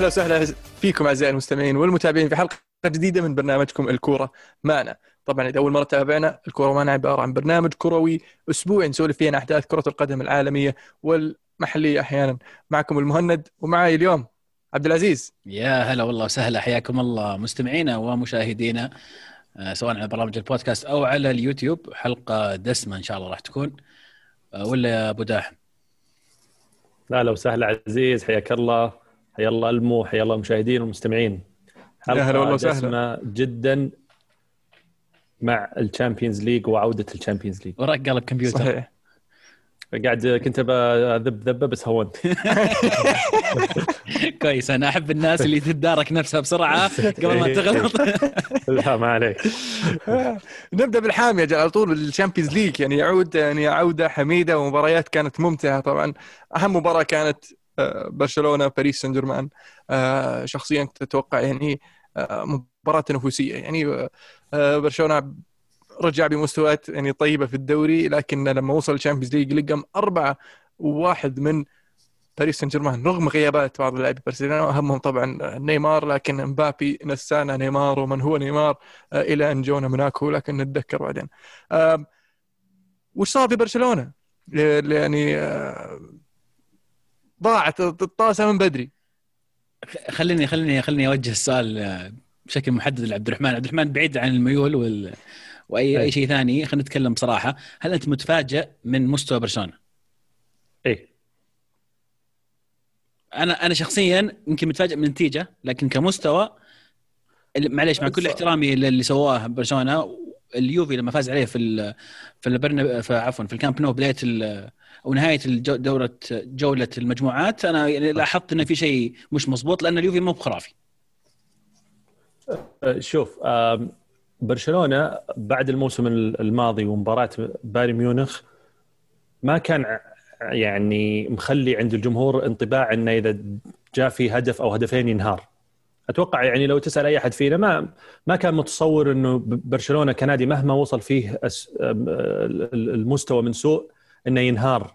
أهلا وسهلا فيكم أعزائي المستمعين والمتابعين في حلقة جديدة من برنامجكم الكورة معنا. طبعا إذا أول مرة تابعنا، الكورة معنا عبارة عن برنامج كروي أسبوعي نسولف فيه عن أحداث كرة القدم العالمية والمحلية أحيانا. معكم المهند ومعي اليوم عبد العزيز. يا هلا والله وسهلا، حياكم الله مستمعينا ومشاهدينا سواء على برامج البودكاست أو على اليوتيوب. حلقة دسمة إن شاء الله راح تكون ولا يا أبو داحم؟ لا لو سهل عزيز، حياك الله. حيا الله المو، حيا الله المشاهدين والمستمعين. يا هلا والله حلقة وسهلا. دسمة جدا مع الشامبيونز ليج وعودة الشامبيونز ليج. وراك قلب كمبيوتر. صحيح. كنت بذب ذبة بس هونت. كويس، أنا أحب الناس اللي تتدارك نفسها بسرعة قبل ما تغلط. لا ما عليك. نبدأ بالحامي يا جماعة على طول. الشامبيونز ليج يعني يعود، يعني عودة حميدة ومباريات كانت ممتعة. طبعا أهم مباراة كانت برشلونة باريس سان جيرمان. شخصيا كنت أتوقع يعني مباراة تنافسية. يعني برشلونة رجع بمستويات يعني طيبة في الدوري، لكن لما وصل الشامبيونز ليج لقم 4-1 من باريس سان جيرمان رغم غيابات بعض اللاعبين برشلونة، أهمهم طبعا نيمار. لكن مبابي نسانا نيمار ومن هو نيمار إلى أن جونا موناكو، لكن نتذكر بعدين. وش صار في برشلونة؟ يعني ضاعت الطاسة من بدري. خليني أوجه السؤال بشكل محدد لعبد الرحمن. عبد الرحمن، بعيد عن الميول وأي شيء ثاني، خلينا نتكلم بصراحة. هل أنت متفاجئ من مستوى برشلونة؟ إيه، أنا شخصيا يمكن متفاجئ من النتيجة، لكن كمستوى معليش مع كل احترامي اللي سواه برشلونة، اليوفي لما فاز عليه في الكامب نو بداية أو نهاية جولة المجموعات، أنا يعني لاحظت إن في شيء مش مزبوط، لأن اليوفي مو بخرافي. شوف، برشلونة بعد الموسم الماضي ومباراة بايرن ميونخ ما كان يعني مخلي عند الجمهور انطباع انه اذا جاء في هدف او هدفين ينهار. اتوقع يعني لو تسال اي احد فينا ما كان متصور انه برشلونه كنادي مهما وصل فيه المستوى من سوء انه ينهار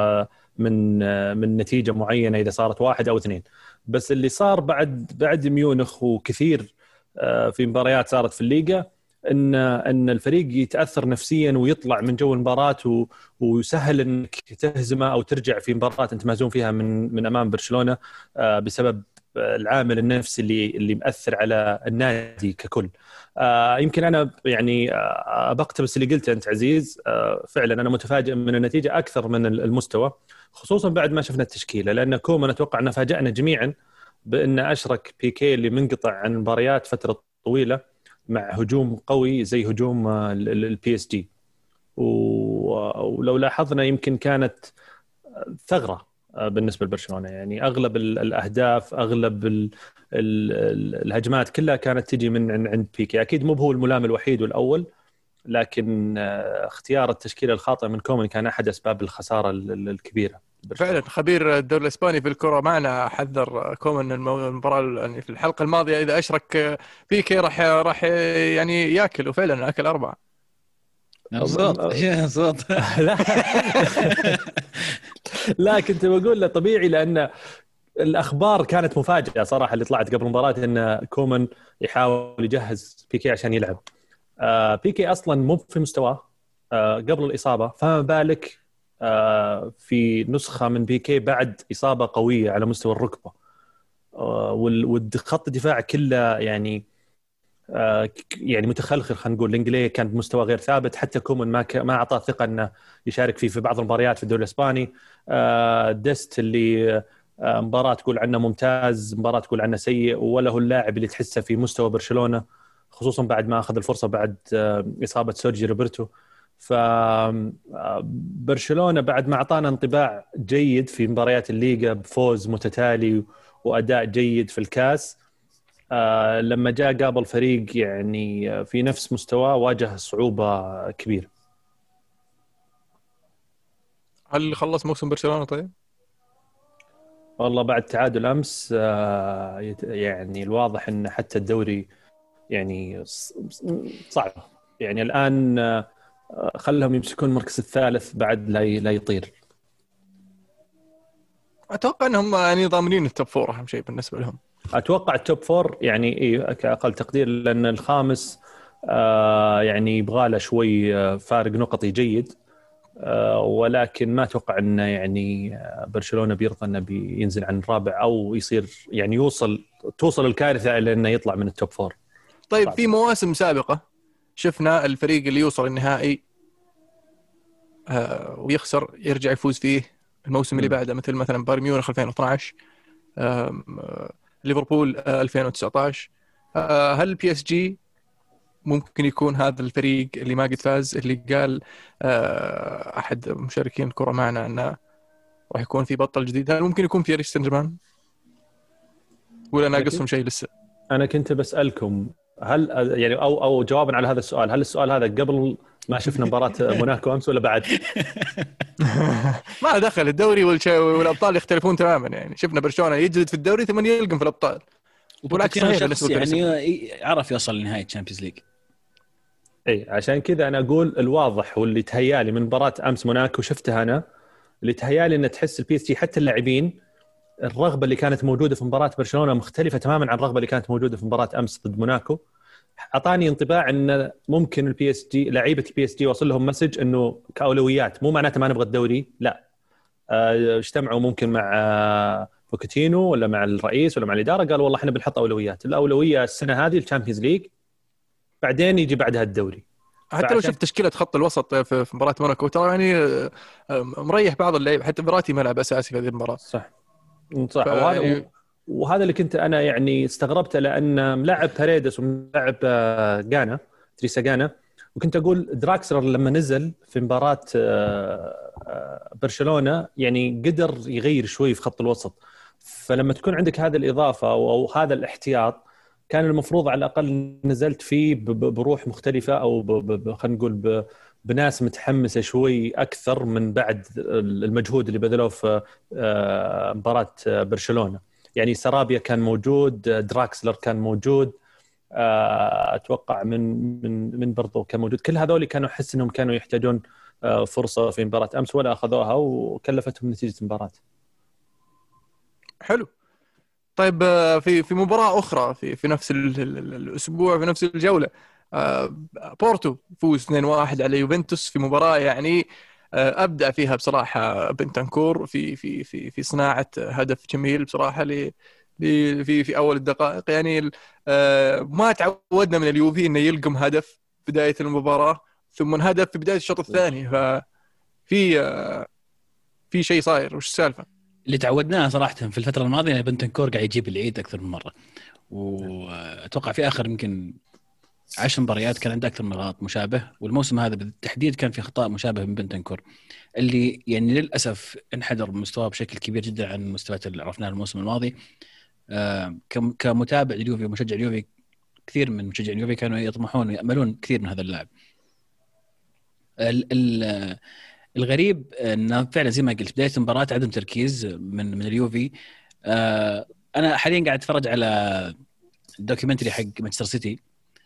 من نتيجه معينه اذا صارت 1 أو 2. بس اللي صار بعد ميونخ وكثير في مباريات صارت في الليغا ان الفريق يتاثر نفسيا ويطلع من جو المباراه ويسهل انك تهزمه او ترجع في مباراه انت مهزوم فيها من امام برشلونه بسبب العامل النفسي اللي مؤثر على النادي ككل. يمكن انا يعني بقتبس اللي قلته انت عزيز. فعلا انا متفاجئ من النتيجه اكثر من المستوى، خصوصا بعد ما شفنا التشكيله، لان كومان اتوقع انه فاجأنا جميعا بان اشرك بيكي اللي منقطع عن المباريات فتره طويله مع هجوم قوي زي هجوم البي اس جي. ولو لاحظنا يمكن كانت ثغرة بالنسبة لبرشلونة، يعني أغلب الأهداف أغلب الهجمات كلها كانت تجي من عند بيكي. أكيد مو هو الملام الوحيد والأول، لكن اختيار التشكيلة الخاطئة من كومان كان أحد أسباب الخسارة الكبيرة. فعلا خبير الدوري الاسباني في الكره معنا حذر كومان المباراه يعني في الحلقه الماضيه اذا اشرك بيكي راح يعني ياكل، وفعلا اكل 4. صوت لا لا كنت بقول له طبيعي، لأن الأخبار كانت مفاجئة صراحة اللي طلعت قبل المباراة أن كومان يحاول يجهز بيكي عشان يلعب. بيكي أصلا مو في مستواه قبل الإصابة، فما بالك في نسخة من بيكي بعد إصابة قوية على مستوى الركبة. والخط الدفاع كله يعني متخلخل. خلينا نقول الانجليزي كان بمستوى غير ثابت. حتى كومان ما اعطاه ثقه انه يشارك في بعض المباريات في الدوري الاسباني. ديست اللي مباراه تقول عنه ممتاز، مباراه تقول عنه سيء، ولا هو اللاعب اللي تحسه في مستوى برشلونه، خصوصا بعد ما اخذ الفرصه بعد اصابه سيرجي روبرتو. فبرشلونه بعد ما اعطانا انطباع جيد في مباريات الليغا بفوز متتالي واداء جيد في الكاس، لما جاء قابل فريق يعني في نفس مستواه واجه صعوبة كبيرة. هل خلص موسم برشلونة طيب؟ والله بعد تعادل أمس يعني الواضح أن حتى الدوري يعني صعب. يعني الآن خلهم يمسكون المركز الثالث بعد لا يطير. اتوقع انهم يعني ضامنين التوب فور اهم شيء بالنسبه لهم. اتوقع التوب فور يعني ايه كاقل تقدير، لان الخامس يعني يبغى له شوي فارق نقطي جيد، ولكن ما اتوقع انه يعني برشلونه بيرضى انه بينزل عن الرابع او يصير يعني توصل الكارثه الى انه يطلع من التوب فور. طيب في مواسم سابقه شفنا الفريق اللي يوصل النهائي ويخسر يرجع يفوز فيه الموسم اللي بعده، مثلا بايرن ميونخ 2012، ليفربول 2019. هل البي اس جي ممكن يكون هذا الفريق اللي ما قد فاز، اللي قال احد مشاركين الكره معنا انه راح يكون في بطل جديد؟ هل ممكن يكون باريس سان جيرمان ولا ناقصهم شيء لسه؟ انا كنت بسالكم هل يعني او جوابا على هذا السؤال، هل السؤال هذا قبل ما شفنا مباراه موناكو امس ولا بعد؟ ما دخل الدوري والابطال يختلفون تماما، يعني شفنا برشلونه يجلد في الدوري ثم يلقم في الابطال، والعكس صحيح يعني عرف يوصل لنهايه الشامبيونز ليج. اي عشان كذا انا اقول الواضح واللي تهيالي من مباراه امس موناكو شفتها انا، اللي تهيالي ان تحس البي اس جي حتى اللاعبين الرغبه اللي كانت موجوده في مباراه برشلونه مختلفه تماما عن الرغبه اللي كانت موجوده في مباراه امس ضد موناكو. اعطاني انطباع ان ممكن البي اس جي لعيبه البي اس جي وصل لهم مسج انه كاولويات، مو معناته ما نبغى الدوري، لا اجتمعوا ممكن مع بوكيتينو ولا مع الرئيس ولا مع الاداره، قالوا والله احنا بنحط اولويات، الاولويه السنه هذه الشامبيونز ليج، بعدين يجي بعدها الدوري. حتى لو شفت تشكيله خط الوسط في مباراه موناكو ترى يعني مريح بعض اللعيبه، حتى براتي ملعب اساسي في هذه المباراه. صح وهذا اللي كنت انا يعني استغربته، لان ملاعب باريدس وملاعب غانا تريسا غانا، وكنت اقول دراكسلر لما نزل في مباراه برشلونه يعني قدر يغير شوي في خط الوسط، فلما تكون عندك هذه الاضافه او هذا الاحتياط كان المفروض على الاقل نزلت فيه بروح مختلفه، او خلينا نقول بناس متحمسه شوي اكثر من بعد المجهود اللي بذلوه في مباراه برشلونه. يعني سرابيا كان موجود، دراكسلر كان موجود، اتوقع من برضو كان موجود، كل هذول كانوا احس انهم كانوا يحتاجون فرصه في مباراه امس ولا اخذوها وكلفتهم نتيجه المباراه. حلو. طيب في مباراه اخرى في نفس الاسبوع في نفس الجوله، بورتو فوز 2-1 على يوفنتوس في مباراه يعني ابدع فيها بصراحه بنتنكور في صناعه هدف جميل بصراحه في اول الدقائق. يعني ما تعودنا من اليوفي انه يلقم هدف بدايه المباراه ثم هدف في بدايه الشوط الثاني، ففي في شيء صاير. وش السالفه اللي تعودناه صراحه في الفتره الماضيه؟ بنتنكور قاعد يجيب العيد اكثر من مره، واتوقع في اخر يمكن 10 مباريات كان عنده اكثر من غلط مشابه، والموسم هذا بالتحديد كان في خطا مشابه من بنتنكور، اللي يعني للاسف انحدر مستواه بشكل كبير جدا عن المستويات اللي عرفناها الموسم الماضي. كمتابع اليوفي ومشجع اليوفي، كثير من مشجع اليوفي كانوا يطمحون ويأملون كثير من هذا اللاعب. الغريب انه فعلا زي ما قلت بدايه المباراه عدم تركيز من اليوفي. انا حاليا قاعد اتفرج على الدوكيومنتري حق مانشستر سيتي،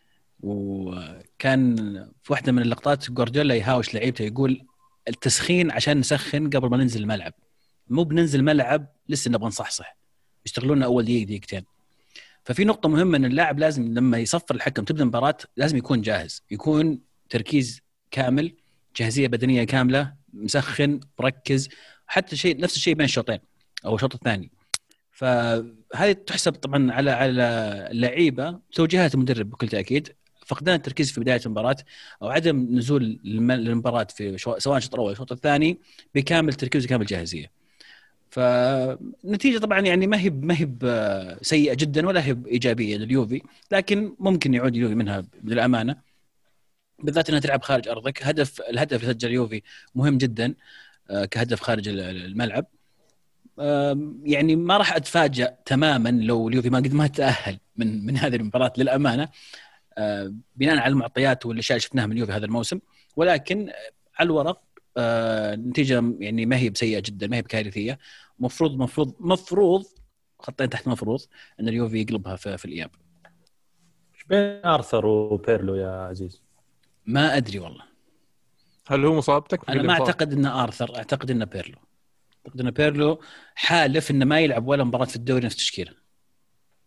وكان في واحده من اللقطات جوارديولا يهاوش لعيبته يقول التسخين عشان نسخن قبل ما ننزل الملعب، مو بننزل الملعب لسه نبغى نصحصح، يشتغلون اول دقيقتين. ففي نقطه مهمه ان اللاعب لازم لما يصفر الحكم تبدا المباراه لازم يكون جاهز، يكون تركيز كامل، جاهزيه بدنيه كامله، مسخن مركز، حتى شيء نفس الشيء بين الشوطين او الشوط الثاني. فهذه تحسب طبعا على اللعيبه، توجيهات المدرب بكل تاكيد. فقدان التركيز في بدايه المباراه او عدم نزول المباراه في سواء الشوط الاول الشوط الثاني بكامل تركيز وكامل جاهزيه. فنتيجه طبعا يعني ما هي سيئه جدا ولا هي ايجابيه لليوفي، لكن ممكن يعود اليوفي منها للامانه، بالذات انها تلعب خارج ارضك. الهدف اللي سجل اليوفي مهم جدا كهدف خارج الملعب. يعني ما راح اتفاجأ تماما لو اليوفي ما تأهل من هذه المباراة للأمانة، بناء على المعطيات والاشياء اللي شفناها من اليوفي هذا الموسم، ولكن على الورق نتيجة يعني ما هي بسيئة جدا، ما هي بكارثية. مفروض خطين تحت مفروض ان اليوفي يقلبها في الإياب. ايش بين آرثر وبيرلو يا عزيز؟ ما ادري والله، هل هو مصابتك؟ انا ما اعتقد ان آرثر، اعتقد ان بيرلو. أعتقد أن بيرلو حالف إنه ما يلعب ولا مباراة في الدوري نفس تشكيله.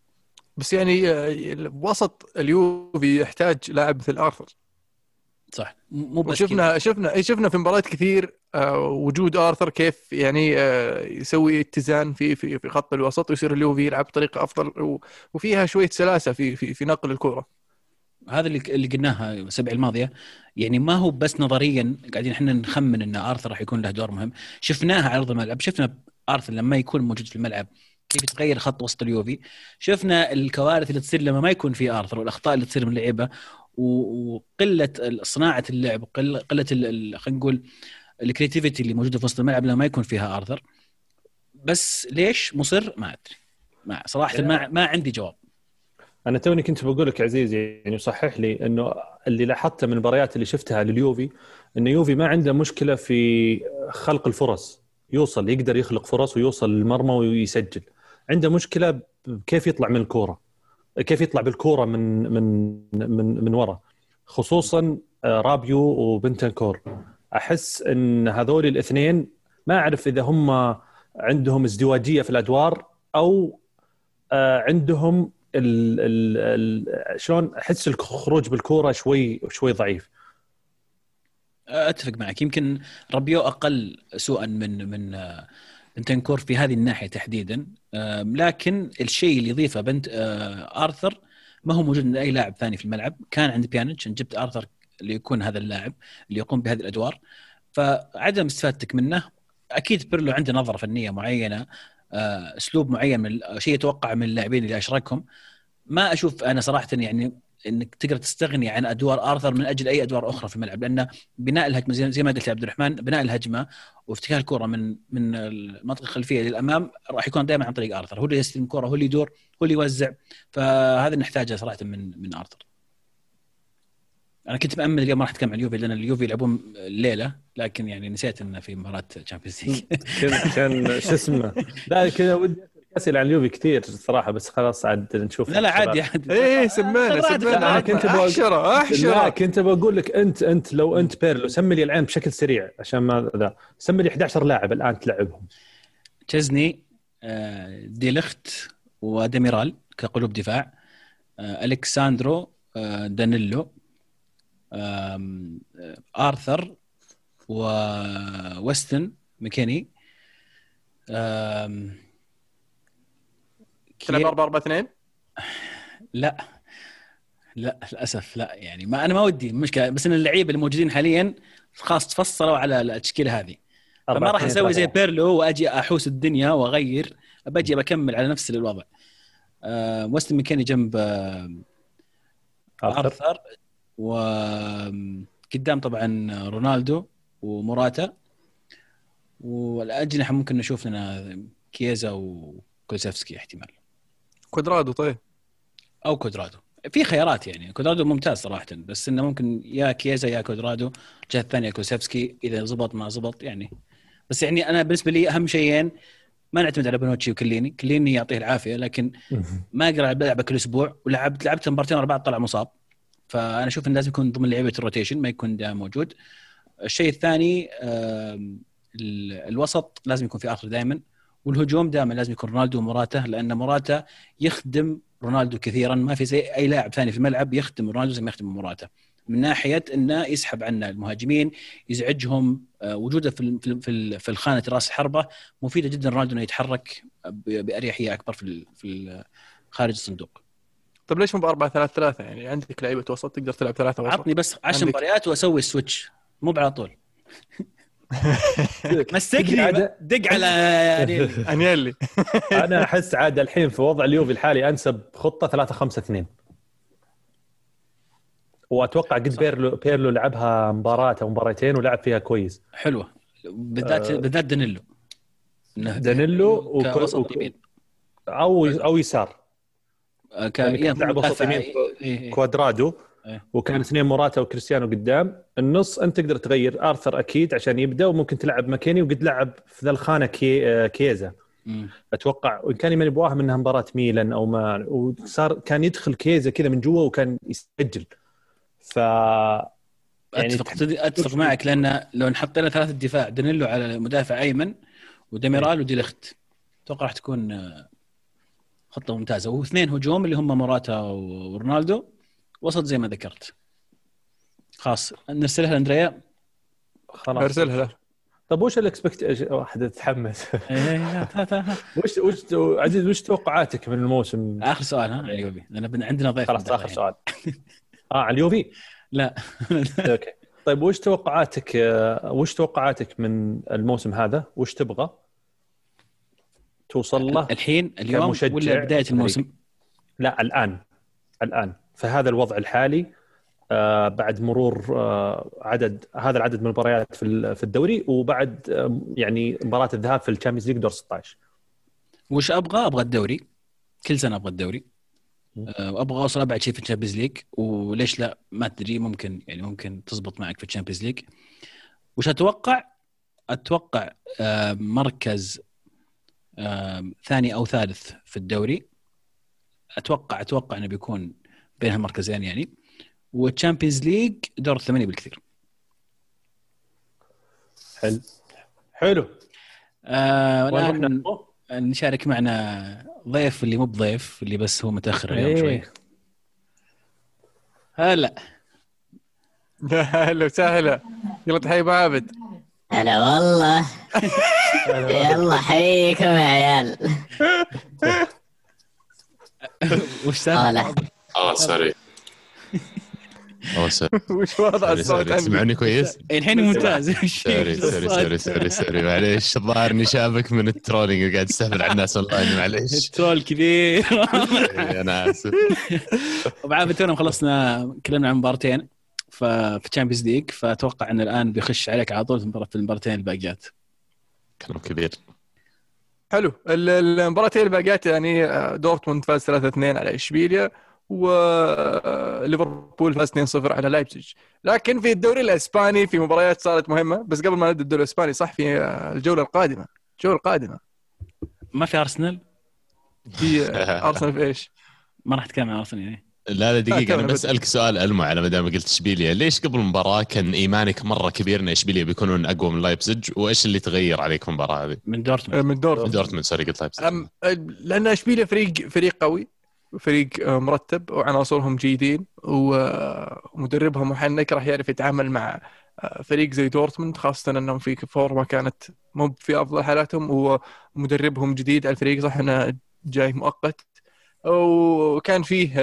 بس يعني وسط اليوفي يحتاج لاعب مثل آرثر. صح، مو بس كذا. شفنا في مباريات كثير وجود آرثر كيف يعني يسوي اتزان في خط الوسط، ويصير اليوفي يلعب بطريقة أفضل وفيها شوية سلاسة في نقل الكرة. هذا اللي قلناها السبع الماضيه، يعني ما هو بس نظريا قاعدين احنا نخمن ان آرثر راح يكون له دور مهم. شفناها على ارض الملعب، شفنا آرثر لما يكون موجود في الملعب كيف يتغير خط وسط اليوفي. شفنا الكوارث اللي تصير لما ما يكون في آرثر، والاخطاء اللي تصير من اللعيبه، وقله صناعه اللعب، وقله خلينا نقول الكرياتيفيتي اللي موجوده في وسط الملعب لما ما يكون فيها آرثر. بس ليش مصر ما ادري، صراحه ما عندي جواب. انا توني كنت بقول لك عزيزي، يعني صحح لي انه اللي لاحظته من المباريات اللي شفتها لليوفي انه يوفي ما عنده مشكله في خلق الفرص، يقدر يخلق فرص ويوصل للمرمى ويسجل. عنده مشكله كيف يطلع من الكوره، كيف يطلع بالكوره من ورا، خصوصا رابيو وبنتنكور. احس ان هذول الاثنين ما اعرف اذا هم عندهم ازدواجيه في الادوار او عندهم شلون احس الخروج بالكوره شوي ضعيف. اتفق معك، يمكن رابيو اقل سوءا من بنتنكور في هذه الناحيه تحديدا، لكن الشيء اللي يضيفه بنت آرثر ما هو موجود عند اي لاعب ثاني في الملعب. كان عند بيانيتش، جبت آرثر اللي يكون هذا اللاعب اللي يقوم بهذه الادوار، فعدم استفادتك منه. اكيد بيرلو عنده نظره فنيه معينه، اسلوب معين، من شيء يتوقع من اللاعبين اللي اشركهم. ما اشوف انا صراحه يعني انك تقدر تستغني عن ادوار آرثر من اجل اي ادوار اخرى في الملعب، لان بناء الهجمه زي ما قلت يا عبد الرحمن، بناء الهجمه وافتكاك الكره من المنطقه الخلفيه للامام راح يكون دائما عن طريق آرثر. هو اللي يستلم الكره، هو اللي يدور، هو اللي يوزع. فهذا نحتاجه صراحه من آرثر. انا كنت مأمل اليوم راح اتكلم عن اليوفي، لان اليوفي يلعبون الليله، لكن يعني نسيت انه في مباراه تشامبيونز ليج. عشان شو اسمه، لا كذا ودي اسال عن اليوفي كثير صراحه، بس خلاص عاد نشوف. لا عادي. ايه سمعنا انا كنت احشره. كنت بقول لك انت لو انت بيرلو سمي لي العين بشكل سريع، عشان ما ذا سمي لي 11 لاعب الان تلعبهم. تشزني، ديليخت، وديميرال كقلوب دفاع، ألكساندرو، دانيلو، آرثر، وويستن ميكيني. تلعب 4-4-2؟ لا للاسف لا، يعني ما انا ما ودي المشكله، بس ان اللعيبه الموجودين حاليا خلاص تفصلوا على التشكيله هذه، فما راح اسوي زي بيرلو واجي احوس الدنيا واغير، بجي بكمل على نفس الوضع. ويستن ميكيني جنب آرثر، وقدام طبعا رونالدو وموراتا، والأجنحة ممكن نشوف لنا كيزا وكوزيفسكي احتمال. كودرادو طيب، أو كودرادو، في خيارات يعني. كودرادو ممتاز صراحة، بس إنه ممكن يا كيزا يا كودرادو، الجهة الثانية كوزيفسكي إذا زبط ما زبط يعني. بس يعني أنا بالنسبة لي أهم شيئين، ما نعتمد على بنوتشي وكليني يعطيه العافية، لكن ما أقدر ألعب كل أسبوع، ولعبت مبارتين 4 طلع مصاب، فأنا أشوف إن لازم يكون ضمن لعيبة الروتيشن، ما يكون ده موجود. الشيء الثاني الوسط لازم يكون في آرثر دائما، والهجوم دائما لازم يكون رونالدو وموراتا، لأن موراتا يخدم رونالدو كثيرا، ما في زي أي لاعب ثاني في الملعب يخدم رونالدو زي ما يخدم موراتا، من ناحية أنه يسحب عنا المهاجمين، يزعجهم. وجوده في الخانة رأس الحربة مفيدة جدا رونالدو أنه يتحرك بأريحية أكبر في خارج الصندوق. طب ليش مو ب4-3-3؟ يعني عندك لعيبة وسط تقدر تلعب 3 وسط. عطني بس 10 مباريات وأسوي السويتش، مو على طول. مسكني دق على أنيلي. أنا أحس عاد الحين في وضع اليوفي الحالي أنسب خطة 3-5-2، وأتوقع قد بيرلو لعبها مباراة أو مباراتين ولعب فيها كويس. حلوة، بالذات دانيلو كوسط يمين أو يسار، كان يلعب وسط يمين كوادرادو، وكان 2 موراتا وكريستيانو قدام. النص أنت تقدر تغير آرثر أكيد عشان يبدأ، وممكن تلعب مكاني، وقد لعب في ذا الخانة كيزا أتوقع، وإن كان يماني بواهم إنها مباراة ميلان أو ما، وصار كان يدخل كيزا كذا من جوا وكان يسجل. يعني أتفق معك، لأن لو نحطينا 3 دفاع، دانيلو على مدافع أيمن وديميرال وديليخت، أتوقع راح تكون خطة ممتازة. واثنين هجوم اللي هم موراتا ورونالدو، وسط زي ما ذكرت. خلاص نرسلها لاندريا. خلاص ارسلها له. طب وش الاكسبكت واحد يتحمس إيه، وش عزيز وش توقعاتك من الموسم؟ آخر سؤال ها اليوبي، لأن عندنا ضيف. خلاص آخر سؤال. على اليوفي. لا اوكي طيب وش توقعاتك من الموسم هذا؟ وش تبغى توصل له الحين اليوم كمشجع ولا بداية الموسم؟ لا الآن في هذا الوضع الحالي، بعد مرور هذا العدد من المباريات في الدوري، وبعد يعني مباراة الذهاب في الشامبيونز ليج دور 16. وش أبغى الدوري، كل سنة أبغى الدوري، وأبغى أوصل أبعد شيء في الشامبيونز ليج. وليش لا؟ ما تدري، ممكن تزبط معك في الشامبيونز ليج. وش أتوقع مركز ثاني أو ثالث في الدوري. أتوقع أنه بيكون بين هالمركزين يعني. والشامبيونز ليج دور 8 بالكثير. حلو. والآن نشارك معنا ضيف، اللي مو بضيف، اللي بس هو متأخر اليوم شوي. هلا هلا وسهلا. يلا تحيي ابو عابد. هلا والله. يلا حيكم يا عيال. وش سالفة؟ سوري. وش وضع الصوت؟ تسمعني كويس؟ الحين ممتاز. سوري معليش، ظاهرني شابك من الترولينج وقاعد استهبل على الناس اونلاين، معليش. ترول كبير. انا اسف. وبعد تونا خلصنا كلامنا عن مبارتين في تشامبيونز ليج، فاتوقع ان الان بيخش عليك على طول في المباراتين الباقيات. كلام كبير. حلو. المباراتين الباقيات يعني دورتموند فاز 3-2 على اشبيليا، وليفربول فاز 2-0 على لايبزيج. لكن في الدوري الاسباني في مباريات صارت مهمه. بس قبل ما نبدا الدوري الاسباني، صح، في الجوله القادمه ما في ارسنال. في ارسنال في ايش؟ ما راح اتكلم عن ارسنال يعني. لا دقيقة، أنا بسألك سؤال ألمع على مدام قلت إشبيلية. ليش قبل المباراة كان إيمانك مرة كبير إن إشبيلية بيكونون أقوى من لايبزيج؟ وإيش اللي تغير عليك في المباراة هذه؟ من دورتموند. سوري قلت لايبزيج. لأن إشبيلية فريق قوي، فريق مرتب، وعناصرهم جيدين، ومدربهم محنك راح يعرف يتعامل مع فريق زي دورتموند، خاصة أنهم في فورمة كانت مو في أفضل حالاتهم، ومدربهم جديد على الفريق، صح أنه جاي مؤقت، وكان فيه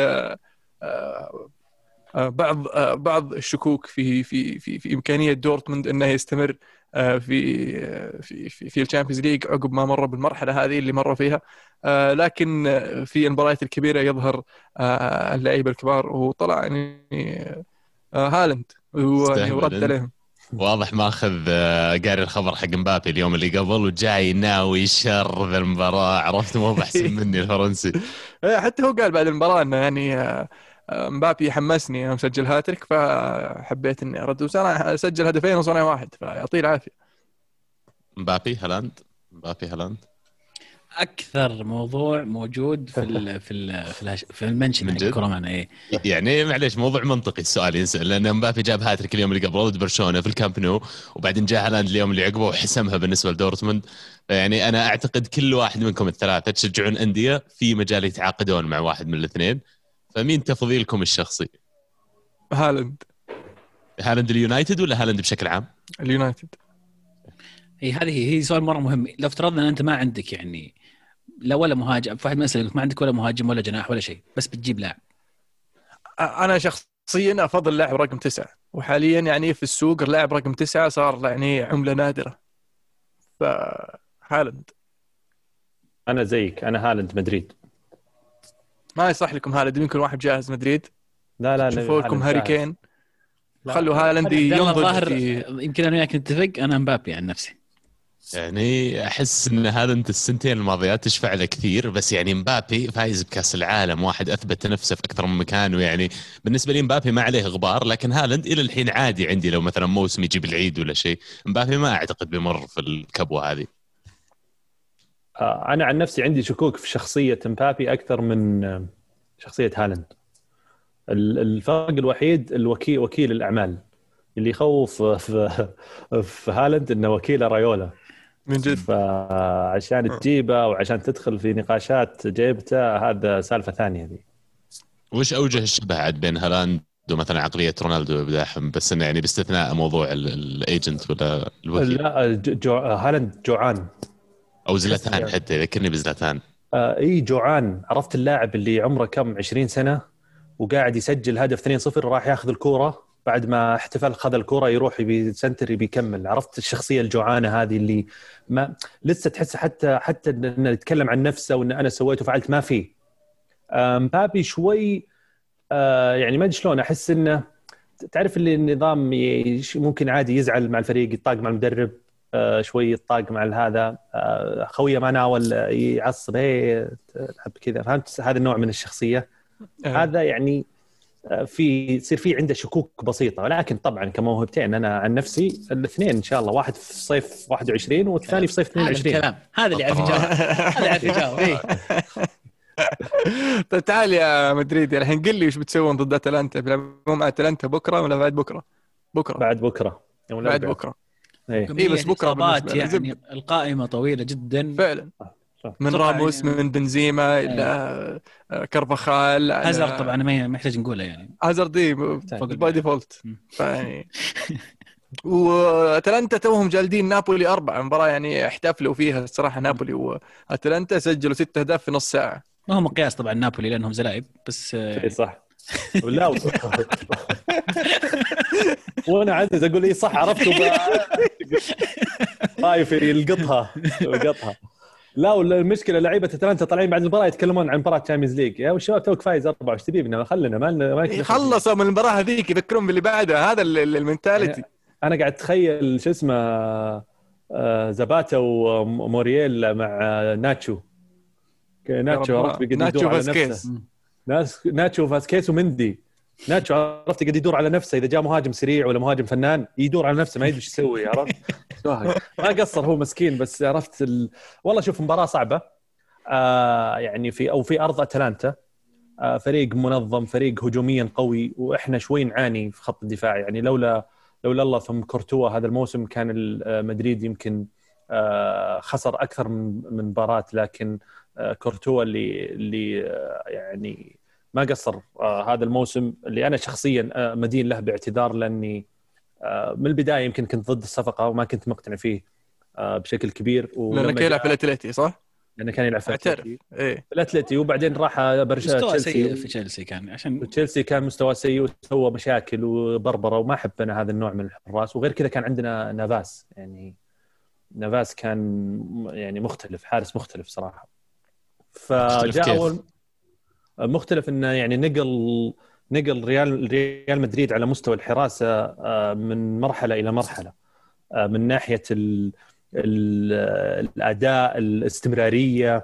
بعض الشكوك في إمكانية دورتموند أنه يستمر في الشامبيونز ليج عقب ما مروا بالمرحلة هذه اللي مروا فيها. لكن في المباريات الكبيرة يظهر اللاعبين الكبار، وطلع يعني هالاند ورد عليهم. واضح ماخذ قاري الخبر حق مبابي اليوم اللي قبل، وجاي ناوي شر ذا المباراة. عرفت مو بحسن مني الفرنسي. حتى هو قال بعد المباراة انه يعني مبابي حمسني يوم سجل هاتريك، فحبيت اني ارد، وصراحة سجل هدفين وصنع واحد، فيعطيه العافية. مبابي هالاند اكثر موضوع موجود في المنشن حق الكره معنا. ايه يعني معليش، موضوع منطقي السؤال ينسأل، لان مبابي جاب هاتريك اليوم اللي قبل ضد برشلونة في الكامب نو، وبعدين جاء هالاند اليوم اللي عقبه وحسمها بالنسبه لدورتموند. يعني انا اعتقد كل واحد منكم الثلاثه تشجعون انديه في مجال يتعاقدون مع واحد من الاثنين، فمين تفضيلكم الشخصي؟ هالاند اليونايتد ولا هالاند بشكل عام؟ اليونايتد. هذه هي سؤال مره مهم. لو افترضنا ان انت ما عندك يعني لا ولا مهاجم، في واحد مثلا ما عندك ولا مهاجم ولا جناح ولا شيء، بس بتجيب لاعب. انا شخصيا افضل لاعب رقم 9، وحاليا يعني في السوق اللاعب رقم 9 صار يعني عملة نادرة، فهالاند. انا زيك، انا هالاند مدريد. ما يصح لكم هالاند، يمكن واحد جاهز مدريد. لا شوفوا لكم هاري كين، خلوا هالاند ينضج. يمكن انا وياك نتفق. انا مبابي عن نفسي، يعني احس ان هذا انت السنتين الماضيات تشفع له كثير، بس يعني مبابي فايز بكاس العالم، واحد اثبت نفسه في اكثر من مكان، ويعني بالنسبه لي مبابي ما عليه غبار. لكن هالاند الى الحين عادي عندي، لو مثلا موسم يجيب العيد ولا شيء، مبابي ما اعتقد بيمر في الكبوه هذه. انا عن نفسي عندي شكوك في شخصيه مبابي اكثر من شخصيه هالاند. الفرق الوحيد وكيل الاعمال اللي يخوف في هالاند انه وكيل رايولا. من جد. فعشان تجيبه وعشان تدخل في نقاشات جيبته هذا سالفة ثانية دي. وش اوجه الشبه عاد بين هالاند ومثلا عقليه رونالدو بداحم، بس انه يعني باستثناء موضوع الايجنت ولا الوكيل؟ لا هالاند جوعان، او زلاتان، حتى يذكرني بزلاتان. اي جوعان. عرفت اللاعب اللي عمره كم 20 سنة وقاعد يسجل هدف 2-0 راح ياخذ الكورة بعد ما احتفل خذ الكرة يروح يبي سنتر يبي يكمل. عرفت الشخصية الجوعانة هذه اللي ما لسه تحس حتى انه يتكلم عن نفسه وان انا سويت وفعلت ما فيه. مبابي شوي يعني ما ادري شلون، احس انه تعرف اللي النظام ممكن عادي يزعل مع الفريق، يطاق مع المدرب شوي، يطاق مع هذا خويه ما ناول يعصب هي تلعب كذا، فهمت؟ هذا النوع من الشخصية. هذا يعني يصير في عنده شكوك بسيطة، ولكن طبعا كموهبتين أنا عن نفسي الاثنين إن شاء الله، واحد في صيف 21 والثاني في صيف 22. هذا الكلام هذا اللي يعرف يجاوب، هذا يعرف يجاوب. إيه. طيب تعال يا مدريد، الحين قل لي وش بتسوون ضد أتلانتا؟ بيلعبون مع أتلانتا بكرة ولا بعد بكرة؟ بعد بكرة يوم بعد بكرة. إيه بس بكرة إصابات يعني القائمة طويلة جدا فعلا، من راموس يعني من بنزيما إلى كارفاخال، هازارد طبعا ما محتاج نقوله يعني هازارد دي باي ديفولت يعني. واتلانتا توهم جالدين نابولي 4 مباراة يعني احتفلوا فيها الصراحة. نابولي واتلانتا سجلوا 6 أهداف في نص ساعة. ما هو مقياس طبعا نابولي لأنهم زلايب بس إيه صح. ولا وانا عايز اقول ايه صح عرفته خايف يلقطها. لا ولا المشكله لعيبه اتلانتا طالعين بعد المباراه يتكلمون عن مباراه تشامبيونز ليج. يا والشباب توك فايز 4 وش تبينا خلنا ما خلصوا من المباراه هذيك يذكرون باللي بعدها. هذا المنتاليتي. انا قاعد اتخيل شو اسمه زباتا ومورييل مع ناتشو عرفت بيقعد يدور على نفسه. ناتشو فاسكيس ومندي. ناتشو عرفت قاعد يدور على نفسه، اذا جاء مهاجم سريع ولا مهاجم فنان يدور على نفسه ما يدري ايش يسوي. عرفت ما قصر هو مسكين. بس عرفت والله شوف مباراة صعبة يعني في أرض أتلانتا. فريق منظم، فريق هجوميا قوي، وإحنا شوي نعاني في خط الدفاع. يعني لولا الله ثم كورتوا هذا الموسم كان مدريد يمكن خسر أكثر من مباراة. لكن كورتوا اللي يعني ما قصر هذا الموسم، اللي أنا شخصيا مدين له باعتذار، لأني من البداية يمكن كنت ضد الصفقة وما كنت مقتنع فيه بشكل كبير. لأنه يلعب في الأتلتي صح؟ لأنه كان يلعب في الأتلتي وبعدين راح تشيلسي. في تشيلسي كان عشان تشيلسي كان مستوى سيء وسوى مشاكل وبربرة، وما أحب أنا هذا النوع من الحراس. وغير كذا كان عندنا نافاس، يعني نافاس كان يعني مختلف، حارس مختلف صراحة. فجاء مختلف إنه يعني نقل ريال مدريد على مستوى الحراسة من مرحلة إلى مرحلة، من ناحية الأداء، الاستمرارية،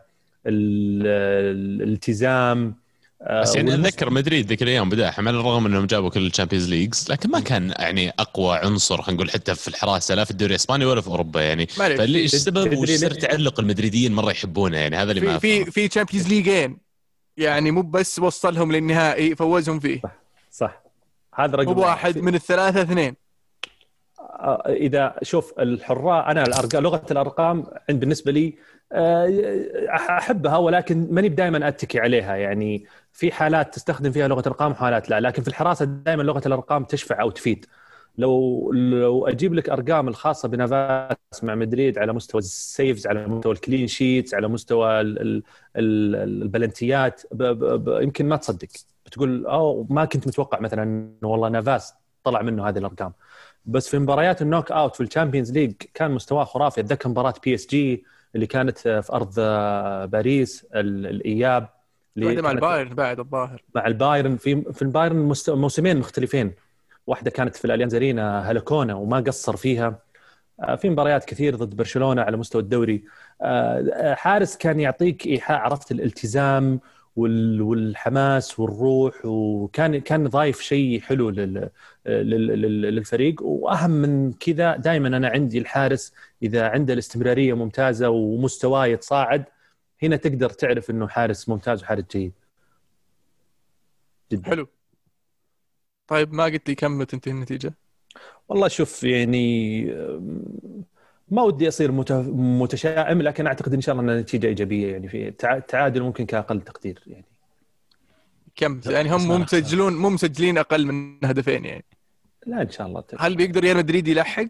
الالتزام. بس يعني أتذكر مدريد ذيك الأيام بدأ على الرغم أنهم جابوا كل الشامبيونز ليجز، لكن ما كان يعني أقوى عنصر خلينا نقول حتى في الحراسة لا في الدوري الإسباني ولا في أوروبا يعني. فاللي إيش السبب وسر تعلق المدريدين مرة يحبونه يعني؟ هذا اللي ما في تشامبيونز ليجين يعني مو بس وصلهم للنهائي، فوزهم فيه. صح. هذا رقم واحد من الثلاثة 2. إذا شوف الحراء، أنا لغة الأرقام عند بالنسبة لي أحبها، ولكن ماني دائما أتكي عليها. يعني في حالات تستخدم فيها لغة الأرقام وحالات لا، لكن في الحراسة دائما لغة الأرقام تشفع أو تفيد. لو أجيب لك أرقام الخاصة بنافاس مع مدريد على مستوى السيفز، على مستوى الكلين شيتس، على مستوى البلنتيات، يمكن ما تصدق، بتقول ما كنت متوقع مثلا إنه والله نافاس طلع منه هذه الأرقام. بس في مباريات النوك أوت في الشامبيونز ليج كان مستواه خرافي. أتذكر مباراة PSG اللي كانت في أرض باريس، الإياب اللي مع البايرن بعد الظاهر، مع البايرن. في البايرن موسمين مختلفين، واحدة كانت في الأليانز أرينا هلكونا وما قصر فيها. في مباريات كثير ضد برشلونة على مستوى الدوري. حارس كان يعطيك إيحاء، عرفت الالتزام والحماس والروح، وكان ضايف شيء حلو للفريق. وأهم من كذا دائما أنا عندي الحارس إذا عنده الاستمرارية ممتازة ومستواه يتصاعد، هنا تقدر تعرف إنه حارس ممتاز وحارس جيد جدا. حلو. طيب ما قلت لي كم تنتهي النتيجة؟ والله شوف يعني ما ودي اصير متشائم، لكن اعتقد ان شاء الله انها نتيجه ايجابيه، يعني في تعادل ممكن كاقل تقدير يعني. كم يعني هم مو مسجلين اقل من هدفين يعني؟ لا ان شاء الله. هل بيقدر ريال مدريد يلحق؟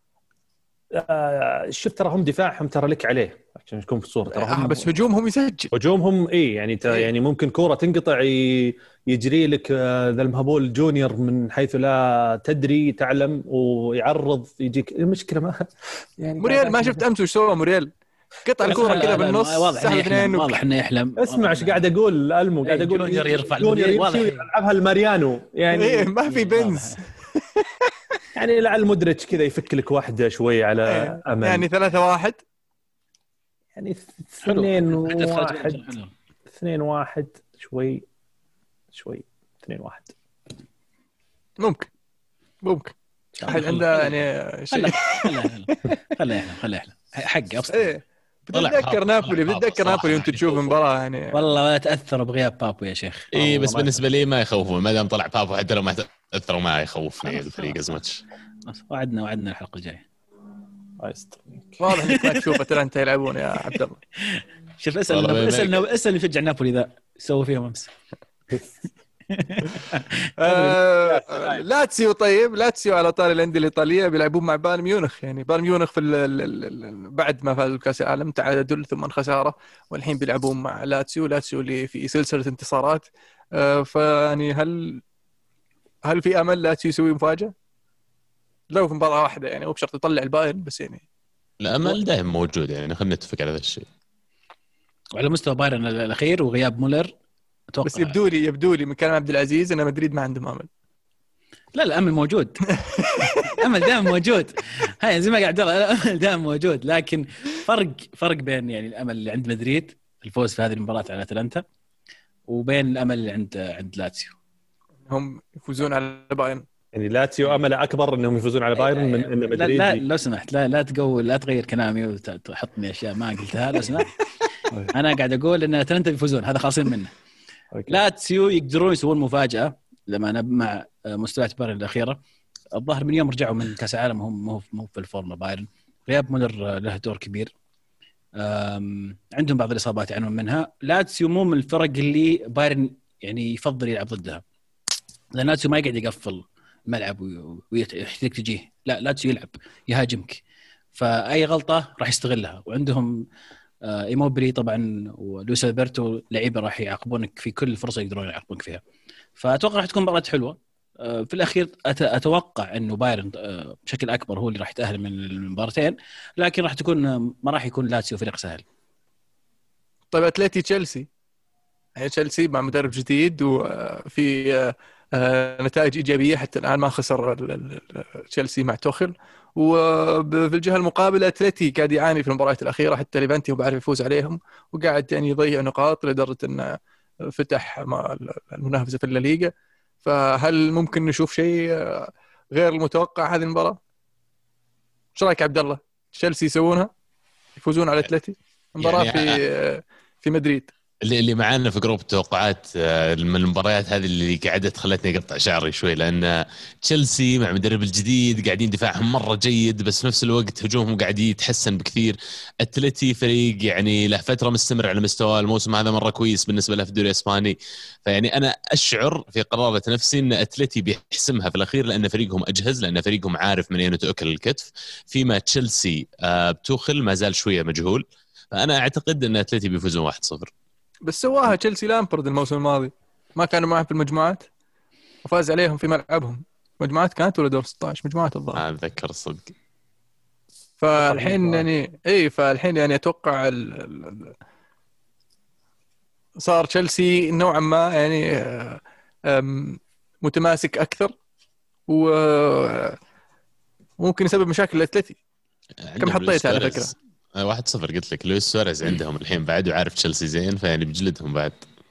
شوف ترى هم دفاعهم ترى لك عليه عشان نكون في الصوره، ترى هم بس هجومهم يسجل. هجومهم يعني يعني ممكن كوره تنقطع يجري لك ذا المهبول جونيور من حيث لا تدري تعلم ويعرض يجيك. المشكله ما يعني موريال ما شفت امس وش سوى موريال؟ قطع الكوره كذا بالنص، واضح انه يحلم. اسمع ايش قاعد اقول المو، قاعد اقول جونيور يرفع واضح يلعبها الماريانو يعني ما في بنز يعني لعل مدرج كذا يفك لك واحده شوي على امل يعني 3-1 يعني 2-1 شوي 2-1 ممكن احد عنده يعني شيء. خليه يحلم حق اصلا. بتتذكر نابولي وانت تشوف المباراه يعني. والله ولا تاثروا بغياب بابو يا شيخ. اي بس بالنسبه لي ما يخوفون ما دام طلع بابو، حتى لو ما تاثروا ما يخوفني الفريق از ماتش. وعدنا الحلقه الجايه. واضح انك ما تشوف اتلانتا يلعبون يا عبد الله. شوف اسال يشجع نابولي ذا يسوي فيهم امس. لاتسيو. طيب لاتسيو على طاري الانديه الايطاليه بيلعبون مع بايرن ميونخ، يعني بايرن ميونخ في بعد ما فازوا بكاس العالم تعادل ثم خساره، والحين بيلعبون مع لاتسيو اللي في سلسله انتصارات. فيعني هل في امل لاتسيو يسوي مفاجاه لو في مباراه واحده يعني، مو بشرط يطلع البايرن بس يعني الامل دائما موجود يعني، خلينا نتفق على هذا الشيء. وعلى مستوى بايرن الاخير وغياب مولر أتوقع. بس يبدو لي من كلام عبد العزيز ان مدريد ما عندهم امل. لا الامل موجود. الامل دائما موجود. هاي زي ما قاعد اقول الامل دائما موجود، لكن فرق بين يعني الامل اللي عند مدريد الفوز في هذه المباراه على اتلانتا وبين الامل اللي عند لاتسيو. هم يفوزون على بايرن يعني. لاتسيو امل اكبر انهم يفوزون على بايرن من ان مدريد. لا لو سمحت لا تغير كلامي وتحطني اشياء ما قلتها. لو سمحت انا قاعد اقول ان اتلانتا يفوزون، هذا خاصين منه. لاتسيو يقدرون يسوون مفاجاه لما انا مع مستويات بايرن الاخيره. الظاهر من يوم رجعوا من كاس العالم هم مو في الفورمه. بايرن غياب مولر له دور كبير، عندهم بعض الاصابات يعانون منها. لاتسيو مو من الفرق اللي بايرن يعني يفضل يلعب ضدها، لان لاتسيو ما يقعد يقفل الملعب ويحتاج تجيه. لا لاتسيو يلعب يهاجمك، فاي غلطه راح يستغلها. وعندهم إيموبيلي طبعا ولويس ألبرتو لعيبه راح يعاقبونك في كل فرصه يقدرون يعاقبونك فيها. فاتوقع راح تكون مباراه حلوه. في الاخير اتوقع انه بايرن بشكل اكبر هو اللي راح يتاهل من المباراتين، لكن راح تكون ما راح يكون لاتسيو فريق سهل. طيب اتلتي تشيلسي، يعني تشيلسي مع مدرب جديد وفي نتائج ايجابيه حتى الان، ما خسر تشيلسي مع توخل. وفي الجهه المقابله اتلتي قاعد يعاني في المباريات الاخيره، حتى ليفانتي هو بعرف يفوز عليهم وقاعد يعني يضيع نقاط لدرجه انه فتح المنافسه في الليغا. فهل ممكن نشوف شيء غير المتوقع هذه المباراه؟ ايش رايك عبد الله؟ تشيلسي يسوونها يفوزون على اتلتي مباراه يعني في مدريد اللي معانا في جروب التوقعات من المباريات هذه اللي قعدت خلتني اقطع شعري شوي، لان تشيلسي مع مدرب الجديد قاعدين دفاعهم مره جيد، بس في نفس الوقت هجومهم قاعد يتحسن بكثير. اتلتي فريق يعني له فتره مستمر على مستوى الموسم هذا مره كويس بالنسبه له في الدوري الاسباني. فيعني انا اشعر في قرارة نفسي ان اتلتي بيحسمها في الاخير، لان فريقهم اجهز، لان فريقهم عارف من اين تؤكل الكتف. فيما تشيلسي بتوخل ما زال شويه مجهول، فانا اعتقد ان اتلتي بيفوزون 1-0. بس سواها تشيلسي لامبرد الموسم الماضي، ما كانوا معهم في المجموعات وفاز عليهم في ملعبهم. مجموعات كانت ولا دور 16 مجموعات الظاهر؟ ما اتذكر الصدق. فالحين يعني فالحين يعني اتوقع صار تشيلسي نوعا ما يعني متماسك اكثر وممكن يسبب مشاكل للاتلتي. كم حطيت على فكره؟ 1-0 قلت لك. لويس سواريز عندهم الحين بعد وعارف تشيلسي زين، فيعني بجلدهم بعد.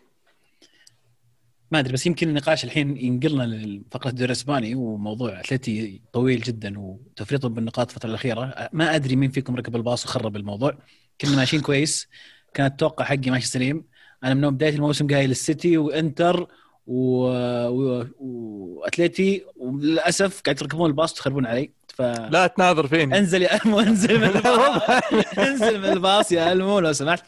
ما ادري، بس يمكن النقاش الحين ينقلنا لفقره الدوري الاسباني، وموضوع اتلتي طويل جدا وتفريطهم بالنقاط الفتره الاخيره. ما ادري مين فيكم ركب الباص وخرب الموضوع. كنا ماشيين كويس، كانت التوقع حقي ماشي سليم. انا من بدايه الموسم قايل السيتي وانتر واتليتي وللاسف قاعد تركبون الباص وتخربون علي. لا تناظر فيني. انزل يا المو، انزل من الباص انزل من الباص يا المو لو سمحت.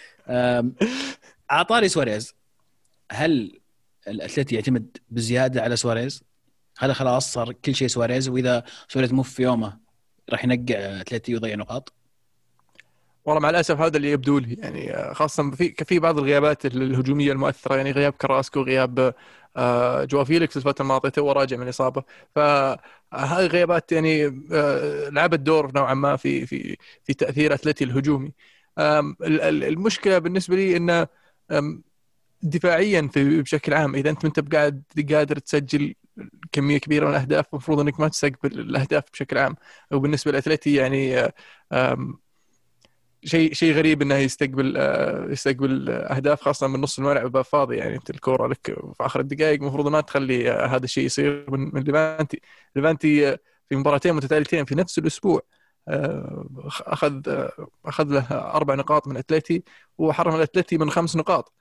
عطاري سواريز، هل الاتلتي يعتمد بزياده على سواريز؟ هل خلاص صار كل شيء سواريز، واذا سواريز مو في يومه راح ينقع اتلتي ويضيع نقاط؟ والله مع الاسف هذا اللي يبدو لي، يعني خاصه في بعض الغيابات الهجوميه المؤثره، يعني غياب كراسكو، غياب جواو فيليكس الفتره الماضيه تو راجع من اصابه، فهذه غيابات يعني لعبت دور نوعا ما في تاثير اتلتي الهجومي. المشكله بالنسبه لي انه دفاعيا بشكل عام، اذا انت قادر تسجل كميه كبيره من الاهداف، المفروض انك ما تستقبل الاهداف بشكل عام. وبالنسبه للاتلتي يعني شيء غريب انه يستقبل اهداف خاصه من نص الملعب فاضي. يعني انت الكوره لك في اخر الدقائق، المفروض ما تخلي هذا الشيء يصير من ليفانتي في مباراتين متتاليتين في نفس الاسبوع اخذ له 4 نقاط من اتلتي، وحرم الاتلتي من 5 نقاط.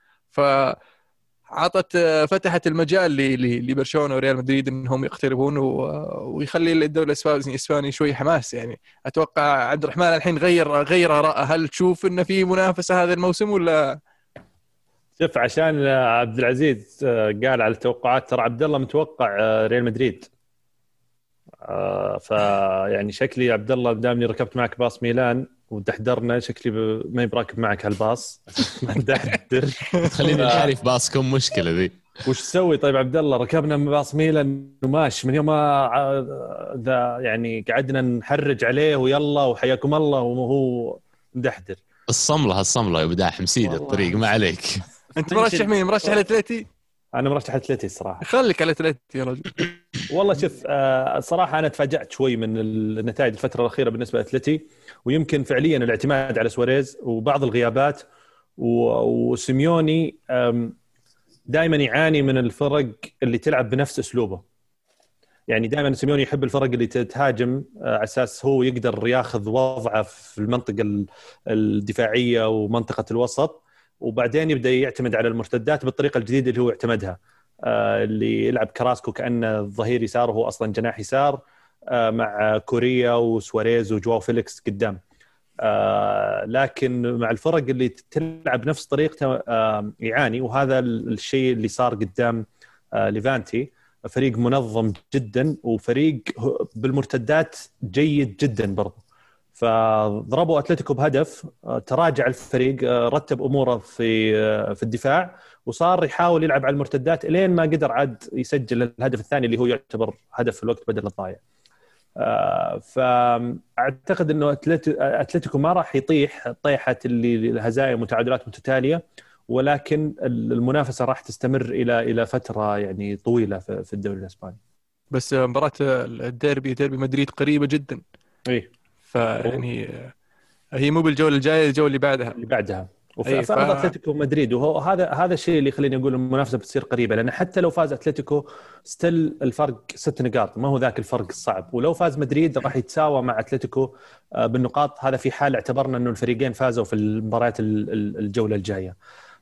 فتحت المجال لبرشلونه وريال مدريد انهم يقتربون ويخلي الدوري الاسباني شوي حماس. يعني اتوقع عبد الرحمن الحين غير آراءه. هل تشوف انه في منافسه هذا الموسم ولا؟ شوف، عشان عبد العزيز قال على التوقعات، ترى عبد الله متوقع ريال مدريد، فيعني شكلي عبد الله دامني ركبت معك باص ميلان ودحدرنا، شكلي ما يبراكب معك هالباص دحدر تخليني الحالي في باصكم، مشكله ذي. وش تسوي طيب عبد الله؟ ركبنا من باص ميلان وماش من يوم ذا، يعني قعدنا نحرج عليه ويلا وحياكم الله وهو مدحدر. الصمله يا بداح مسيد الطريق، ما عليك. انت مرشح مين؟ مرشح الاتلتي؟ انا مرشح الاتلتي الصراحه. خليك على الاتلتي يا رجل. والله شوف، صراحه انا تفاجأت شوي من النتائج الفتره الاخيره بالنسبه للاتلتي، ويمكن فعليا الاعتماد على سواريز وبعض الغيابات، وسيميوني دائما يعاني من الفرق اللي تلعب بنفس اسلوبه. يعني دائما سيميوني يحب الفرق اللي تهاجم على اساس هو يقدر ياخذ وضعه في المنطقه الدفاعيه ومنطقه الوسط، وبعدين يبدا يعتمد على المرتدات بالطريقه الجديده اللي هو اعتمدها، اللي يلعب كراسكو كأنه الظهير يسار وهو أصلا جناح يسار، مع كوريا وسواريز وجواو فيليكس قدام. لكن مع الفرق اللي تلعب نفس طريقته يعاني، وهذا الشيء اللي صار قدام ليفانتي. فريق منظم جدا وفريق بالمرتدات جيد جدا برضه، فضربوا أتلتيكو بهدف، تراجع الفريق، رتب أموره في الدفاع، وصار يحاول يلعب على المرتدات لين ما قدر عاد يسجل الهدف الثاني اللي هو يعتبر هدف في الوقت بدل الضايع. فأعتقد أنه أتلتيكو ما راح يطيح طيحة اللي الهزائم وتعادلات متتالية، ولكن المنافسة راح تستمر إلى فترة يعني طويلة في الدوري الإسباني. بس مباراة ديربي مدريد قريبة جدا. إيه، فيعني هي مو بالجولة الجاية، الجولة اللي بعدها. فأرض أتلتيكو مدريد، وهذا الشيء اللي يخليني أقول المنافسة بتصير قريبة، لأن حتى لو فاز أتلتيكو ستيل الفرق 6 نقاط، ما هو ذاك الفرق الصعب، ولو فاز مدريد راح يتساوى مع أتلتيكو بالنقاط. هذا في حال اعتبرنا أنه الفريقين فازوا في المباريات الجولة الجاية.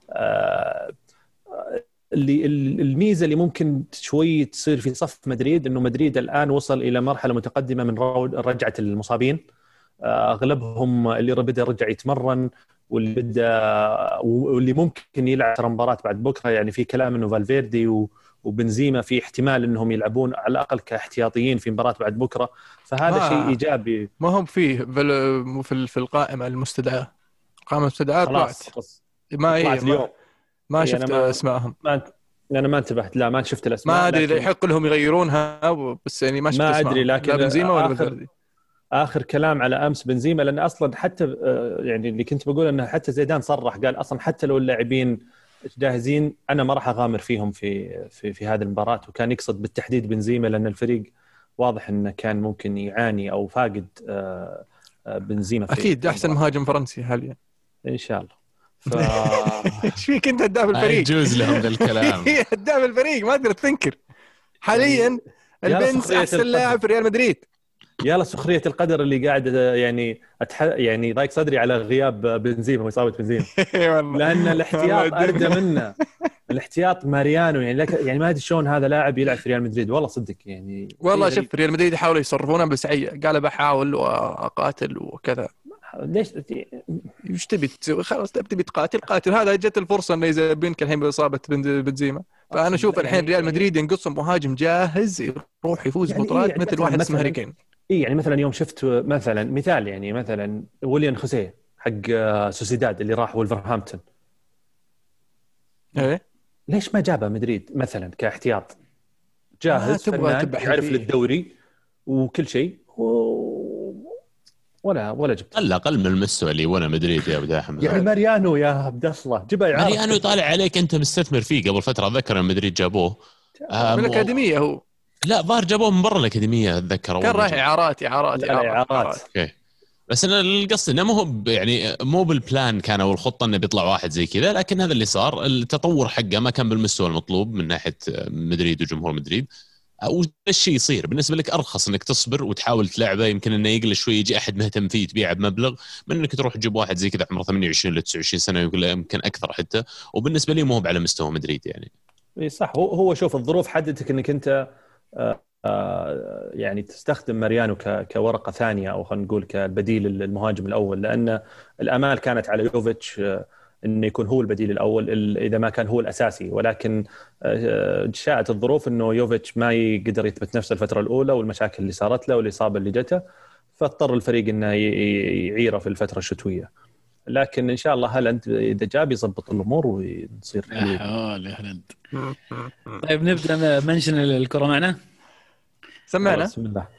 اللي الميزة اللي ممكن شوي تصير في صف مدريد أنه مدريد الآن وصل إلى مرحلة متقدمة من رجعة المصابين، أغلبهم اللي بدأ يرجع يتمرن، واللي ممكن يلعب مباراة بعد بكرة. يعني في كلام انه فالفيردي وبنزيما في احتمال انهم يلعبون على الاقل كاحتياطيين في مباراة بعد بكرة، فهذا شيء ايجابي. ما هم فيه في القائمة المستدعاة، قائمة المستدعات خلاص ما هي اليوم ما شفت اسمائهم. انا ما انتبهت، لا ما شفت الاسماء، ما ادري اذا يحق لهم يغيرونها، بس يعني ما شفت اسمائهم. ما ادري، لكن بنزيما ولا فالفيردي. آخر كلام على أمس بنزيما، لأن أصلاً حتى يعني اللي كنت بقول أنه حتى زيدان صرح قال أصلاً حتى لو اللاعبين جاهزين أنا ما راح أغامر فيهم في هذه المباراة، وكان يقصد بالتحديد بنزيما لأن الفريق واضح أنه كان ممكن يعاني أو فاقد بنزيما. أكيد أحسن مهاجم فرنسي حاليا إن شاء الله. إيش فيك أنت هداف الفريق؟ يجوز لهم ذا الكلام. هداف الفريق ما تقدر تنكر حاليا. البنز أحسن لاعب في ريال مدريد. يا سخريه القدر اللي قاعد يعني يعني ضايق صدري على غياب بنزيما واصابه بنزيما. لان الاحتياط اردى منه. الاحتياط ماريانو يعني يعني ما ادري شلون هذا لاعب يلعب في ريال مدريد والله صدق يعني. والله شوف ريال مدريد يحاولوا يصرفونه بس قال بحاول واقاتل وكذا. ليش ايش تبي خلاص تبي قاتل هذا جت الفرصه انه يزبنك الحين باصابه بنزيما. فانا اشوف الحين ريال مدريد ينقصهم مهاجم جاهز يروح يفوز يعني بطولات يعني مثل واحد اسمه هاري كين. يعني مثلا يوم شفت مثلا مثال يعني مثلا ويليان خوسيه حق سوسيداد اللي راح ولفرهامبتون. ايه ليش ما جابه مدريد مثلا كاحتياط جاهز فنان يعرف للدوري وكل شيء ولا جبت اقل من المستوى اللي ولا مدريد يا ابو داحم. يعني ماريانو يا عبد الله جبه يعرف. ماريانو يطالع عليك انت مستثمر فيه قبل فتره اتذكر مدريد جابوه من الاكاديميه هو. لا ظهر جابوه من برا الاكاديميه اتذكر كان رايح اعارات. اوكي بس انا القصد انه مو بالبلان كان او الخطه انه بيطلع واحد زي كذا لكن هذا اللي صار. التطور حقه ما كان بالمستوى المطلوب من ناحيه مدريد وجمهور مدريد. وش الشيء يصير بالنسبه لك ارخص انك تصبر وتحاول تلعبه يمكن انه يقل شوي يجي احد مهتم فيه تبيعه بمبلغ من انك تروح تجيب واحد زي كذا عمره 28 ل 29 سنه يمكن اكثر حتى. وبالنسبه لي مو على مستوى مدريد يعني. اي صح. هو شوف الظروف حددتك انك انت يعني تستخدم ماريانو كورقه ثانيه او خلينا نقول كبديل المهاجم الاول لان الامال كانت على يوفيتش انه يكون هو البديل الاول اذا ما كان هو الاساسي. ولكن شاءت الظروف انه يوفيتش ما يقدر يثبت نفسه الفتره الاولى والمشاكل اللي صارت له والاصابه اللي جته فاضطر الفريق انه يعيره في الفتره الشتويه. لكن ان شاء الله هالاند اذا جاب يضبط الامور ونصير يا هالاند. طيب نبدا منشن الكره معنا. سمعنا. بسم الله.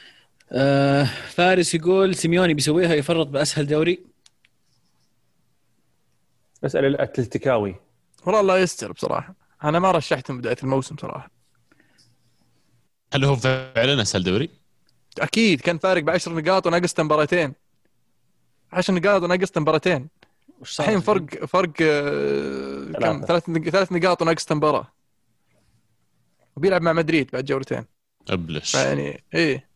فارس يقول سيميوني بيسويها يفرط باسهل دوري. اسال الاتلتيكاوي. والله الله يستر بصراحه انا ما رشحتهم بدايه الموسم صراحه. هل هو فعلا اسهل دوري؟ اكيد كان فارق ب10 نقاط وناقص مباراتين. 10 نقاط وناقص مباراتين. الحين فرق كم 3 نقاط وناقص مباراه. وبيلعب مع مدريد بعد جولتين. ابلش يعني ايه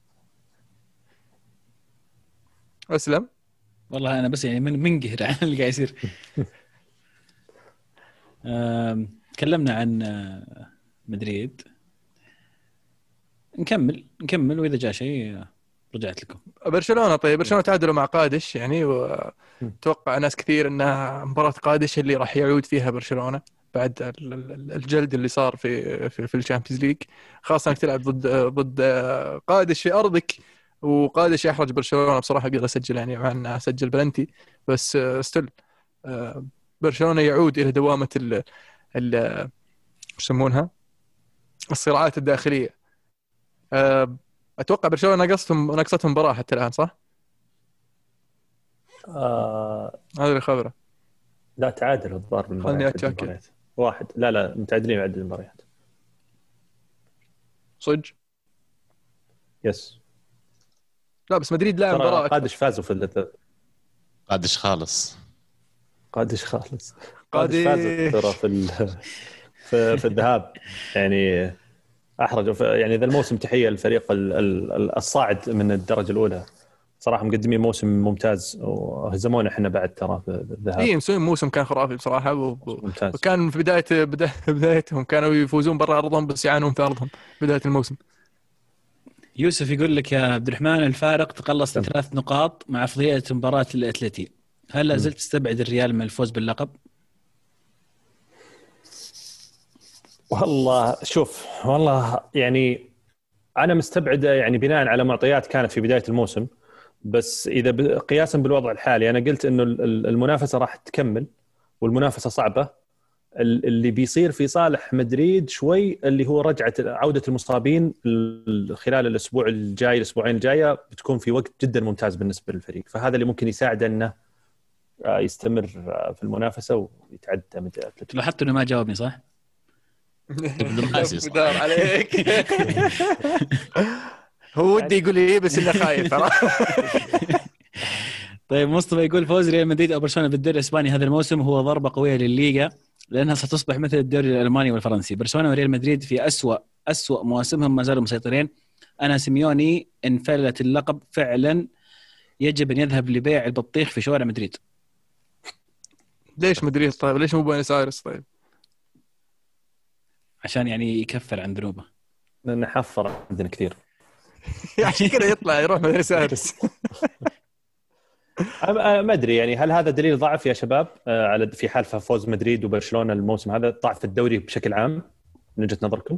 اسلم. والله انا بس يعني منقهر عن اللي قاعد يصير. تكلمنا عن مدريد. نكمل واذا جاء شيء رجعت لكم. برشلونه. طيب برشلونه تعادلوا مع قادش يعني وتوقع ناس كثير انها مباراه قادش اللي راح يعود فيها برشلونه بعد الجلد اللي صار في الشامبيونز ليج خاصه انك تلعب ضد قادش في ارضك. وقادش يحرج برشلونه بصراحه قدر يسجل يعني مع انه سجل بلنتي بس ستيل برشلونه يعود الى دوامه ال يسمونها الصراعات الداخليه. اتوقع برشلونه نقصتهم مباراه حتى الان صح؟ هذا اللي خبره. لا تعادلوا الظاهر بالمباريات. واحد لا متعادلين بعد المباريات. صدق؟ يس. لا بس مدريد لاعب مباراه. قادش فازوا في قادش خالص. قادش فازوا في الذهاب يعني احرجوا يعني ذا الموسم. تحيه للفريق الصاعد من الدرجه الاولى صراحه مقدمين موسم ممتاز وهزمونا احنا بعد ترى في الذهاب. اي موسم كان خرافي بصراحه وكان في بدايتهم كانوا يفوزون برا ارضهم بس يعانون في ارضهم بدايه الموسم. يوسف يقول لك يا عبد الرحمن الفارق تقلص ل3 نقاط مع افضليه مباراه الاتلتي. هل لا زلت تستبعد الريال من الفوز باللقب؟ والله شوف والله يعني انا مستبعده يعني بناء على معطيات كانت في بدايه الموسم. بس اذا قياسا بالوضع الحالي انا قلت انه المنافسه راح تكمل والمنافسه صعبه. اللي بيصير في صالح مدريد شوي اللي هو عوده المصابين خلال الاسبوع الجاي الاسبوعين الجايه بتكون في وقت جدا ممتاز بالنسبه للفريق. فهذا اللي ممكن يساعد انه يستمر في المنافسه ويتعدى مدريد. لاحظت انه ما جاوبني صح؟ دار عليك. هو ودي يقول ايه بس انه خايف. طيب مصطفى يقول فوز ريال مدريد او برشلونه بالدوري الاسباني هذا الموسم هو ضربه قويه للليغا لانها ستصبح مثل الدوري الالماني والفرنسي. برشلونه وريال مدريد في اسوا مواسمهم ما زالوا مسيطرين انا سيميوني ان فلت اللقب فعلا يجب ان يذهب لبيع البطيخ في شوارع مدريد. ليش مدريد؟ طيب ليش مو بوينس ايرس؟ طيب عشان يعني يكفر عن ذنوبه. لأن حفر عندنا كثير. عشان كذا يطلع يروح بوينس ايرس. ما ادري يعني هل هذا دليل ضعف يا شباب على في حال فوز مدريد وبرشلونه الموسم هذا، ضعف الدوري بشكل عام من وجهه نظركم؟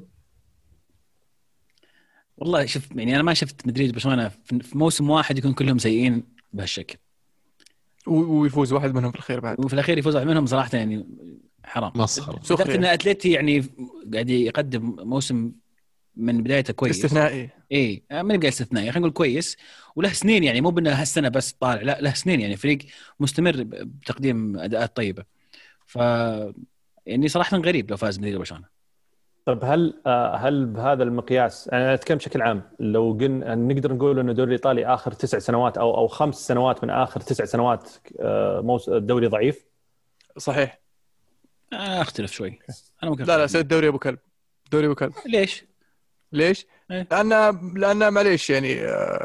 والله شوف يعني انا ما شفت مدريد وبرشلونه في موسم واحد يكون كلهم سيئين بهالشكل ويفوز واحد منهم في الخير بعد، وفي الاخير يفوز واحد منهم. صراحه يعني حرام. مسخره. بالذات ان اتلتي يعني قاعد يقدم موسم من بدايته كويس استثنائي. ايه من قال استثنائي، خلينا نقول كويس، وله سنين يعني مو بانه هالسنه بس طالع، لا له سنين يعني فريق مستمر بتقديم اداءات طيبه. ف يعني صراحه غريب لو فاز مدريد وبرشلونه. طب هل بهذا المقياس انا اتكلم بشكل عام، لو قلنا نقدر نقول انه الدوري الايطالي اخر 9 سنوات او 5 سنوات من اخر 9 سنوات الدوري ضعيف؟ صحيح. اختلف شوي انا ممكن. لا سيد الدوري ابو كلب، دوري ابو كلب. ليش إيه؟ لأن معليش يعني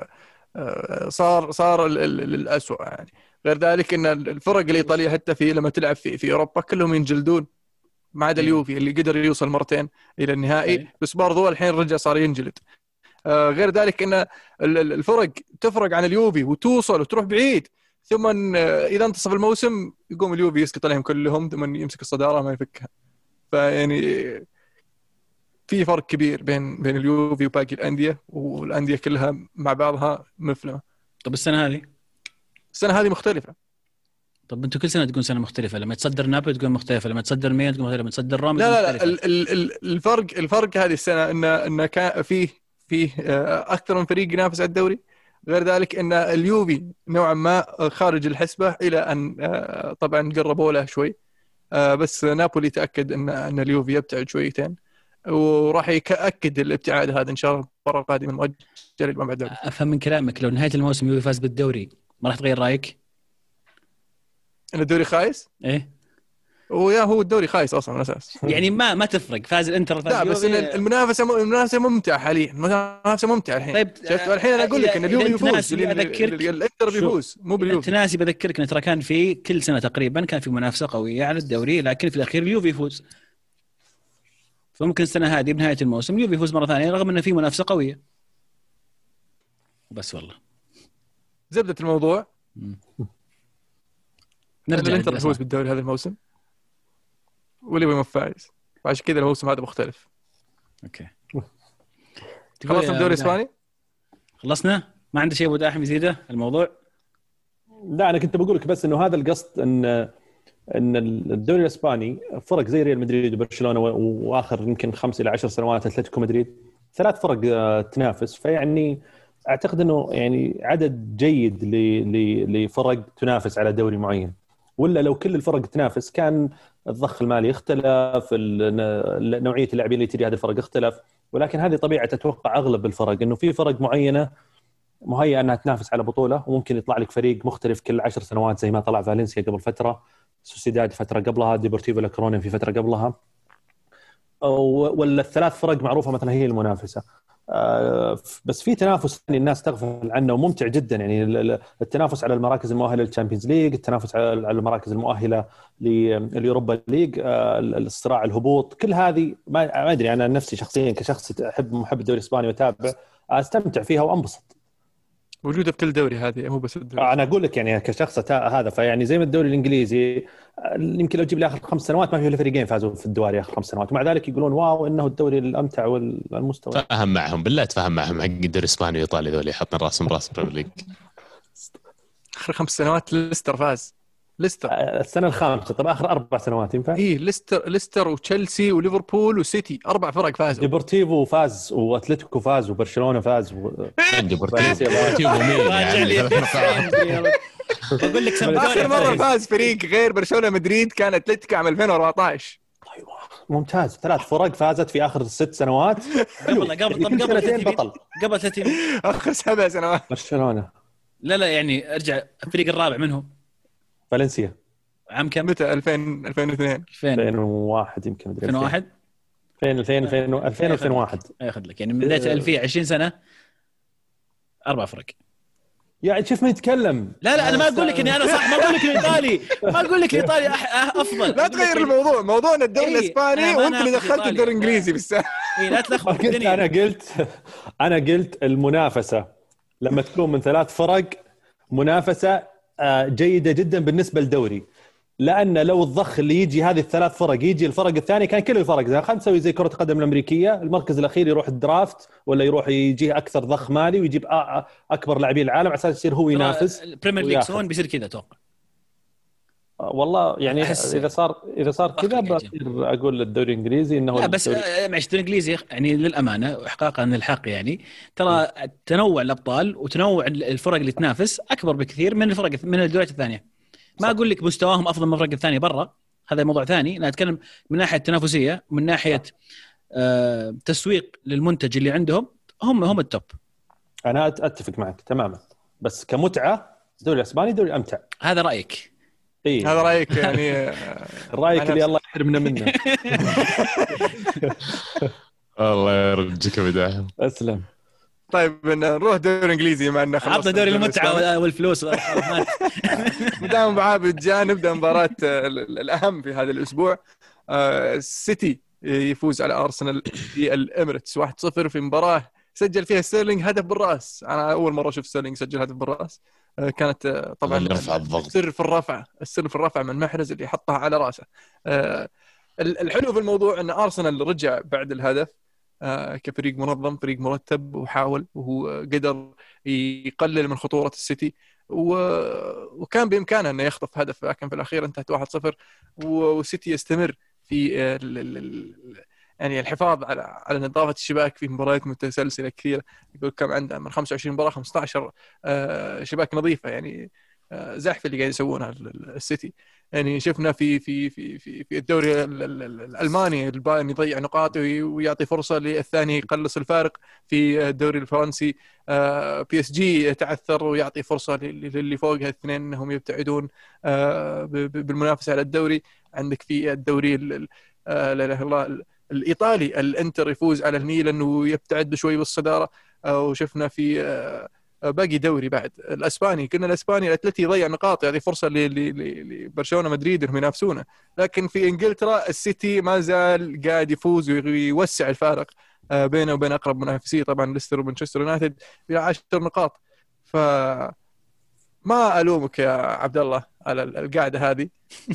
صار الأسوأ يعني. غير ذلك ان الفرق الايطاليه حتى في لما تلعب في اوروبا كلهم ينجلدون، ما عدا اليوفي اللي قدر يوصل مرتين الى النهائي بس برضو الحين رجع صار ينجلد. غير ذلك ان الفرق تفرق عن اليوفي وتوصل وتروح بعيد، ثم اذا انتصف الموسم يقوم اليوفي يسقط عليهم كلهم ثم يمسك الصداره ما يفكها. فيعني في فرق كبير بين اليوفي وباقي الانديه، والانديه كلها مع بعضها مفلمه. طب السنه هذه مختلفه. طب انتوا كل سنه تقول سنه مختلفه، لما تصدر نابولي تقول مختلفه، لما تصدر ميلان تقول مختلفه، لما تصدر روما لا الفرق هذه السنه ان كان فيه اكثر من فريق ينافس على الدوري. غير ذلك ان اليوفي نوعا ما خارج الحسبه الى ان طبعا قربوا له شوي، بس نابولي تاكد ان اليوفي يبتعد شويتين، وراح يأكد الابتعاد هذا ان شاء الله المباراه القادمه المؤجله لما بعد. افهم من كلامك لو نهايه الموسم اليوفي فاز بالدوري ما راح تغير رايك ان الدوري خايس؟ ايه هو الدوري خايس اصلا من الاساس. يعني ما تفرق فاز الانتر فاز لا بس المنافسه ممتعه حاليا، المنافسه ممتعه الحين. طيب شفت الحين انا اقول لك ان اليوفي يفوز، الانتر بيفوز مو باليوفي. تناسي بذكرك ان ترى كان في كل سنه تقريبا كان في منافسه قويه على الدوري، لكن في الاخير اليوفي يفوز. فممكن السنه هذه بنهايه الموسم اليوفي يفوز مره ثانيه رغم انه في منافسه قويه. بس والله زبده الموضوع نرجع الانتر يفوز بالدوري هذا الموسم والليفي ما فايز، وعشان كذا الموسم هذا مختلف. اوكي خلصنا الدوري الاسباني؟ خلصنا. ما عنده شيء ابو داحم يزيده الموضوع؟ لا انا كنت بقول لك بس انه هذا القصد ان الدوري الاسباني فرق زي ريال مدريد وبرشلونه واخر يمكن 5 إلى 10 سنوات اتلتيكو مدريد 3 فرق تنافس، فيعني اعتقد انه يعني عدد جيد لفرق تنافس على دوري معين. ولا لو كل الفرق تنافس كان الضخ المالي اختلف، نوعيه اللاعبين اللي تجي هذه الفرق اختلف، ولكن هذه طبيعه اتوقع اغلب الفرق انه في فرق معينه مهيئه انها تنافس على بطوله، وممكن يطلع لك فريق مختلف كل 10 سنوات زي ما طلع فالنسيا قبل فتره، سوسيداد فتره قبلها، ديبورتيفو لا كورونا في فتره قبلها، ولا الثلاث فرق معروفه مثلا هي المنافسه. بس في تنافس الناس تغفل عنه وممتع جدا، يعني التنافس على المراكز المؤهله للتشامبيونز ليج، التنافس على المراكز المؤهله لليوروبا ليج، الصراع الهبوط، كل هذه ما ادري انا نفسي شخصيا كشخص محب الدوري الاسباني وتابع استمتع فيها وانبسط. موجوده في كل دوري هذه مو بس الدوري. انا اقول لك يعني كشخص هذا، فيعني زي ما الدوري الانجليزي يمكن لو تجيب لي اخر 5 سنوات ما في الا فريقين فازوا في الدوري اخر 5 سنوات، ومع ذلك يقولون واو انه الدوري الامتع والمستوى. تفهم معهم بالله، تفهم معهم حق الدوري الاسباني والايطالي ذولي يحطون راسهم راس بريمير ليج. اخر 5 سنوات ليستر فاز. ليستر السنه الخامسه. طب اخر 4 سنوات ينفع؟ ليستر وتشيلسي وليفربول وسيتي 4 فرق فازوا. ديبورتيفو فاز واتلتيكو فاز وبرشلونه فاز ديبورتيفو مين يعني؟ اقول لك اخر مره فاز فريق غير برشلونه مدريد كان اتلتيكو عام 2014. ممتاز. 3 فرق فازت في اخر 6 سنوات. قبل سنتين بطل. قبل سنتين اخر 7 سنوات برشلونه. لا يعني ارجع الفريق الرابع منهم فالنسيا. عام كم؟ متى؟ 2002 2001 يمكن. 2001 2001 ياخذ لك يعني من بدايه 2020 سنه 4 فرق. يعني شوف من يتكلم. لا انا ما اقول لك اني انا صح، ما اقول لك الايطالي، ما اقول لك الايطالي افضل. لا تغير الموضوع، موضوعنا الدوري الاسباني وانت اللي دخلت الدوري الانجليزي بالساعه. اي لا تلخبط الدنيا. انا قلت المنافسه لما تكون من 3 فرق منافسه جيده جدا بالنسبه للدوري، لان لو الضخ اللي يجي هذه ال3 فرق يجي الفرق الثاني كان كل الفرق زي خلينا نسوي زي كره القدم الامريكيه، المركز الاخير يروح الدرافت ولا يروح يجيه اكثر ضخ مالي ويجيب اكبر لاعبين العالم على اساس يصير هو ينافس. البريمير ليج سون بيصير كذا اتوقع. والله يعني اذا صار كذا بصير اقول للدوري الانجليزي انه لا بس معلش الدوري الانجليزي يعني للامانه واحقاقا للحق يعني ترى تنوع الابطال وتنوع الفرق اللي تنافس اكبر بكثير من الفرق من الدوريات الثانيه. ما اقول لك مستواهم افضل من الفرق الثانيه برا، هذا موضوع ثاني. انا اتكلم من ناحيه تنافسيه، من ناحيه تسويق للمنتج اللي عندهم، هم التوب. انا اتفق معك تماما، بس كمتعه الدوري الاسباني دوري امتع. هذا رايك؟ إيه. هذا رايك يعني رايك اللي الله يحرمنا منه. الله يرجيك بدايه. اسلم. طيب نروح دوري انجليزي مع انه عطنا دوري المتعه والفلوس. مدام عابد جاء نبدا مباراه الاهم في هذا الاسبوع. السيتي يفوز على ارسنال في الاميريتس 1-0 في مباراه سجل فيها ستيرلينج هدف بالراس. انا اول مره اشوف ستيرلينج سجل هدف بالراس. كانت طبعا السر في الرفع من محرز اللي حطها على راسه. الحلو في الموضوع ان ارسنال رجع بعد الهدف كفريق منظم، فريق مرتب، وحاول وهو قدر يقلل من خطورة السيتي وكان بإمكانه أنه يخطف هدف، لكن في الأخير انتهت 1-0 والسيتي يستمر في يعني الحفاظ على نظافة الشباك في مباريات متسلسلة كثيرة. يقول كم عنده من 25 مباراة 15 شباك نظيفة، يعني زحف اللي قاعد يسوونها السيتي. يعني شفنا في الدوري الألماني البايرن يضيع نقاط ويعطي فرصة للثاني يقلص الفارق. في الدوري الفرنسي بي اس جي تعثر ويعطي فرصة للي فوقها الاثنين انهم يبتعدون بالمنافسة على الدوري. عندك في الدوري لا اله الا الله الإيطالي الانتر يفوز على الميلان ويبتعد بشوي بالصدارة. وشفنا في باقي دوري بعد الاسباني، كنا الاسباني الاتلتي يضيع نقاط يعني فرصه لبرشلونه مدريد انهم ينافسونه. لكن في انجلترا السيتي ما زال قاعد يفوز ويوسع الفارق بينه وبين اقرب منافسيه طبعا ليستر ومانشستر يونايتد ب 10 نقاط. فما الومك يا عبد الله على القاعده هذه.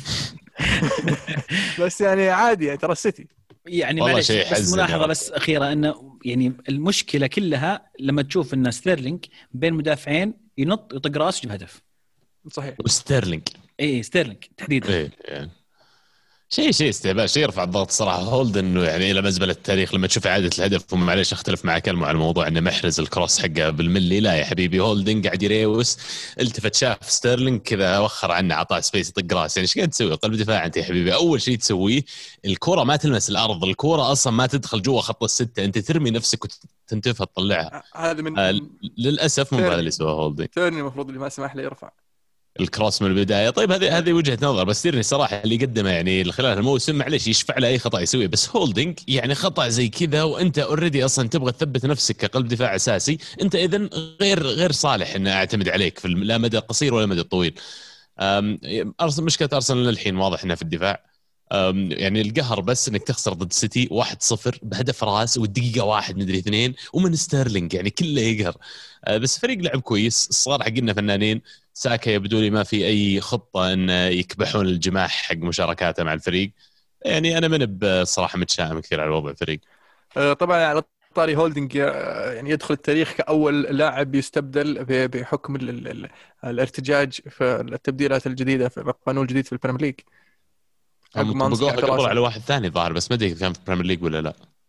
بس يعني عادي يعني ترى السيتي يعني معلش بس ملاحظه بس اخيره انه يعني المشكله كلها لما تشوف ان ستيرلينج بين مدافعين ينط يطق راس يجيب هدف. صحيح. وستيرلينج ستيرلينج تحديدا يعني شيء استهبال، شيء يرفع الضغط صراحه. هولد انه يعني الى مزبله التاريخ لما تشوف اعاده الهدف. ومعليش اختلف مع كلمه على الموضوع انه محرز الكروس حقه بالملي، لا يا حبيبي هولدنج قاعد يريوس، التفت شاف ستيرلينج كذا وخر عنه عطاه سبيس يطق راس. يعني ايش قاعد تسوي قلب دفاع انت يا حبيبي؟ اول شيء تسويه الكره ما تلمس الارض، الكره اصلا ما تدخل جوا خط الستة، انت ترمي نفسك وتنتفها تطلعها. هذا من للاسف مو هذا اللي سواه هولدنج. تيرني المفروض اللي ما سمح له يرفع الكروس من البدايه. طيب هذه وجهه نظر، بس تيرني صراحه اللي قدمه يعني خلال الموسم معليش يشفع له اي خطا يسويه. بس هولدنج يعني خطا زي كذا وانت اوريدي اصلا تبغى تثبت نفسك كقلب دفاع اساسي، انت اذا غير صالح ان اعتمد عليك في لا مدى قصير ولا مدى طويل. مشكله ارسنال للحين واضح انها في الدفاع. يعني القهر بس انك تخسر ضد سيتي 1-0 بهدف راس والدقيقه 1 مدري 2 ومن ستيرلينج، يعني كله يقهر. بس فريق لعب كويس، الصغار حقنا فنانين. ساكا يبدو لي ما في اي خطه ان يكبحون الجماح حق مشاركاته مع الفريق. يعني انا من بصراحه متشائم كثير على وضع الفريق. طبعا على طاري هولدنج يعني يدخل التاريخ كأول لاعب يستبدل بحكم الارتجاج في التبديلات الجديدة في القانون الجديد في البريمير ليج. طبقوها قبل على واحد ثاني ظاهر، بس ما ادري كان في البريمير ليج ولا لا.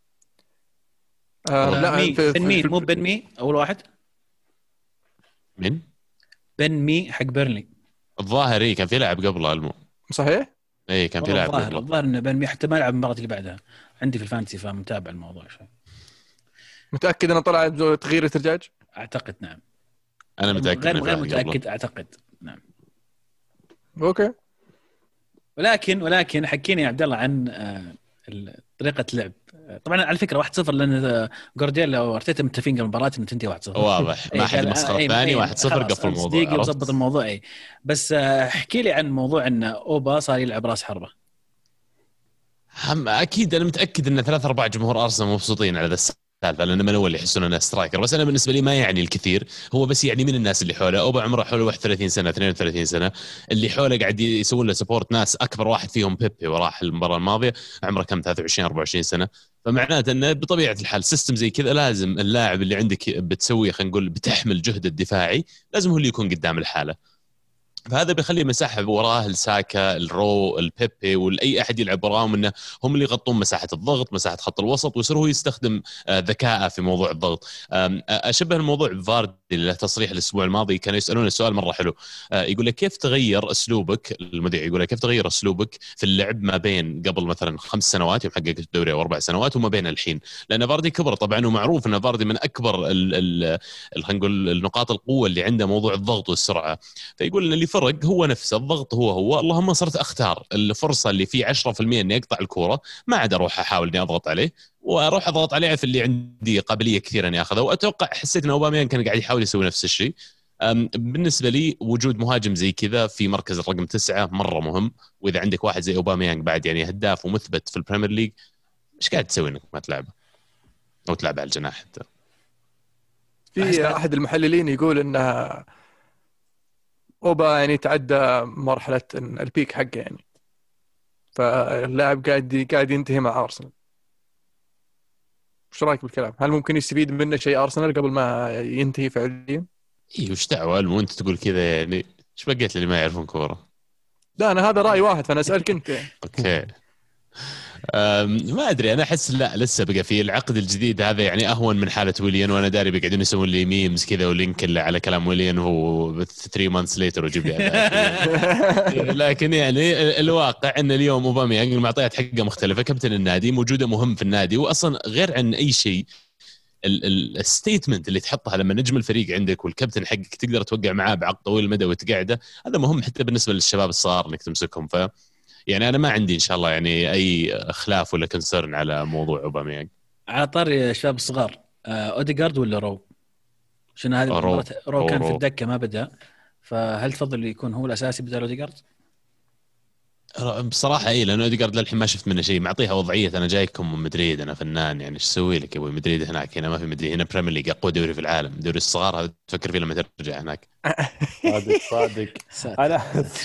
لا بن مي مو بن مي اول واحد. مين؟ بن مي حق بيرنلي الظاهر. اي كان في لاعب قبله المو. صحيح. اي كان في لاعب قبله. الظاهر ان بن مي حتى ما لعب المباراه اللي بعدها عندي في الفانتسي، فمتابع الموضوع شوي. متاكد انه طلع تغيير ارتجاج؟ اعتقد نعم. انا متاكد غير متاكد اعتقد نعم. اوكي. ولكن حكينا يا عبد الله عن طريقه لعب. طبعا على فكره 1-0 لان جوارديولا وارتيتا متفقين قبل المباراه انه تنتهي 1-0 واضح ما حد مسخر الثاني 1-0 قفل الموضوع وظبط الموضوع. بس احكي لي عن موضوع ان اوبا صار يلعب راس حربه. اكيد انا متاكد ان 3/4 جمهور ارسنال مبسوطين على ذا السالفه، لان من اول يحسون انه سترايكر، بس انا بالنسبه لي ما يعني الكثير، هو بس يعني من الناس اللي حوله. اوبا عمره حوله 31 سنه 32 سنه، اللي حوله قاعد يسوون له سبورت ناس اكبر واحد فيهم بيبي وراح المباراه الماضيه عمره كم 23 24 سنه، فمعناته انه بطبيعه الحال سيستم زي كذا لازم اللاعب اللي عندك بتسويه خلينا نقول بتحمل جهد الدفاعي لازم هو اللي يكون قدام الحاله، فهذا بيخلي مساحه وراه الساكا الرو البيبي واي احد يلعب وراهم انه هم اللي يغطون مساحه الضغط مساحه خط الوسط، ويصير هو يستخدم ذكاء في موضوع الضغط. اشبه الموضوع بفاردي اللي له تصريح الاسبوع الماضي كانوا يسالون السؤال مره حلو، يقول لك كيف تغير اسلوبك، المذيع يقول لك كيف تغير اسلوبك في اللعب ما بين قبل مثلا 5 سنوات يوم حققت الدوري او 4 سنوات وما بين الحين، لان فاردي كبر طبعا ومعروف ان فاردي من اكبر خلينا نقول النقاط القوه اللي عنده موضوع الضغط والسرعه، فيقول ان اللي فرق هو نفسه الضغط هو اللهم صرت اختار الفرصه اللي فيه 10% اني اقطع الكوره ما عاد اروح احاول اني اضغط عليه واروح اضغط عليه في اللي عندي قابليه كثيره اني اخذه، واتوقع حسيت ان اوباميانغ كان قاعد يحاول يسوي نفس الشيء. بالنسبه لي وجود مهاجم زي كذا في مركز الرقم 9 مره مهم، واذا عندك واحد زي اوباميانغ بعد يعني هداف ومثبت في البريمير ليج، ايش قاعد تسوي انك ما تلعبه او تلعب على الجناح حتى؟ في احد المحللين يقول ان اوبا يعني تعدى مرحله البيك حقه يعني، فاللاعب قاعد ينتهي مع ارسنال. ايش رايك بالكلام؟ هل ممكن يستفيد منه شيء ارسنال قبل ما ينتهي فعليا؟ اي وش دعوه وانت تقول كذا يعني ايش بقيت اللي ما يعرفون كوره؟ لا انا هذا راي واحد فانا اسالك انت. اوكي ما ادري انا احس لا لسه بقى في العقد الجديد هذا يعني اهون من حاله ويليان، وانا داري بيقعدون يسوون لي ميمز كذا ولينك على كلام ويليان وهو 3 months later وجيب لي لكن يعني الواقع ان اليوم اوباميانغ المعطيات حقه مختلفه، كابتن النادي موجوده مهم في النادي، واصلا غير عن اي شيء الستيتمنت اللي تحطها لما نجم الفريق عندك والكابتن حقك تقدر توقع معاه بعقد طويل المدى وتقعده، هذا مهم حتى بالنسبه للشباب الصغار انك تمسكهم. ف يعني انا ما عندي ان شاء الله يعني اي خلاف ولا كونسيرن على موضوع اوباميانغ. على طاري الشباب الصغار، اوديغارد ولا رو؟ شنو هذه رو. رو كان في الدكه ما بدا، فهل تفضل يكون هو الاساسي بدل اوديغارد؟ بصراحه اي لانه اوديغارد للحين ما شفت منه شيء، معطيها وضعيه انا جايكم من مدريد انا فنان يعني ايش اسوي لك يا ابوي؟ مدريد هناك هنا ما في مدريد، هنا بريمير ليج اقوى دوري في العالم، دوري الصغار هذا تفكر فيه لما ترجع هناك. صادق انا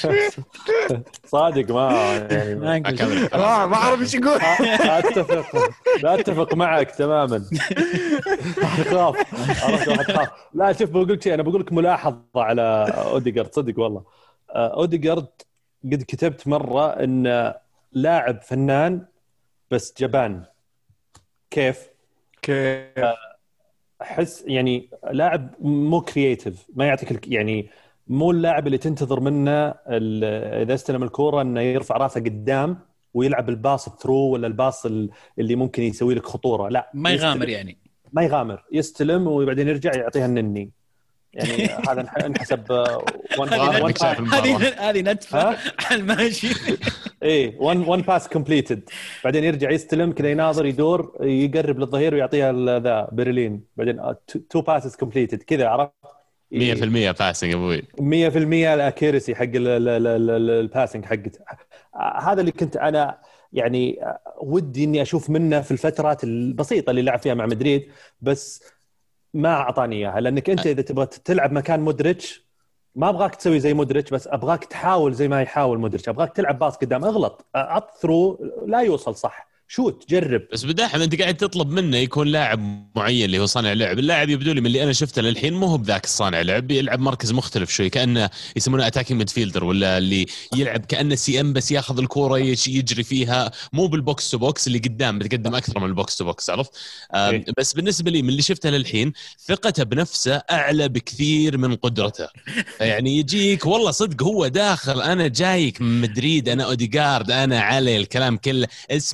صادق ما يعني ما اعرف ايش يقول. اتفق معك تماما. اخاف لا شوف بقول لك شيء، انا بقول لك ملاحظه على اوديغارد صدق والله. اوديغارد قد كتبت مرة إن لاعب فنان بس جبان. كيف؟ أحس يعني لاعب مو كرياتيف، ما يعطيك يعني مو اللاعب اللي تنتظر منه إذا استلم الكرة إنه يرفع راسه قدام ويلعب الباص ثرو ولا الباص اللي ممكن يسوي لك خطورة. لا ما يغامر يعني ما يغامر، يستلم وبعدين يرجع يعطيها النني يعني هذا انحسب هذه نتفه على الماشي. ايه 1 باس كومبليتد، بعدين يرجع يستلم كذا يناظر يدور يقرب للظهير ويعطيها ذا برلين، بعدين 2 باسز كومبليتد كذا، عرفت 100% باسنج ابوي 100% الاكيرسي حق الباسنج حقته. هذا اللي كنت انا يعني ودي اني اشوف منه في الفترات البسيطه اللي لعب فيها مع مدريد، بس ما اعطاني اياها. لانك انت اذا تبغى تلعب مكان مودريتش ما ابغاك تسوي زي مودريتش، بس ابغاك تحاول زي ما يحاول مودريتش، ابغاك تلعب باص قدام، اغلط عط ثرو لا يوصل صح، شوت جرب. بس بداحم انت قاعد تطلب منه يكون لاعب معين اللي هو صانع لعب، اللاعب يبدو لي من اللي انا شفته للحين مو هو بذاك الصانع لعب، يلعب مركز مختلف شوي كانه يسمونه اتاكينج ميدفيلدر، ولا اللي يلعب كانه سي ام بس ياخذ الكوره يجري فيها، مو بالبوكس تو بوكس اللي قدام بتقدم اكثر من البوكس تو بوكس، عرفت؟ بس بالنسبه لي من اللي شفته للحين ثقته بنفسه اعلى بكثير من قدرته. يعني يجيك والله صدق هو داخل انا جايك من مدريد، انا اوديغارد، انا علي الكلام كله، اسمع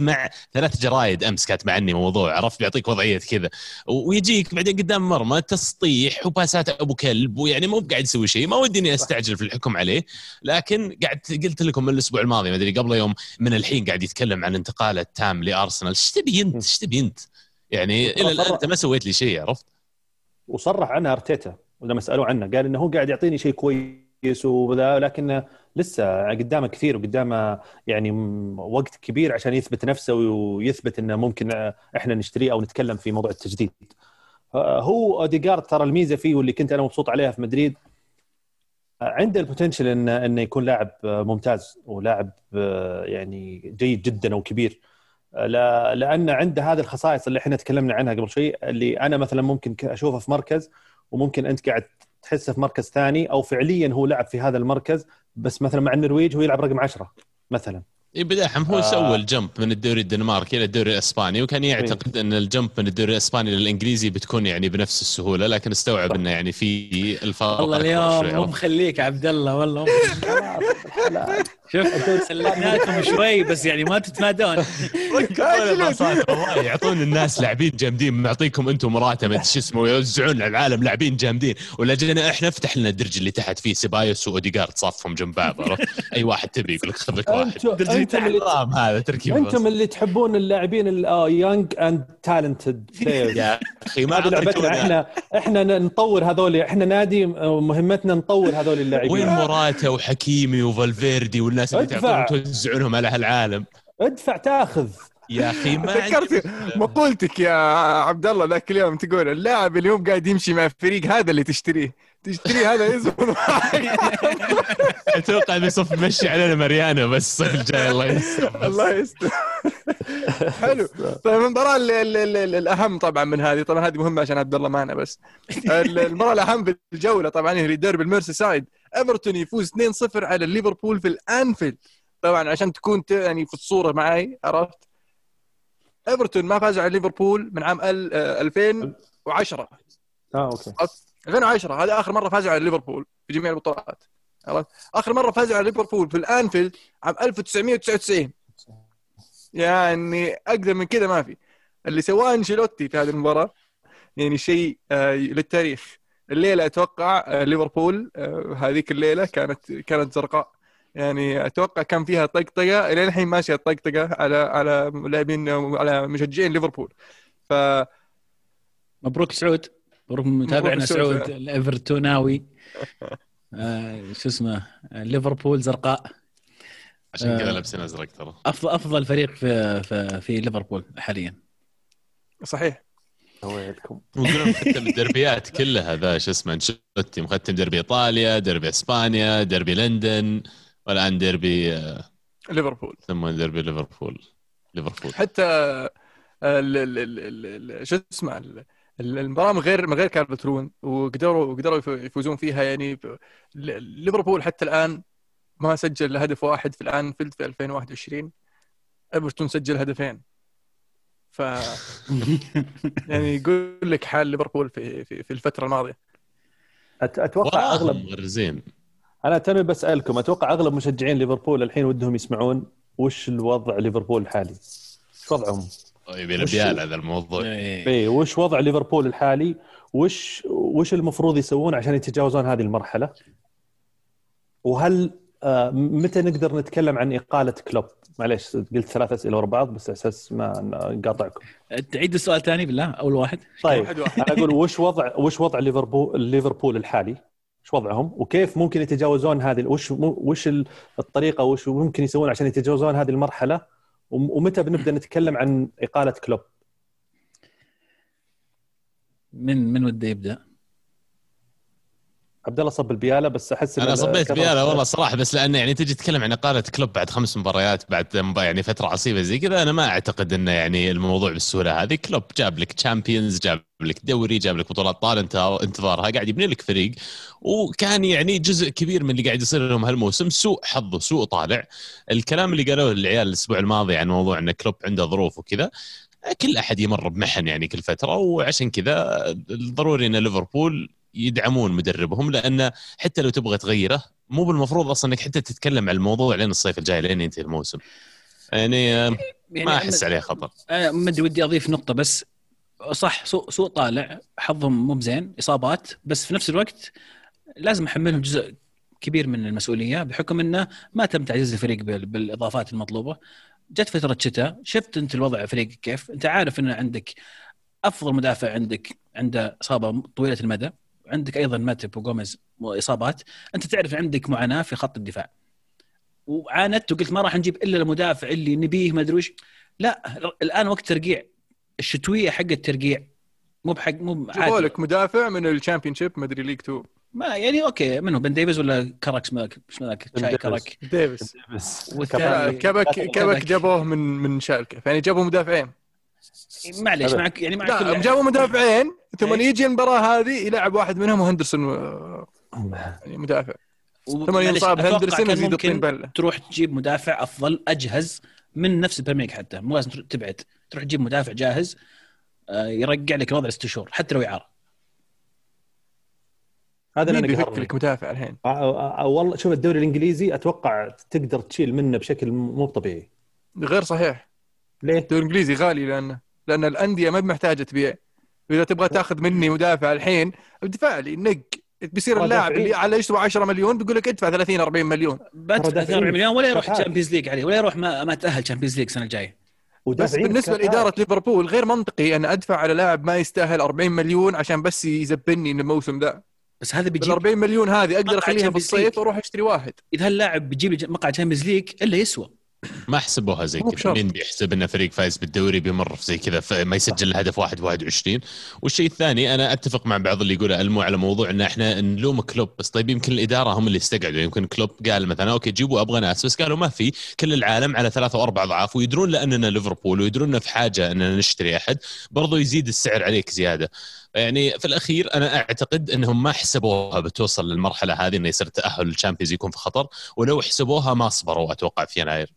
3 جرايد امس كاتب عني موضوع، عرفت، بيعطيك وضعيه كذا، ويجيك بعدين قدام مرمى تسطيح وباسات ابو كلب، ويعني مو قاعد يسوي شيء. ما ودي اني استعجل في الحكم عليه، لكن قلت لكم من الاسبوع الماضي ما ادري قبل يوم من الحين قاعد يتكلم عن انتقاله التام لارسنال. ايش تبي انت يعني الى الان انت ما سويت لي شيء، عرفت. وصرح عنها ارتيتا ولما سالوه عنه قال انه هو قاعد يعطيني شيء كويس وذا، لكن لسه قدامه كثير وقدامه يعني وقت كبير عشان يثبت نفسه ويثبت انه ممكن احنا نشتريه او نتكلم في موضوع التجديد. هو اوديغارد ترى الميزه فيه واللي كنت انا مبسوط عليها في مدريد، عنده البوتنشل انه يكون لاعب ممتاز ولاعب يعني جيد جدا وكبير، لان عنده هذه الخصائص اللي احنا تكلمنا عنها قبل شيء، اللي انا مثلا ممكن اشوفه في مركز وممكن انت قاعد تحسه في مركز ثاني، او فعليا هو لعب في هذا المركز بس مثلا مع النرويج هو يلعب رقم 10 مثلا. بداحم هو سوى الجمب من الدوري الدنماركي الى الدوري الاسباني، وكان يعتقد ان الجمب من الدوري الاسباني للانجليزي بتكون يعني بنفس السهوله، لكن استوعب انه يعني في الفارق. والله اليوم مو مخليك عبد الله، والله شوف سلكناكم شوي بس يعني ما تتمادون. والله يعطون الناس لاعبين جامدين، معطيكم انتم مراتب شو اسمه يوزعون على العالم لاعبين جامدين، ولا جينا احنا فتح لنا الدرج اللي تحت فيه سيبايوس واوديغارد صفهم جنب بعض، اي واحد تبي يقول لك خذ لك واحد. هذا تركيب. انتم اللي تحبون اللاعبين يونج اند تالنتد بلايرز يا اخي ما لعبتنا احنا نطور هذول، احنا نادي مهمتنا نطور هذول اللاعبين. وين موراتا وحكيمي وفالفيردي والناس اللي تعطون توزعونهم على هالعالم؟ ادفع تاخذ يا اخي. ما فكرت مقولتك يا عبد الله ذاك اليوم تقول اللاعب اللي هو قاعد يمشي مع الفريق هذا اللي تشتريه هذا يزبط. اتوقع بيصف مشي علينا مريانو بس الصيف الجاي. الله يستر. حلو. طيب المباراه الاهم طبعا من هذه، طبعا هذه مهمه عشان عبد الله معنا، بس المباراه الاهم في الجوله طبعا هي ديربي الميرسي سايد. ايفرتون يفوز 2-0 على ليفربول في الانفيلد. طبعا عشان تكون يعني في الصوره معي، عرفت، ايفرتون ما فاز على ليفربول من عام 2010. اوكي 2010 هذا اخر مره فازوا على ليفربول في جميع البطولات. اخر مره فازوا على ليفربول في الانفيلد عام 1999. يعني اقدم من كذا ما في. اللي سواه انشيلوتي في هذه المباراه يعني شيء للتاريخ. الليله اتوقع ليفربول هذيك الليله كانت زرقاء، يعني اتوقع كان فيها طقطقه الى الحين ماشيه الطقطقه على لاعبين على مشجعين ليفربول. ف مبروك سعود، مبروك متابعنا سعود الايفرتوناوي. شو اسمه ليفربول زرقاء عشان كذا لابسين ازرق. ترى افضل فريق في ليفربول حاليا. صحيح. ويقولون مختم الدربيات كلها ذا شو اسمه انشيلوتي مختم دربي ايطاليا، دربي اسبانيا، دربي لندن، والان دربي ليفربول. ثم دربي ليفربول. حتى شو اسمه المباراه من غير كارفت-رون وقدروا يفوزون فيها. يعني ليفربول حتى الان ما سجل هدف واحد في الانفيلد في 2021. ايفرتون سجل هدفين. ف يعني يقول لك حال ليفربول في الفتره الماضيه. اتوقع اغلب مغرزين. انا تاني بسالكم، اتوقع اغلب مشجعين ليفربول الحين ودهم يسمعون وش الوضع ليفربول الحالي، وش وضعهم. طيب الريال هذا الموضوع. اي وش وضع ليفربول الحالي، وش المفروض يسوون عشان يتجاوزون هذه المرحله، وهل متى نقدر نتكلم عن اقاله كلوب. معليش قلت 3 اسئله ورا بعض بس اساس ما نقاطعكم. تعيد السؤال ثاني بالله اول واحد. طيب انا اقول وش وضع ليفربول الحالي، وش وضعهم وكيف ممكن يتجاوزون هذه وش الطريقه وش ممكن يسوون عشان يتجاوزون هذه المرحله، ومتى بنبدا نتكلم عن اقاله كلوب. من وده يبدا؟ عبد الله صب البياله بس احس انا صبيت بياله والله صراحه، بس لانه يعني تجي تتكلم عن اقاله كلوب بعد 5 مباريات بعد يعني فتره عصيبه زي كذا، انا ما اعتقد انه يعني الموضوع بالسهوله هذه. كلوب جاب لك تشامبيونز، جاب لك دوري، جاب لك بطولات طال انتظارها، قاعد يبني لك فريق، وكان يعني جزء كبير من اللي قاعد يصير لهم هالموسم سوء حظه سوء طالع. الكلام اللي قالوه العيال الاسبوع الماضي عن موضوع ان كلوب عنده ظروف وكذا، كل احد يمر بمحن يعني كل فتره، وعشان كذا ضروري ان ليفربول يدعمون مدربهم، لأن حتى لو تبغى تغيره مو بالمفروض أصلا إنك حتى تتكلم عن الموضوع لين الصيف الجاي لين ينتهي الموسم. يعني ما احس عليه خطر. ودي اضيف نقطه بس. صح، سوء طالع، حظهم مو بزين، اصابات، بس في نفس الوقت لازم احملهم جزء كبير من المسؤوليه بحكم انه ما تم تعزيز الفريق بالاضافات المطلوبه. جت فتره شتاء، شفت انت الوضع فريق كيف، انت عارف ان عندك افضل مدافع عندك عنده اصابه طويله المدى، عندك ايضا ماتب وغوميز اصابات، انت تعرف عندك معاناه في خط الدفاع، وعاندت وقلت ما راح نجيب الا المدافع اللي نبيه ما ادري وش. لا، الان وقت ترقيع، الشتويه حق الترقيع، مو جابوا لك مدافع من الشامبيونشيب ما ادري ليج 2، ما يعني اوكي منه بن ديفيز ولا كراكس ماك مش ذاك شاي كراك ديفيس والثاني كبك جابوه من شالكه، يعني جابوا مدافعين. معليش معك يعني معك لا جابوا مدافعين ثم يجي المباراه هذه يلعب واحد منهم هندرسون يعني مدافع، ثم ينصاب هندرسون ويزيد الطين بله. تروح تجيب مدافع افضل اجهز من نفس البرميك، حتى مو لازم تبعد، تروح تجيب مدافع جاهز يرجع لك الوضع 6 شهور حتى لو يعار. هذا اللي بيفك لك مدافع الحين. والله شوف الدوري الانجليزي اتوقع تقدر تشيل منه بشكل مو طبيعي. غير صحيح. ليه؟ الدوري الانجليزي غالي لان الانديه ما محتاجه تبيع. واذا تبغى تاخذ مني مدافع الحين الدفاع لي نق، بيصير اللاعب اللي على يشتري 10 مليون بيقول لك ادفع 30 40 مليون، بدفع 40 مليون ولا يروح تشامبيونز ليج عليه، ولا يروح ما تاهل تشامبيونز ليج السنه الجايه. بس بالنسبه لاداره ليفربول غير منطقي ان ادفع على لاعب ما يستاهل 40 مليون عشان بس يزبني الموسم ذا. بس هذا بيجيب 40 مليون هذه اقدر اخليها في الصيف واروح اشتري واحد. اذا اللاعب بيجيب لي مقعد تشامبيونز ليج الا يسوى. ما حسبوها زي كذا، مين بيحسب ان فريق فايز بالدوري بيمر في زي كذا ما يسجل الهدف 21. والشيء الثاني انا اتفق مع بعض اللي يقول المو على موضوع ان احنا نلوم كلوب، بس طيب يمكن الاداره هم اللي استقعدوا، يمكن كلوب قال مثلا اوكي جيبوا ابغى ناس، بس قالوا ما في، كل العالم على 3 و4 اضعاف، ويدرون لاننا ليفربول ويدرون في حاجه اننا نشتري احد، برضو يزيد السعر عليك زياده. يعني في الاخير انا اعتقد انهم ما حسبوها بتوصل للمرحله هذه انه يصير تاهل الشامبيونز يكون في خطر، ولو حسبوها ما صبروا اتوقع في يناير.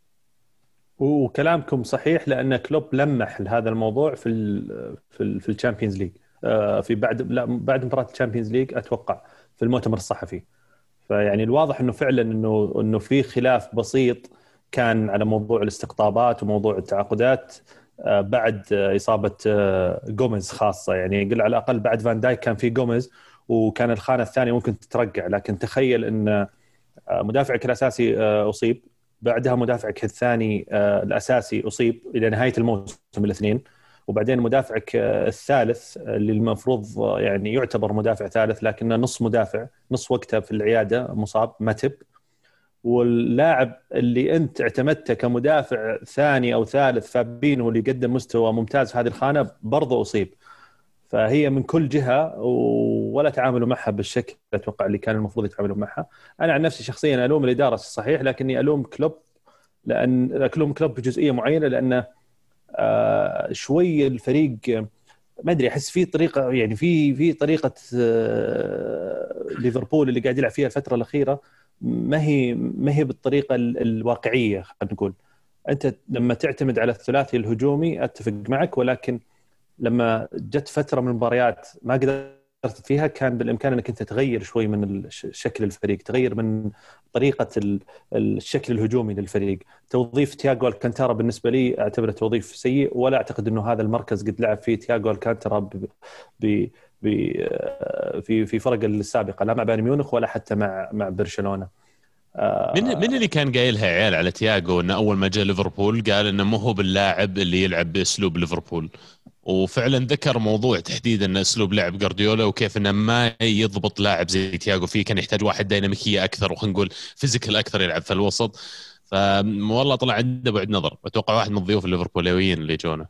وكلامكم صحيح، لان كلوب لمح لهذا الموضوع في الشامبيونز ليج، في بعد مباراه الشامبيونز ليج اتوقع في المؤتمر الصحفي. فيعني الواضح انه فعلا انه في خلاف بسيط كان على موضوع الاستقطابات وموضوع التعاقدات بعد اصابه غوميز خاصه. يعني يقول على الاقل بعد فان دايك كان في غوميز وكان الخانه الثانيه ممكن تترقع، لكن تخيل ان مدافعك الاساسي اصيب، بعدها مدافعك الثاني الأساسي أصيب إلى نهاية الموسم الاثنين، وبعدين مدافعك الثالث اللي المفروض يعني يعتبر مدافع ثالث لكنه نص مدافع، نص وقته في العيادة مصاب ماتب، واللاعب اللي أنت اعتمدته كمدافع ثاني أو ثالث فابينو اللي قدم مستوى ممتاز في هذه الخانة برضه أصيب. فهي من كل جهة ولا تعاملوا معها بالشكل أتوقع اللي كان المفروض يتعاملوا معها. أنا عن نفسي شخصياً ألوم الإدارة صحيح، لكني ألوم كلوب، لأن ألوم كلوب بجزئية معينة، لأن شوي الفريق ما أدري أحس في طريقة، يعني في طريقة ليفربول اللي قاعد يلعب فيها الفترة الأخيرة ما هي بالطريقة الواقعية. خلينا نقول أنت لما تعتمد على الثلاثي الهجومي أتفق معك، ولكن لما جت فترة من المباريات ما قدرت فيها كان بالإمكان أنك أنت تغير شوي من شكل الفريق، تغير من طريقة الشكل الهجومي للفريق. توظيف تياغو الكانتارا بالنسبة لي أعتبره توظيف سيء، ولا أعتقد أنه هذا المركز قد لعب فيه تياغو الكانتارا في فرق السابقة، لا مع بايرن ميونخ ولا حتى مع برشلونة. من اللي كان قايلها عيال على تياغو انه اول ما جاء ليفربول قال انه مو هو باللاعب اللي يلعب باسلوب ليفربول، وفعلا ذكر موضوع تحديدا ان اسلوب لعب جارديولا وكيف انه ما يضبط لاعب زي تياغو فيه، كان يحتاج واحد ديناميكيه اكثر وخلينا نقول فيزيكال اكثر يلعب في الوسط. فوالله طلع عنده بعد نظر، اتوقع واحد من الضيوف الليفربوليين اللي جونا.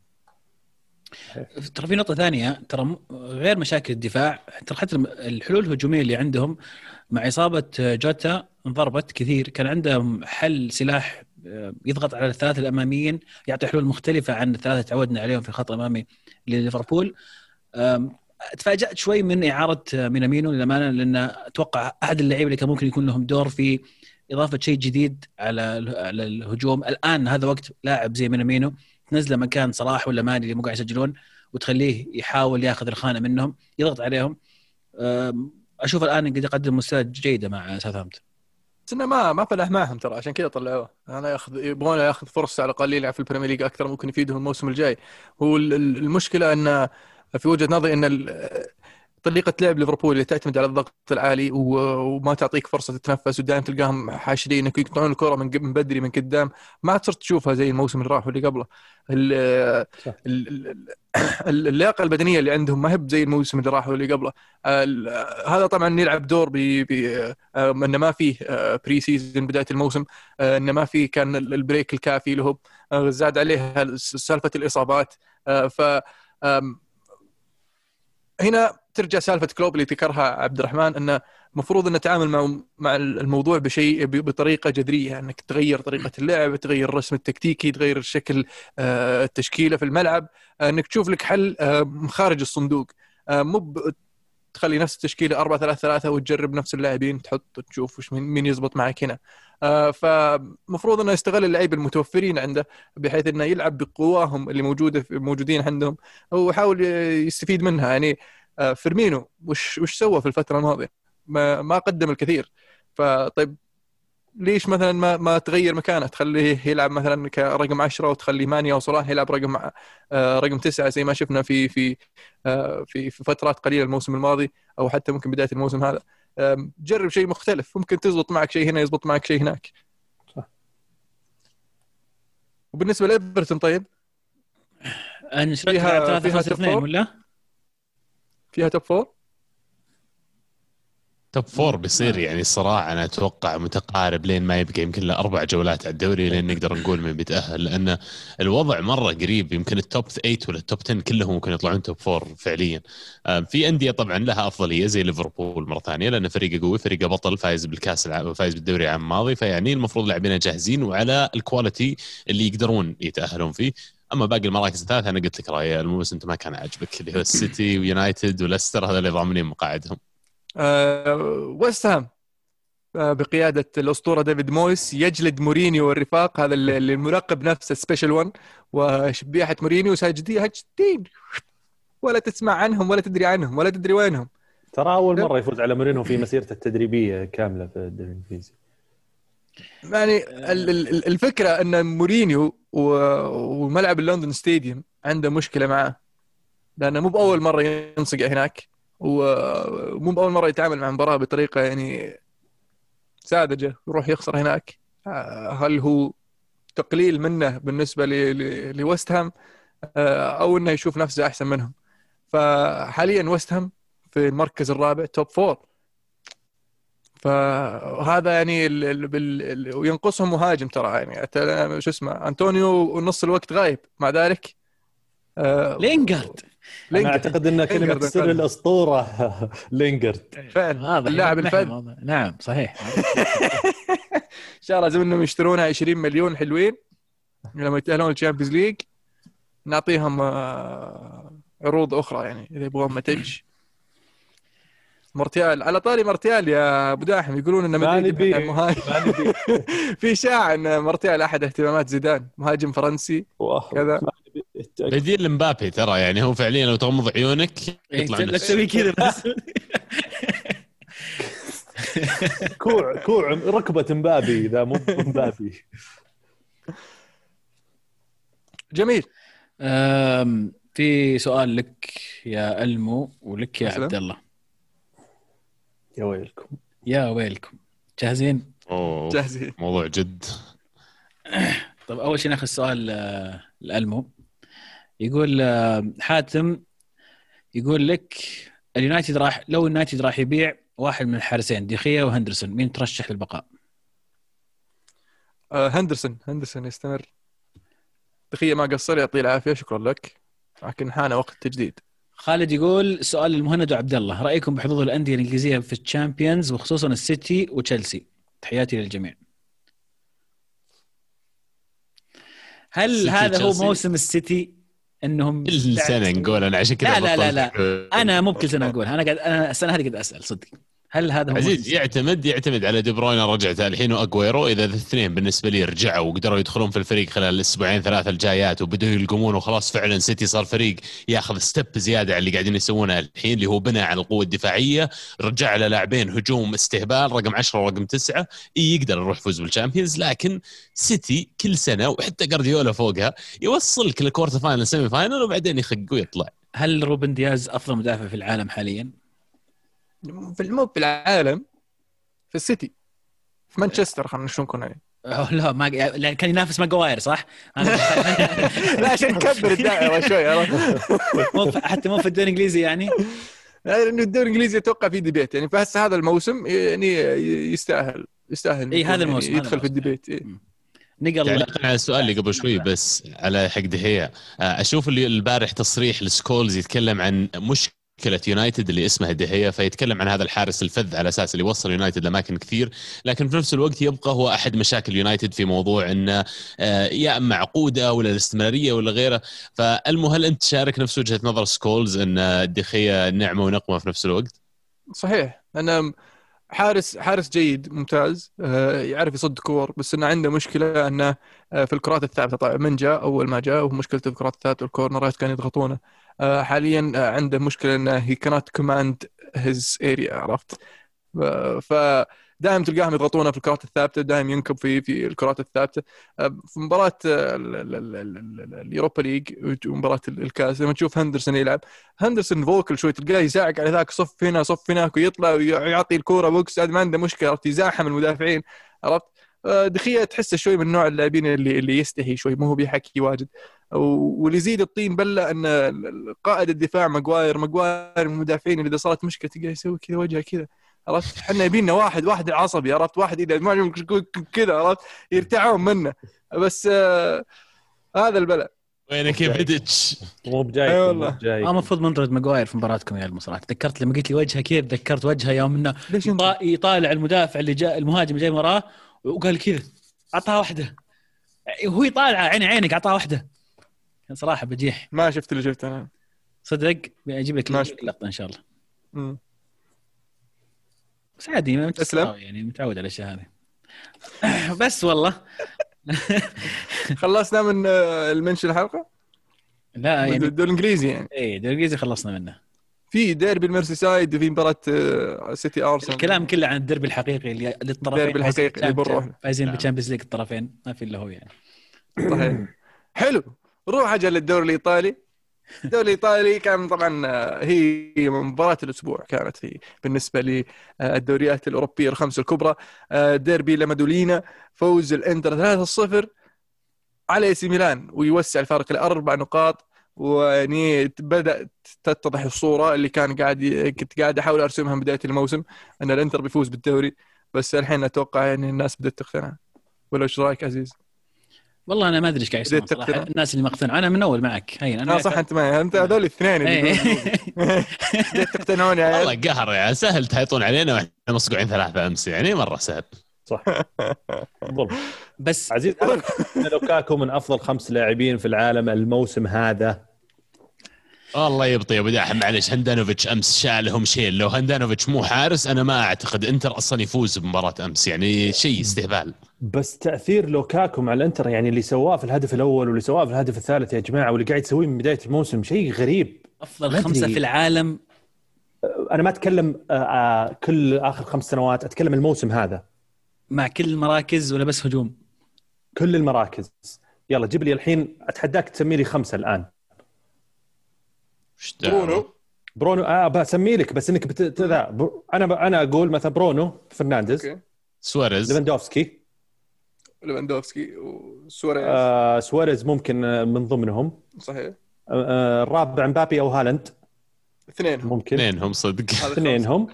ترى في نقطة ثانية، ترى غير مشاكل الدفاع، ترى حتى الحلول الهجومية اللي عندهم مع إصابة جوتا انضربت كثير، كان عندهم حل سلاح يضغط على الثلاثة الأماميين، يعطي حلول مختلفة عن الثلاثة تعودنا عليهم في الخط الأمامي لليفربول. تفاجأت شوي من إعارة مينامينو للأمانة، لأن أتوقع أحد اللاعبين اللي كان ممكن يكون لهم دور في إضافة شيء جديد على الهجوم. الآن هذا وقت لاعب زي مينامينو تنزله مكان صلاح ولا ماني اللي مو قاعد يسجلون وتخليه يحاول ياخذ الخانة منهم، يضغط عليهم. أشوف الآن قد يقدم مستوى جيدة مع ساوثهامبتون. انه ما فلح معهم ترى، عشان كذا طلعوه. انا يبغون ياخذ فرصه على الاقل يلعب في البريمير ليج اكثر، ممكن يفيدهم الموسم الجاي. هو المشكله ان في وجهه نظري ان طريقة لعب ليفربول اللي تعتمد على الضغط العالي وما تعطيك فرصة تتنفس، ودائما تلقاهم حاشرين انك يقطعون الكرة من بدري من قدام، ما صرت تشوفها زي الموسم اللي راح واللي قبله. اللياقة البدنية اللي عندهم ما هي زي الموسم اللي راح واللي قبله. هذا طبعا يلعب دور انه ما فيه بري سيزن بداية الموسم، انه ما فيه كان البريك الكافي لهم، زاد عليها سالفة الإصابات. ف هنا ترجع سالفة كلوب اللي ذكرها عبد الرحمن، أنه مفروض أن نتعامل مع الموضوع بطريقة جذرية، أنك تغير طريقة اللعب، تغير الرسم التكتيكي، تغير الشكل، التشكيلة في الملعب، أنك تشوف لك حل خارج الصندوق، مو تخلي نفس التشكيلة 4-3-3 وتجرب نفس اللاعبين تحط تشوف مين يزبط معك هنا. فمفروض أنه يستغل اللعيبة المتوفرين عنده بحيث أنه يلعب بقواهم اللي موجودين عندهم ويحاول يستفيد منها. يعني فيرمينو وش سوى في الفترة الماضية؟ ما قدم الكثير. فطيب ليش مثلا ما تغير مكانه، تخليه يلعب مثلا كرقم 10 وتخلي ماني او صلاح يلعب رقم 9 زي ما شفنا في فترات قليله الموسم الماضي، او حتى ممكن بدايه الموسم هذا. جرب شيء مختلف، ممكن تزبط معك شيء هنا يزبط معك شيء هناك. صح. وبالنسبه لإيفرتون طيب انا شريتها 3-5-2 ولا فيها توب 4؟ توب 4 بيصير يعني الصراحة أنا أتوقع متقارب لين ما يبقى يمكن له 4 جولات على الدوري لين نقدر نقول من بيتأهل، لأن الوضع مرة قريب. يمكن التوب 8 ولا التوب 10 كلهم ممكن يطلعون توب 4 فعليا. في أندية طبعا لها أفضلية زي ليفربول مرة ثانية، لأن فريقه قوي، فريقه بطل، فايز بالكاس، فايز بالدوري العام الماضي، فيعني المفروض لاعبينه جاهزين وعلى الكواليتي اللي يقدرون يتأهلون فيه. اما باقي المراكز الثلاثه انا قلت لك رايي الموس انت ما كان عاجبك، اللي هو السيتي ويونايتد وليستر، هذول اللي ضامنين مقاعدهم. ويست هام بقيادة الأسطورة ديفيد مويس يجلد مورينيو والرفاق، هذا اللي الملقب نفسه سبيشال 1 وشبيحة مورينيو، ساجدين ولا تسمع عنهم ولا تدري عنهم ولا تدري وينهم. ترى أول مرة يفوز على مورينيو في مسيرته التدريبية كاملة في الدوري الإنجليزي. يعني الفكرة أن مورينيو وملعب اللندن ستاديوم عنده مشكلة معه، لأنه مو بأول مرة ينصقع هناك، ومو بأول مرة يتعامل مع مباراة بطريقة يعني ساذجة يروح يخسر هناك. هل هو تقليل منه بالنسبة لويست هام أو أنه يشوف نفسه أحسن منهم؟ فحاليا ويست هام في المركز الرابع توب 4، فهذا يعني وينقصهم مهاجم ترى، يعني شو اسمه أنطونيو ونص الوقت غايب، مع ذلك لينغارد أنا أعتقد أن كلمة سر الأسطورة لينغارد فعلا اللاعب الفذ. نعم صحيح. إن شاء الله لازم إنهم يشترونها 20 مليون حلوين لما يتأهلون الشامبيونز ليج، نعطيهم عروض أخرى يعني إذا يبغون ماتيتش. مرتيال، على طاري مرتيال يا أبو داحم، يقولون إنه مهاجم في شاعة إن مرتيال أحد اهتمامات زيدان، مهاجم فرنسي كذا بديل لمبابي ترى، يعني هو فعليا لو تغمض عيونك يطلع لا تسوي كذا بس. كوع ركبة مبابي إذا مو مبابي. جميل. في سؤال لك يا ألمو ولك يا عبد الله. يا ويلكم جاهزين؟ جاهزين. موضوع جد. طب أول شيء ناخذ سؤال الألمو. يقول حاتم يقول لك لو اليونايتد راح يبيع واحد من الحارسين ديخيا وهندرسون، مين ترشح للبقاء؟ هندرسون يستمر. ديخيا ما قصر، يعطيه العافية، شكرا لك، لكن حان وقت التجديد. خالد يقول سؤال المهند وعبد الله، رأيكم بحظوظ الأندية الإنجليزية في الشامبيونز وخصوصا السيتي وتشيلسي؟ تحياتي للجميع. هل هذا هو موسم السيتي انهم كل سنه نقول؟ انا عشان كذا لا انا مو بكل سنه اقول، انا السنه هذه قاعد اسال صدق، هل هذا هو عزيز يعتمد على دي بروين رجعته الحين واجويرو. اذا الاثنين بالنسبه لي رجعوا وقدروا يدخلون في الفريق خلال الاسبوعين ثلاثه الجايات وبدأوا يلقمون وخلاص فعلا سيتي صار فريق ياخذ ستيب زياده على اللي قاعدين يسوونه الحين اللي هو بناء على القوه الدفاعيه، رجع على لاعبين هجوم استهبال رقم 10 ورقم 9 يقدر يروح يفوز بالشامبيونز. لكن سيتي كل سنه وحتى جارديولا فوقها يوصلك للكوارتر فاينل سيمي فاينل وبعدين يخق ويطلع. هل روبن دياز افضل مدافع في العالم حاليا؟ مو في العالم، في السيتي، في مانشستر خلينا نشوفكم يعني. لا ما كان ينافس ماغواير صح؟ لا عشان نكبر الدائره شوي حتى مو في الدوري الانجليزي يعني. لانه الدوري الانجليزي اتوقع فيه ديبيت يعني، فهسه هذا الموسم يعني يستاهل اي هذا الموسم يعني يدخل في الديبيت. تعليقا على السؤال اللي قبل شوي بس على حق دهية، اشوف اللي البارح تصريح لسكولز يتكلم عن مشكله يونايتد اللي اسمها دهية، فيتكلم عن هذا الحارس الفذ على اساس اللي وصل يونايتد لاماكن كثير، لكن في نفس الوقت يبقى هو احد مشاكل يونايتد في موضوع انه يا اما عقوده ولا الاستمراريه ولا غيره. فالمهم هل انت تشارك نفس وجهه نظر سكولز ان دخية نعمه ونقمه في نفس الوقت؟ صحيح، انا حارس جيد ممتاز، يعرف يصد كور، بس انه عنده مشكله انه في الكرات الثابته. طبعا من جاء اول ما جاء ومشكلته في الكرات الثابته والكورنرات كانوا يضغطونه. حاليا عنده مشكله انه he cannot command his area، عرفت؟ فدائما تلقاهم يضغطونه في الكرات الثابته، دائما ينكب في الكرات الثابته. في مباراه اليوروبا ليج ومباراه الكاس لما تشوف هندرسون يلعب، هندرسون فوكل شوي، تلقاه يزعق على ذاك صف هنا صف هناك ويطلع ويعطي الكوره بوكس، هذا ما عنده مشكله، عرفت؟ يزاحم المدافعين، عرفت؟ دخية تحسه شوي من نوع اللاعبين اللي يستحي شوي، مو هو بيحكي واجد. واللي يزيد الطين بلة ان قائد الدفاع ماغواير من المدافعين اللي اذا صارت مشكله تلقاه يسوي كذا وجهه كذا، عرفت؟ احنا يبينا واحد العصبي، عرفت؟ واحد اذا ما كذا، عرفت؟ يرتعون منه. بس هذا البلاء. وينك يا فيديتش؟ مو بجاي اي والله. المفروض منطرد ماغواير في مباراتكم يا المصراعة. تذكرت لما قلت لي وجهه كذا، تذكرت وجهه يوم انه يطالع المدافع اللي جاء المهاجم جاي وراه وقال كذا اعطاها واحده، وهو يطالع عينك اعطاها واحده. كان صراحه بجيح. ما شفت اللي شفته انا صدق اجيب لك اللقطه ان شاء الله. بس عادي ما يعني متعود على الاشياء هذه. بس والله خلصنا من المنشن الحلقه. لا يعني الدوري الانجليزي يعني الدوري الانجليزي خلصنا منه. في ديربي الميرسيسايد وفي مباراه سيتي ارسنال. الكلام كله عن الديربي الحقيقي اللي الطرفين الديربي الحقيقي اللي بنروح فايزين بالتشامبيونز ليج الطرفين، ما في الا هو يعني. صحيح. حلو، نروح اجل للدوري الايطالي. الدوري الايطالي كان طبعا هي مباراه الاسبوع، كانت في بالنسبه للدوريات الاوروبيه الخمس الكبرى. ديربي لامادولينا، فوز الانتر 3-0 على اي سي ميلان ويوسع الفارق ل 4 نقاط. ويعني بدأت تتضح الصورة اللي كنت قاعد أحاول أرسمها من بداية الموسم، أن الإنتر بيفوز بالدوري، بس الحين أتوقع يعني الناس بدأت تقتنع. ولا إيش رأيك عزيز؟ والله أنا ما أدري إيش قاعد يصير صراحة. الناس اللي ما اقتنعوا أنا من أول معك. هين أنا صح، أنت ما أنت هذول الاثنين اللي بدأت تقتنعون يا والله قهر يا سهل تحيطون علينا وإحنا مصقوعين 3 أمس، يعني مرة سهل. صح. بس عزيز لوكاكو من افضل 5 لاعبين في العالم الموسم هذا. الله يبطي ابو داحم، معلش هندانوفيتش امس شالهم شيل. لو هندانوفيتش مو حارس انا ما اعتقد انتر اصلا يفوز بمباراه امس، يعني شيء استهبال. بس تاثير لوكاكو مع الانتر، يعني اللي سواه في الهدف الاول واللي سواه في الهدف الثالث يا جماعه، واللي قاعد يسويه من بدايه الموسم شيء غريب. افضل 5 في العالم. انا ما اتكلم كل اخر 5 سنوات، اتكلم الموسم هذا مع كل المراكز ولا بس هجوم؟ كل المراكز. يلا جيب لي الحين، اتحداك تسمي لي 5 الان. برونو بسمي لك، بس انك انا اقول مثلا برونو فرنانديز، سواريز، ليفاندوفسكي وسواريز. سواريز ممكن من ضمنهم. صحيح. الرابع مبابي او هالاند. اثنينهم صدق. اثنينهم.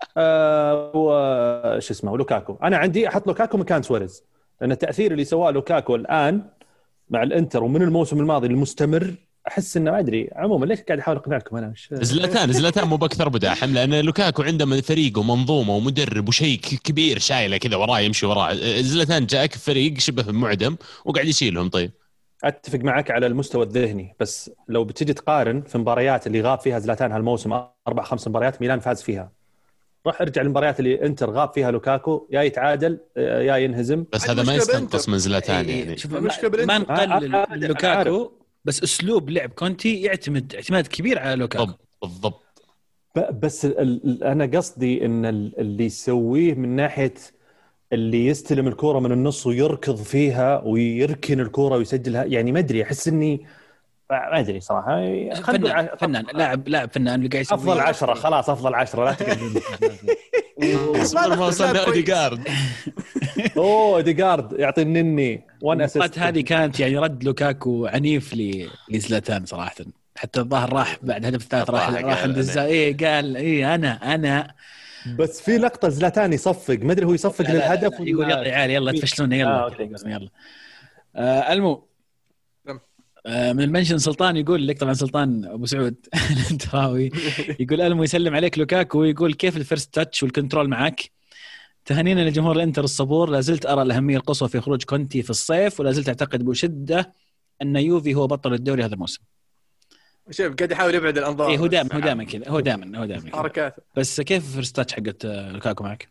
وش اسمه لوكاكو. انا عندي احط لوكاكو مكان سواريز، لان التاثير اللي سواه لوكاكو الان مع الانتر ومن الموسم الماضي المستمر، احس انه ما ادري. عموما ليش قاعد احاول اقنعكم انا؟ مش زلاتان مو باكثر بداحم، لان لوكاكو عنده فريق ومنظومه ومدرب وشيء كبير شايله كذا وراه يمشي وراه. زلاتان جاك فريق شبه معدم وقاعد يشيلهم. طيب اتفق معك على المستوى الذهني، بس لو بتجي تقارن في مباريات اللي غاب فيها زلاتان هالموسم 4-5 مباريات ميلان فاز فيها. روح ارجع للمباريات اللي انتر غاب فيها لوكاكو، يا يتعادل يا ينهزم. بس هذا ما يستنقص من زلاتان يعني. شوف المشكلة ما بالإنتر. نقلل لوكاكو، بس اسلوب لعب كونتي يعتمد اعتماد كبير على لوكاكو. بالضبط. بس انا قصدي ان اللي يسويه من ناحيه اللي يستلم الكرة من النص ويركض فيها ويركن الكرة ويسجلها، يعني ما ادري، احس اني ما ادري صراحه. فنان لاعب فنان اللي قاعد يسوي افضل 10 خلاص، افضل 10 لا تقدم. ما وصلنا اوديغارد. اوه ديغارد يعطي النني وان اسيست. هذه كانت يعني رد لوكاكو عنيف لزلاتان صراحه. حتى الظاهر راح بعد هدف الثالث راح عند قال انا بس في لقطه زلاتان يصفق، ما ادري هو يصفق للهدف يقول يلا يا عيال يلا تفشلونا يلا. المو من المنشن سلطان يقول لك، طبعا سلطان ابو سعود الانتراوي يقول المو يسلم عليك لوكاكو ويقول كيف الفيرست تاتش والكنترول معك. تهانينا لجمهور الانتر الصبور، لا زلت ارى الاهميه القصوى في خروج كونتي في الصيف، ولا زلت اعتقد بشده ان يوفي هو بطل الدوري هذا الموسم. شوف قاعد يحاول يبعد الانظار. هو دائما كذا، هو دائما حركاته. بس كيف الفيرست تاتش حقت لوكاكو معك؟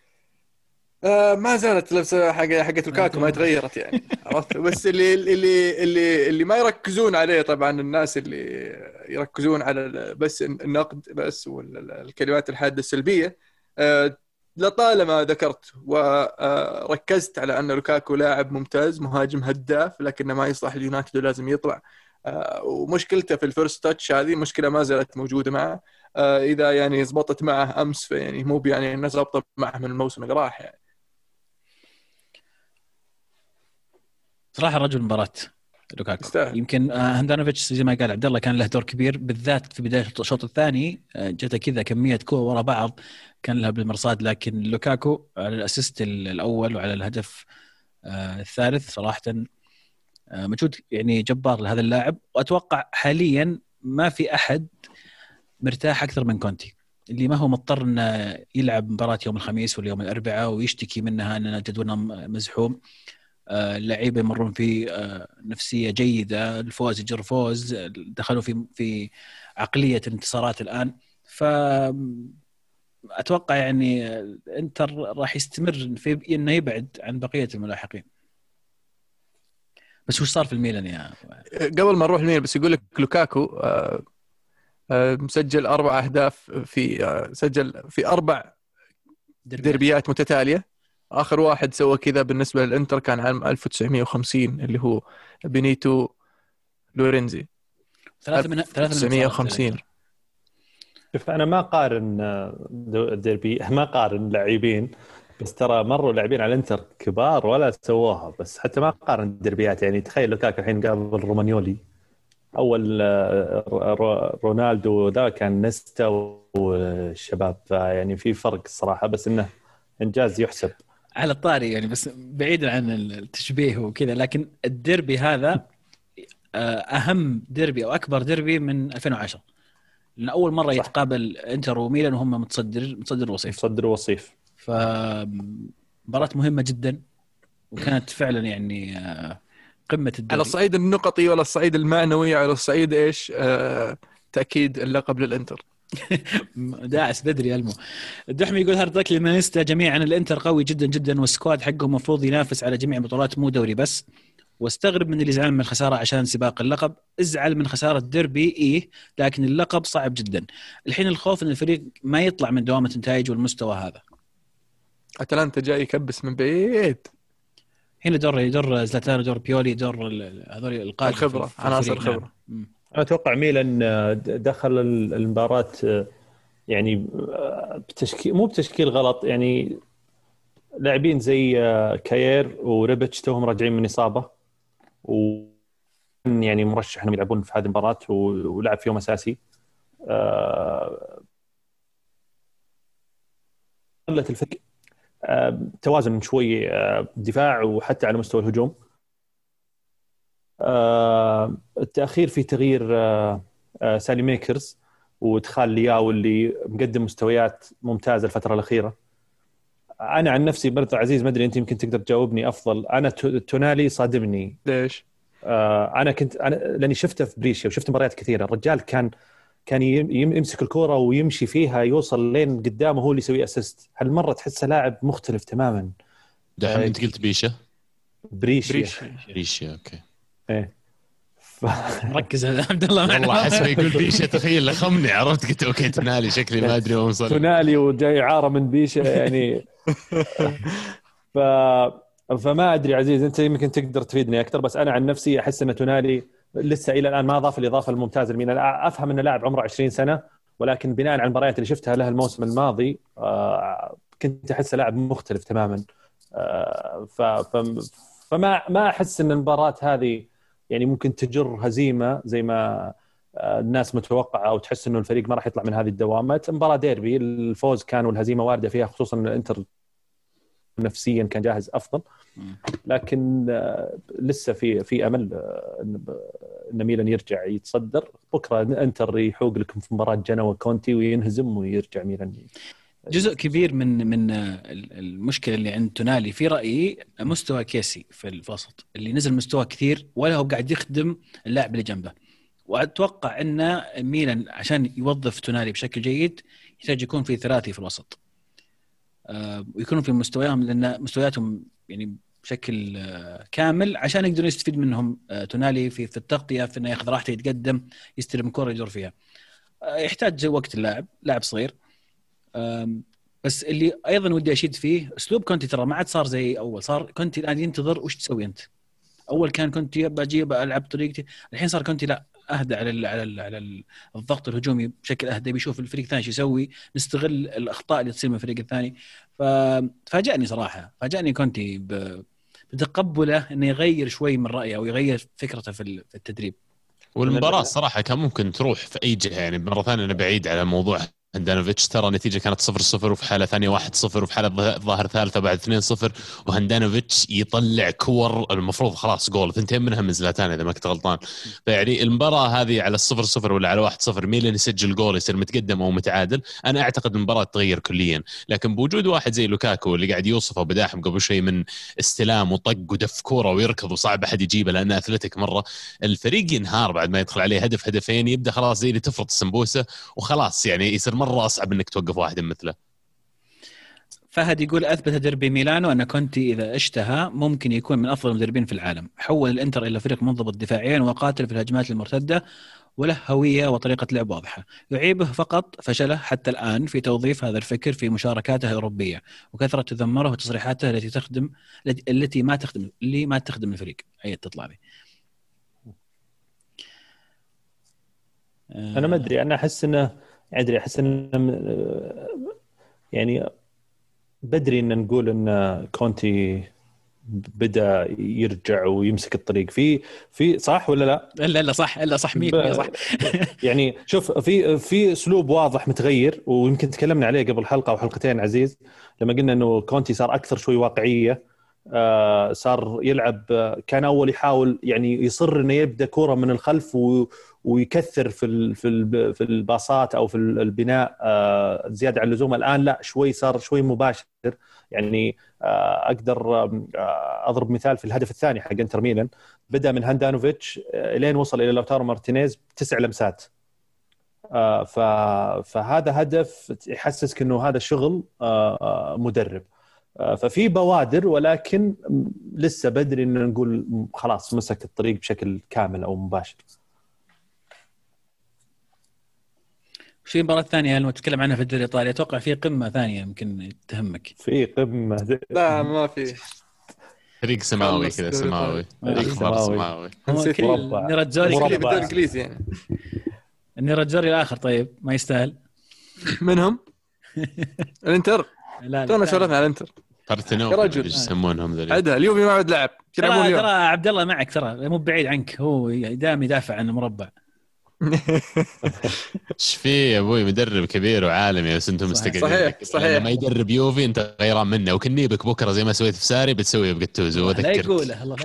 ما زالت لبسه حقت لوكاكو ما تغيرت يعني. عرفت؟ بس اللي ما يركزون عليه طبعا الناس اللي يركزون على بس النقد بس والكلمات الحاده السلبيه. لطالما ذكرت وركزت على ان لوكاكو لاعب ممتاز مهاجم هداف، لكنه ما يصلح اليونايتد ولازم يطلع. ومشكلته في الفيرست تاتش هذه مشكله ما زالت موجوده معه. اذا يعني زبطت معه امس يعني مو يعني الناس زبطت معه من الموسم اللي راح يعني. صراحه رجل مباراه لوكاكو استاهل. يمكن هاندانوفيتش زي ما قال عبد الله كان له دور كبير بالذات في بدايه الشوط الثاني. جته كذا كميه كور ورا بعض كان لها بالمرصاد، لكن لوكاكو على الاسيست الاول وعلى الهدف الثالث صراحه مجهود يعني جبار لهذا اللاعب. واتوقع حاليا ما في احد مرتاح اكثر من كونتي، اللي ما هو مضطر انه يلعب مباراه يوم الخميس ولا يوم الاربعاء ويشتكي منها ان جدولنا مزحوم. اللعيبه يمرون في نفسيه جيده، الفوز يجر فوز، دخلوا في عقليه الانتصارات الان. ف اتوقع يعني انتر راح يستمر في انه يبعد عن بقيه الملاحقين. بس وش صار في الميلان يا قبل ما نروح الميلان؟ بس يقول لك لوكاكو مسجل 4 أهداف في سجل في 4 ديربيات متتالية. آخر واحد سوى كذا بالنسبة للإنتر كان عام 1950 اللي هو بينيتو لورينزي. 1950. شوف أنا ما قارن ديربي، ما قارن لاعبين، بس ترى مروا لاعبين على الإنتر كبار ولا سووها. بس حتى ما قارن دربيات، يعني تخيل لوكاكو الحين قابل رومانيولي، أول رونالدو ذا كان نستا والشباب، يعني في فرق الصراحة، بس إنه إنجاز يحسب. على الطاري يعني بس بعيدا عن التشبيه وكذا، لكن الديربي هذا أهم ديربي أو أكبر ديربي من 2010، لأن أول مرة صح. يتقابل إنتر وميلان وهم متصدر وصيف. فمباراة مهمة جدا، وكانت فعلا يعني قمة الدوري على الصعيد النقطي ولا الصعيد المعنوي، على الصعيد إيش تأكيد اللقب للإنتر. داعس بدري المو. الدحمي يقول هارد لك لمانيستا جميعا، الإنتر قوي جدا جدا والسكواد حقه مفروض ينافس على جميع البطولات مو دوري بس. واستغرب من اللي زعل من الخسارة عشان سباق اللقب، ازعل من خسارة ديربي لكن اللقب صعب جدا. الحين الخوف ان الفريق ما يطلع من دوامة النتائج والمستوى هذا. أتلانتا جاي يكبس من بعيد. هنا دور زلاتان ودور بيولي، دور هذول القادة الخبرة، عناصر الخبرة. نعم. أتوقع ميلان دخل المباراة يعني بتشكيل مو بتشكيل غلط، يعني لاعبين زي كاير وريبتش توهم راجعين من إصابة، يعني مرشح انهم يلعبون في هذه المباراة ولعب فيهم أساسي. قلة الفرق توازن شوي دفاع وحتى على مستوى الهجوم. التأخير في تغيير سالي ميكرز وادخال لياو اللي مقدم مستويات ممتازة الفترة الأخيرة. أنا عن نفسي برضو عزيز، ما أدري أنت يمكن تقدر تجاوبني أفضل. أنا تونالي صادمني. ليش؟ أنا لأني شفته في بريشيا وشفت مباريات كثيرة. الرجال كان كان يمسك الكرة ويمشي فيها يوصل لين قدامه هو اللي يسوي اسيست. هالمرة تحسه لاعب مختلف تماما. دحين انت قلت بيشه بريشيا اوكي ايه مركز عبد الله معنا. والله حسب يقول بيشه تخيل لخمني عرفت قلت اوكي تونالي شكلي ما ادري وين وصل تونالي وجاي عاره من بيشه يعني. فما ادري عزيز انت يمكن تقدر تفيدني اكثر بس انا عن نفسي احس ان تونالي لسه الى الان ما اضاف الاضافه الممتازه لمين. أنا افهم انه لاعب عمره 20 سنه ولكن بناء على المباريات اللي شفتها له الموسم الماضي كنت احسه لاعب مختلف تماما. فما احس ان المباراه هذه يعني ممكن تجر هزيمه زي ما الناس متوقعه او تحس انه الفريق ما راح يطلع من هذه الدوامات. مباراه ديربي الفوز كان والهزيمه وارده فيها خصوصا ان الانتر نفسيا كان جاهز افضل لكن لسه في امل ان ميلان يرجع يتصدر. بكره انتر يحوق لكم في مباراه جنوا كونتي وينهزم ويرجع ميلان. جزء كبير من المشكله اللي عند تونالي في رايي مستوى كيسي في الوسط اللي نزل مستوى كثير ولا هو قاعد يخدم اللاعب اللي جنبه. واتوقع ان ميلان عشان يوظف تونالي بشكل جيد يحتاج يكون في ثلاثي في الوسط ويكونوا في مستوياتهم لان مستوياتهم يعني بشكل كامل عشان يقدروا يستفيد منهم تونالي في التغطيه في انه ياخذ راحته يتقدم يستلم كره يدور فيها. يحتاج وقت لاعب صغير. بس اللي ايضا ودي اشيد فيه اسلوب كونتي ترى ما عاد صار زي اول. صار كونتي الان ينتظر وش تسوي انت. اول كان كونتي بجيب العب طريقتي الحين صار كونتي لا اهدى على الضغط الهجومي بشكل اهدى بيشوف الفريق الثاني شو يسوي نستغل الاخطاء اللي تصير من الفريق الثاني. ففاجأني صراحه فاجأني كونتي بتقبله انه يغير شوي من رايه او يغير فكرته في التدريب. والمباراة صراحة كان ممكن تروح في أي جهة يعني. مرة ثانية أنا بعيد على موضوع هندانوفيتش ترى النتيجة كانت 0-0 وفي حالة ثانية 1-0 وفي حالة ظاهر ثالثة بعد 2-0 وهندانوفيتش يطلع كور المفروض خلاص جول 2 منها من زلاتان إذا ما كنت غلطان. فيعني المباراة هذه على 0-0 ولا على 1-0 ميلان يسجل جول يصير متقدم أو متعادل أنا أعتقد المباراة تغير كليا. لكن بوجود واحد زي لوكاكو اللي قاعد يوصفه بداحم قبل شوي من استلام وطق ودف كورة ويركض وصعب أحد يجيبه لأنه أثلتيك مرة الفريق ينهار بعد ما يدخل عليه هدف هدفين يبدأ خلاص زي اللي تفرط السمبوسة وخلاص يعني يصير مرة أصعب إنك توقف واحد مثله. فهد يقول أثبت ديربي ميلانو أن كونتي إذا اشتهى ممكن يكون من أفضل المدربين في العالم. حول الإنتر إلى فريق منضبط دفاعيا وقاتل في الهجمات المرتدة وله هوية وطريقة لعب واضحة. يعيبه فقط فشله حتى الآن في توظيف هذا الفكر في مشاركاته الأوروبية وكثرة تذمره وتصريحاته التي ما تخدم الفريق. هي تطلع لي أنا ما أدري. أنا أحس إنه يعني بدري إن نقول إن كونتي بدأ يرجع ويمسك الطريق في صح ولا لا؟ لا صح 100% صح. يعني شوف في أسلوب واضح متغير ويمكن تكلمنا عليه قبل حلقة أو حلقتين عزيز لما قلنا إنه كونتي صار أكثر شوي واقعية. صار يلعب كان أول يحاول يعني يصر إنه يبدأ كرة من الخلف ويكثر في الباصات او في البناء زياده عن اللزوم. الان لا صار شوي مباشر يعني. اقدر اضرب مثال في الهدف الثاني حق انتر ميلان بدا من هاندانوفيتش لين وصل الى لوتارو مارتينيز 9 لمسات. فهذا هدف يحسسك انه هذا شغل مدرب. ففي بوادر ولكن لسه بدري ان نقول خلاص مسك الطريق بشكل كامل او مباشر. في المباراة الثانية لما تتكلم عنها في الدوري الإيطالي أتوقع في قمة ثانية يمكن تهمك. في قمة لا ما في فريق سماوي كذا سماوي سماوي نيراتزوري بالدوري الإنجليزي يعني النيراتزوري الآخر طيب ما يستاهل منهم الانتر. لا تونا سولفنا على الانتر بارتينو ايش يسمونهم ذولي عدا اليوفي ما عاد لعب ترى عبد الله معك ترى مو بعيد عنك هو دائما يدافع عن المربع. ايش في يا ابوي مدرب كبير وعالمي بس انتم مستقلين. صحيح ما يدرب يوفي انت غيران منه وكنيبك بكره زي ما سويت في ساري بتسوي بقتوزو لا يقوله الله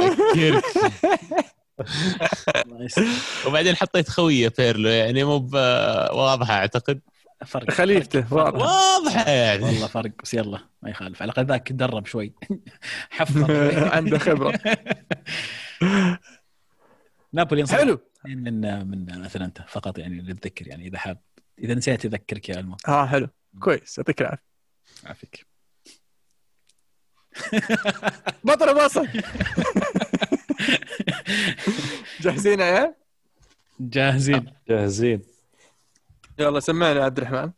وبعدين حطيت خويه بيرلو يعني مو واضحه اعتقد فرق خليفته واضحه يعني والله فرق بس يلا ما يخالف على الاقل ذاك تدرب شوي حفظ عنده خبره. نابولي حلو من أتلانتا فقط يعني للذكر، يعني إذا حاب، إذا نسيت أذكرك يا ألمو. حلو كويس، يعطيك العافية. عافيك. بصل. جاهزين يا عيال؟ جاهزين. يلا سمعنا يا عبد الرحمن.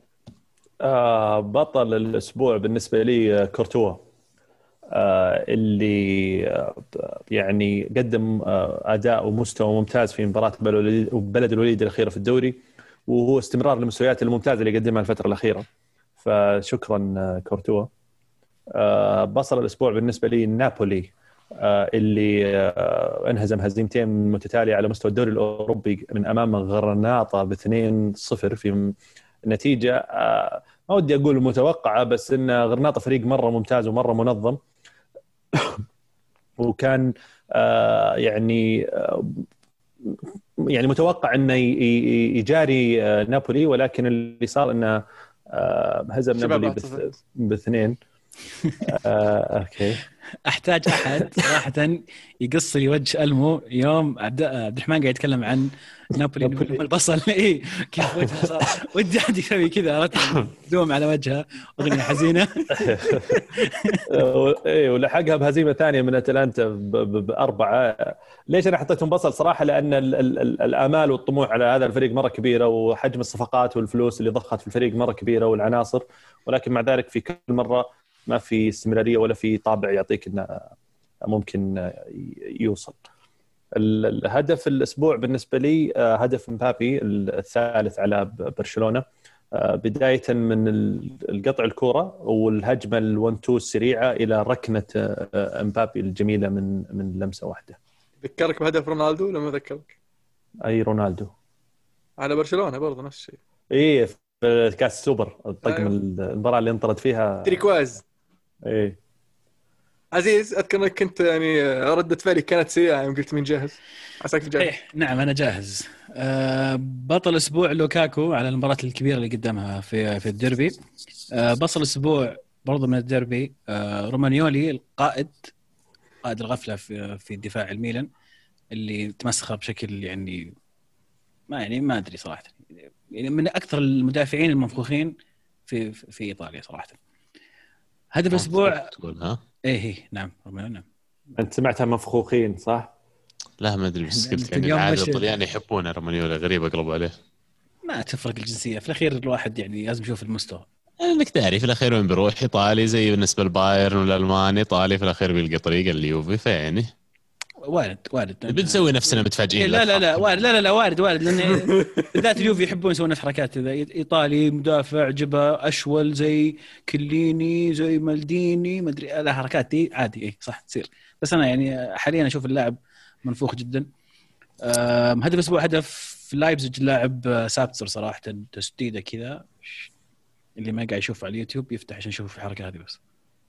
بطل الأسبوع بالنسبة لي كورتوا، اللي يعني قدم أداء ومستوى ممتاز في مباراة بلد الوليد الأخيرة في الدوري، وهو استمرار للمستويات الممتازة اللي قدمها الفترة الأخيرة، فشكرا كورتوا. بصل الأسبوع بالنسبة لي نابولي، اللي انهزم هزيمتين متتالية على مستوى الدوري الأوروبي من أمام غرناطة ب2-0 في نتيجة ما ودي أقول متوقعة، بس إن غرناطة فريق مرة ممتاز ومرة منظم، وكان يعني متوقع إنه يجاري نابولي، ولكن اللي صار إنه هزم نابولي ب2. اوكي، احتاج احد صراحه يقص لي وجه المو يوم عبد الرحمن قاعد يتكلم عن نابولي البصل. ايه كيف وجهه صار، ودي احد يسوي كذا دوم على وجهه اغنيه حزينه. ايه، ولحقها بهزيمه ثانيه من اتلانتا ب4. ليش انا حطيتهم بصل صراحه؟ لان الامال والطموح على هذا الفريق مره كبيره، وحجم الصفقات والفلوس اللي ضخت في الفريق مره كبيره والعناصر، ولكن مع ذلك في كل مره ما في استمرارية ولا في طابع يعطيك إنه ممكن يوصل. الهدف الأسبوع بالنسبة لي هدف مبابي الثالث على برشلونة، بداية من القطع الكرة والهجمة ال1-2 السريعة إلى ركنة مبابي الجميلة من لمسة واحدة. ذكرك بهدف رونالدو ولا ما ذكرك؟ أي رونالدو على برشلونة برضه نفس الشيء. إيه، في كاس السوبر الطقم المباراة اللي انطرد فيها تريكواز. ايه عزيز، اذكر انك كنت يعني ردة فعلي كانت سيئة يوم قلت مين جاهز. عساك جاهز. نعم انا جاهز. بطل اسبوع لوكاكو على المباراة الكبيرة اللي قدمها في الديربي. بطل اسبوع برضو من الديربي رومانيولي، قائد الغفلة في دفاع الميلان، اللي تمسخر بشكل يعني ما ادري صراحة، يعني من اكثر المدافعين المنفوخين في ايطاليا صراحة. هدف الاسبوع تقول ها؟ ايه نعم نعم. انت سمعتها منفوخين صح؟ لا ما ادري، بس قلت يعني العاده الطليان يحبونه رومانيولا، غريب اقلبوا عليه. ما تفرق الجنسيه في الاخير، الواحد يعني لازم يشوف المستوى. انك تعرف في الاخير وين بيروح، ايطالي زي بالنسبه للبايرن والالماني، ايطالي في الاخير بيلقى طريقه اليوفي، فيعني وارد بنسوي نفسنا متفاجئين. لا وارد لان بالذات اليوفي يحبون يسوون نفس حركات اذا ايطالي مدافع جبهه اشول زي كليني زي مالديني ما ادري، لا حركات دي عادي ايه صح تصير، بس انا يعني حاليا اشوف اللاعب منفوخ جدا. هدف الاسبوع هدف لايبزيج، لاعب سابتر صراحه، تسديده كذا اللي ما قاعد يشوف على اليوتيوب يفتح عشان يشوف الحركه هذه بس.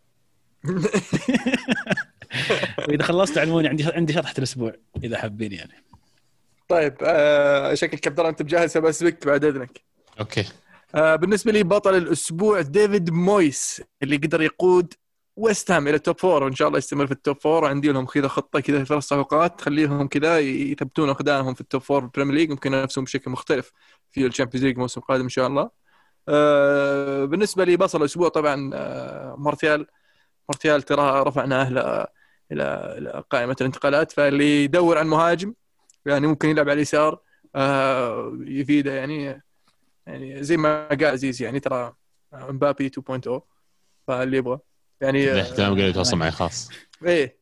واذا خلصت علموني عندي شطحه الاسبوع اذا حابين يعني. طيب شكلك عبد الله انت بجاهز، بسبك بعد اذنك. اوكي. بالنسبه لي بطل الاسبوع ديفيد مويس، اللي قدر يقود ويست هام الى التوب 4، وان شاء الله يستمر في التوب 4. عندي لهم كذا خطه كذا 3 صفقات تخليهم كذا يثبتون اقدامهم في التوب 4 بالبريمير ليج، ممكن ينافسون بشكل مختلف في الشامبيونز ليج الموسم القادم ان شاء الله. بالنسبه لي بصل الاسبوع طبعا مارتيال ترى رفعناه الى قائمه الانتقالات، فاللي يدور عن مهاجم يعني ممكن يلعب على اليسار يفيده، يعني زي ما قال عزيز يعني ترى مبابي 2.0، فاللي يبغى يعني احتمال قال يتواصل معي خاص. ايه.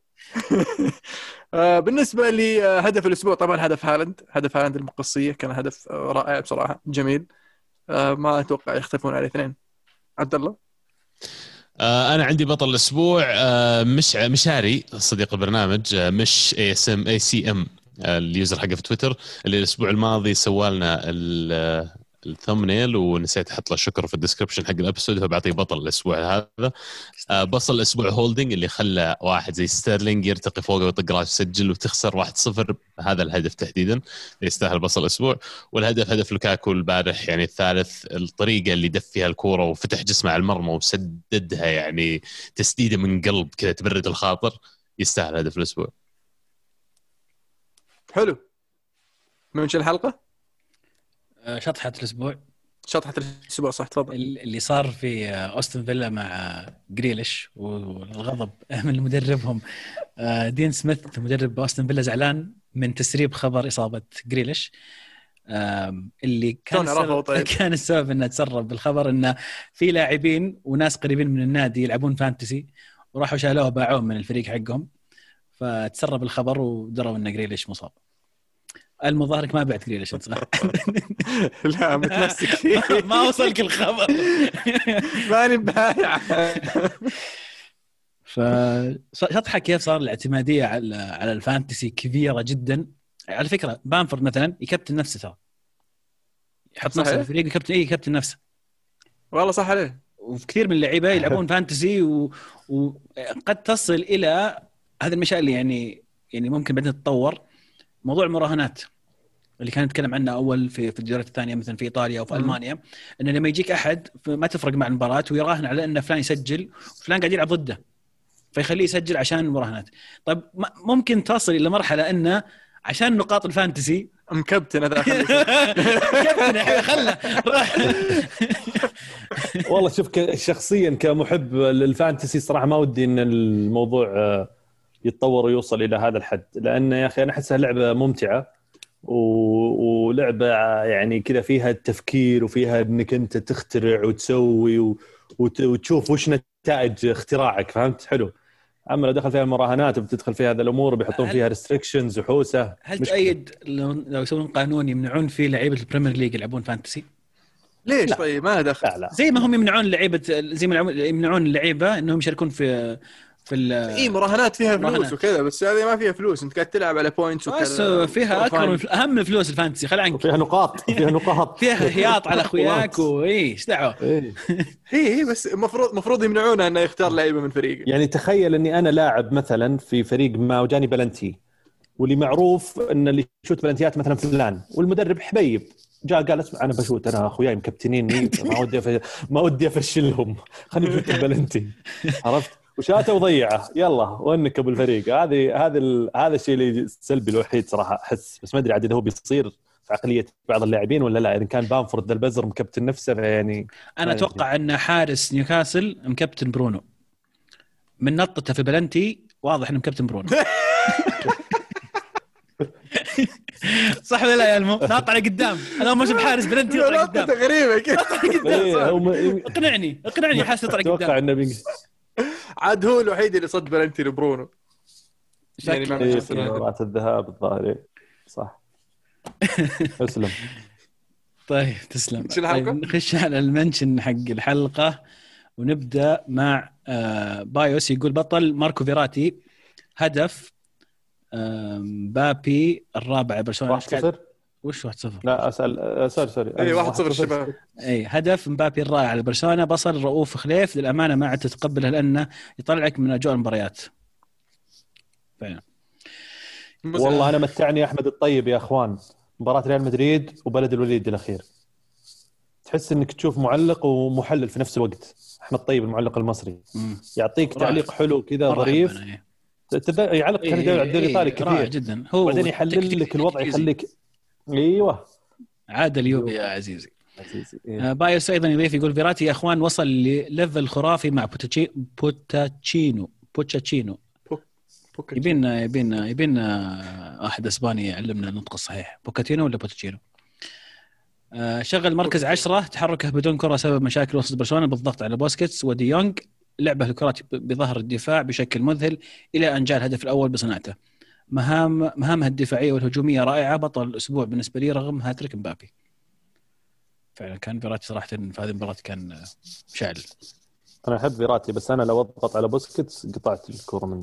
بالنسبه لي هدف الاسبوع طبعا هدف هالاند المقصيه، كان هدف رائع بصراحه جميل، ما اتوقع يختلفون عليه اثنين. عبد الله. انا عندي بطل الاسبوع مش هاري صديق البرنامج، مش ACM اليوزر حقه في تويتر، اللي الاسبوع الماضي سوالنا الثمنيل ونسيت احط له شكر في الديسكربشن حق الابيسود، هو بعطيه بطل الاسبوع هذا. بطل الاسبوع هولدنج، اللي خلى واحد زي ستيرلينج يرتقي فوقه ويطق راس يسجل وتخسر 1-0، هذا الهدف تحديدا يستاهل بطل الاسبوع. والهدف هدف لوكاكو البارح، يعني الثالث، الطريقه اللي دف فيها الكوره وفتح جسمه على المرمى وسددها، يعني تسديده من قلب كذا تبرد الخاطر، يستاهل هدف الاسبوع. حلو. من وش الحلقه؟ شطحة الأسبوع. شطحه الاسبوع صح. تفضل. اللي صار في أوستن فيلا مع جريليش والغضب من مدربهم دين سميث مدرب أوستن فيلا زعلان من تسريب خبر إصابة جريليش اللي كان السبب انه تسرب بالخبر انه في لاعبين وناس قريبين من النادي يلعبون فانتسي وراحوا شالوه باعوه من الفريق حقهم، فتسرب الخبر ودروا ان جريليش مصاب. المظاهرك ما بعت جريليش صح؟ لا متمسك فيه. ما وصلك الخبر. ماني بايع. فشطحة كيف صار الاعتمادية على الفانتسي كبيرة جدا. على فكرة بامفورد مثلا يكابتن نفسه ترى، يحط نفسه في الفريق يكابتن نفسه والله صح عليه. وكثير من اللعيبة يلعبون فانتسي وقد تصل إلى هذا المشاكل يعني ممكن بعدين تتطور. موضوع المراهنات اللي كان نتكلم عنه أول في الدوريات الثانية مثلا في إيطاليا أو في ألمانيا، إن لما يجيك أحد ما تفرق مع المباراة ويراهن على أن فلان يسجل وفلان قاعد يلعب ضده فيخليه يسجل عشان المراهنات. طيب ممكن تصل إلى مرحلة أنه عشان نقاط الفانتسي مكابتن هذا كابتن يا حبيبي خله والله شوف شخصيا كمحب للفانتسي صراحة ما ودي إن الموضوع يتطور ويوصل إلى هذا الحد، لأن يا أخي أنا أحسها لعبة ممتعة ولعبة يعني كذا فيها التفكير وفيها إنك أنت تخترع وتسوي وتشوف وش نتائج اختراعك، فهمت؟ حلو. أما لو دخل فيها المراهنات وبتدخل فيها هذه الأمور بيحطون فيها ريستريكشنز وحوسة. هل تأيد لو يسوون قانون يمنعون فيه لعيبة البريمير ليج يلعبون فانتسي؟ ليش؟ لا. طيب ما دخل. لا. زي ما هم يمنعون لعيبة زي ما يمنعون اللعيبة إنهم يشاركون في مراهنات فيها فلوس وكذا، بس هذه ما فيها فلوس، انت قاعد تلعب على بوينتس وكذا. فيها اكبر اهم الفلوس الفانتسي، خل عنك. فيها نقاط فيها هياط على اخوياك ايش دعوه. هي بس المفروض يمنعونه انه يختار لعيبه من فريقه. يعني تخيل اني انا لاعب مثلا في فريق ما وجاني بلنتي، واللي معروف ان اللي يشوت بلنتيات مثلا فلان، والمدرب حبيب جاء قال اسمع انا بشوت، انا اخوياي مكابتنيني ما ودي افشلهم، خليني اشوت البلنتي، عرفت؟ وشاته وضيعه يلا وانك ابو الفريق. هذا الشيء اللي السلبي الوحيد صراحه احس، بس ما ادري عاد اذا هو بيصير في عقليه بعض اللاعبين ولا لا. اذا كان بامفورد ذا البزر مكابتن نفسه يعني انا اتوقع ان حارس نيوكاسل مكابتن برونو من نطته في بلنتي، واضح انه مكابتن برونو. صح ولا لا يا المو؟ ناط على قدام. انا مش بحارس بلنتي يطلع قدام. غريبه كذا. اقنعني حاسس يطلع قدام. اتوقع انه عاد هو الوحيد اللي صد بلنتي لبرونو يعني ما في مباراة الذهاب الظاهر. صح. اسلم. طيب تسلم. نخش على المنشن حق الحلقة ونبدأ مع بايوس. يقول بطل ماركو فيراتي هدف مبابي الرابع برشلونة. 1-0 وش 1-0؟ لا اسال سوري اي 1-0 الشباب. اي هدف مبابي الرائع على برشلونة. بصل رؤوف خليف للامانه ما عاد تتقبله لانه يطلعك من اجواء المباريات فعلا. والله انا متعني احمد الطيب يا اخوان، مباراه ريال مدريد وبلد الوليد الاخير، تحس انك تشوف معلق ومحلل في نفس الوقت. احمد الطيب المعلق المصري يعطيك تعليق حلو كذا ظريف، يعلق كان جاي على الدوري الايطالي كثير جدا، هو بعدين يحلل لك الوضع، يخليك ايوه عاد اليوبي يا عزيزي. بايوس ايضا يضيف يقول فيراتي يا اخوان وصل لليفل خرافي مع بوتشاتشينو. يبينا واحد اسباني يعلمنا النطق الصحيح، بوكاتينو ولا بوتشاتشينو. شغل مركز 10 تحركه بدون كرة سبب مشاكل وسط برشلونة بالضغط على بوسكيتس وديونغ، لعبه الكرات بظهر الدفاع بشكل مذهل الى ان جاء الهدف الاول بصناعته. مهامها الدفاعيه والهجوميه رائعه. بطل الاسبوع بالنسبه لي رغم هاتريك مبابي. فعلا كان فيراتي صراحه في هذه المباراه كان مشعل. انا احب فيراتي، بس انا لو اضغط على بوسكيتس قطعت الكره منه.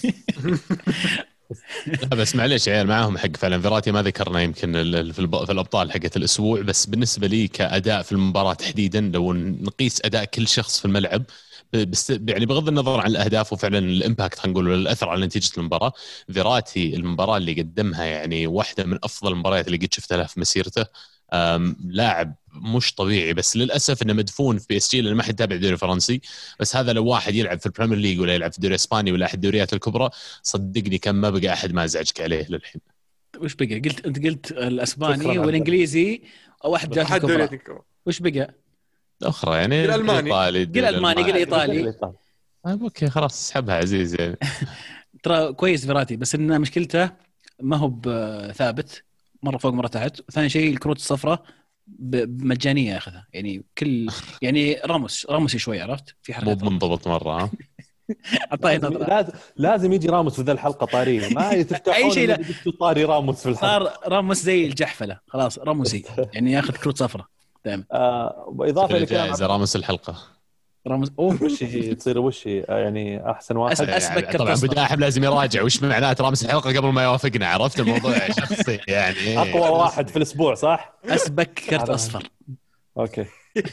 لا بس معليش عيال معاهم حق فعلا. فيراتي ما ذكرنا يمكن في الابطال حقت الاسبوع، بس بالنسبه لي كاداء في المباراه تحديدا لو نقيس اداء كل شخص في الملعب يعني بغض النظر عن الاهداف وفعلا الامباكت خلينا نقول الاثر على نتيجه المباراه، فيراتي المباراه اللي قدمها يعني واحده من افضل المباريات اللي قد شفتها في مسيرته. لاعب مش طبيعي، بس للاسف انه مدفون في PSG لان ما حد يتابع الدوري الفرنسي. بس هذا لو واحد يلعب في البريمير ليج ولا يلعب في الدوري الاسباني ولا احد الدوريات الكبرى، صدقني كم ما بقى احد ما ازعجك عليه للحين. وش بقى؟ انت قلت الاسباني شكراً والانجليزي او واحد جات أحد الكبرى. دوريات الكبرى. وش بقى؟ اخرى يعني الألماني. ايطالي قل الماني قل ايطالي. اوكي خلاص اسحبها عزيز يعني. ترى كويس فيراتي، بس ان مشكلته ما هو ثابت، مره فوق مره تحت. ثاني شيء الكروت الصفراء مجانيه ياخذها، يعني كل يعني راموس شوي، عرفت في مو حركات منضبط مره ها. اعطاني نظره. لازم يجي راموس في ذا الحلقه طاريه، ما تفتحون أي شيء لا. جبتوا طاري راموس في الحلقه. صار راموس زي الجحفله، خلاص راموسي يعني ياخذ كروت صفراء دائما. واضافه لكلام جائزه راموس الحلقه. راموس اوه وش هي تصير وش هي يعني احسن واحد. أسبك كرت طبعا أصفر. بداحم لازم يراجع وش معنات راموس الحلقه قبل ما يوافقنا، عرفت الموضوع شخصي يعني. اقوى واحد في الاسبوع صح. اسبك كرت اصفر. اوكي.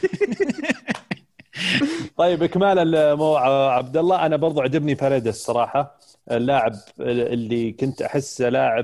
طيب اكمالا عبد الله، انا برضو عجبني باريدس صراحه، اللاعب اللي كنت احسه لاعب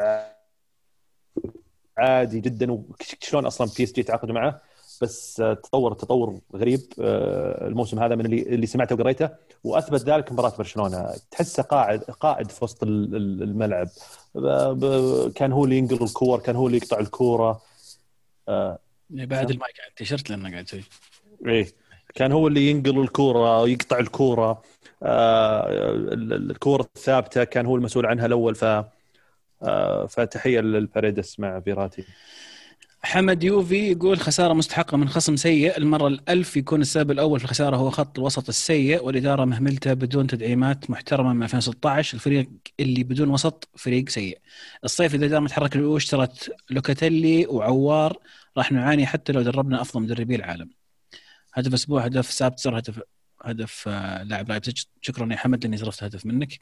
عادي جدا، وشلون اصلا بي اس جي تعاقدوا معه، بس تطور غريب الموسم هذا من اللي سمعته وقريته، واثبت ذلك مباراه برشلونه. تحسه قائد في وسط الملعب، كان هو اللي ينقل الكور، كان هو اللي يقطع الكوره. بعد المايك على التيشيرت لانه قاعد يسوي ايه، كان هو اللي ينقل الكوره ويقطع الكوره، الكوره الثابته كان هو المسؤول عنها الاول. فتحيه للباريدس مع فيراتي. حمد يوفي يقول خسارة مستحقة من خصم سيء، المرة الألف يكون السبب الأول في الخسارة هو خط الوسط السيء، والإدارة مهملتها بدون تدعيمات محترمة من 2016. الفريق اللي بدون وسط فريق سيء. الصيف إذا الإدارة تحرك واشترت لوكاتيلي وعوار راح نعاني حتى لو دربنا أفضل مدربي العالم. هدف أسبوع، هدف سابتسر، هدف لاعب لايبزيج. شكرا يا حمد لأني صرفت هدف منك.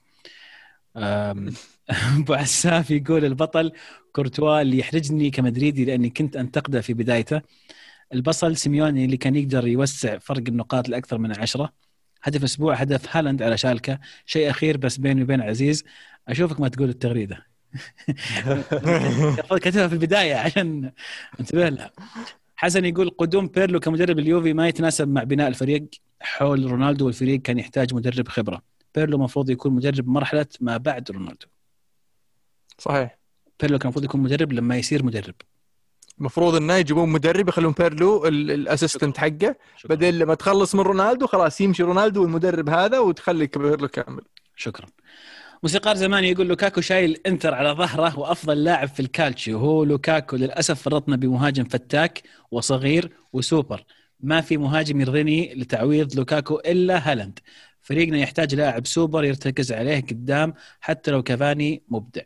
أبو عساف يقول البطل كورتوا اللي يحرجني كمدريدي لأني كنت أنتقده في بدايته. البصل سيميوني اللي كان يقدر يوسع فرق النقاط لأكثر من 10. هدف أسبوع، هدف هالاند على شالكة. شيء أخير بس بيني وبين عزيز، أشوفك ما تقول التغريدة. كتبها في البداية عشان انتبه لها. حسن يقول قدوم بيرلو كمدرب اليوفي ما يتناسب مع بناء الفريق حول رونالدو، والفريق كان يحتاج مدرب خبرة. بيرلو مفروض يكون مدرب مرحلة ما بعد رونالدو. صحيح. بيرلو كان المفروض يكون مدرب لما يصير مدرب. المفروض انه يجيبون مدرب يخلون بيرلو الاسيستنت حقه، بدل لما تخلص من رونالدو خلاص يمشي رونالدو والمدرب هذا وتخلي بيرلو كامل. شكرا. موسيقار زمان يقول لوكاكو شايل انتر على ظهره وافضل لاعب في الكالتشيو هو لوكاكو. للاسف فرطنا بمهاجم فتاك وصغير وسوبر، ما في مهاجم يرضيني لتعويض لوكاكو الا هالاند. فريقنا يحتاج لاعب سوبر يرتكز عليه قدام حتى لو كافاني مبدع.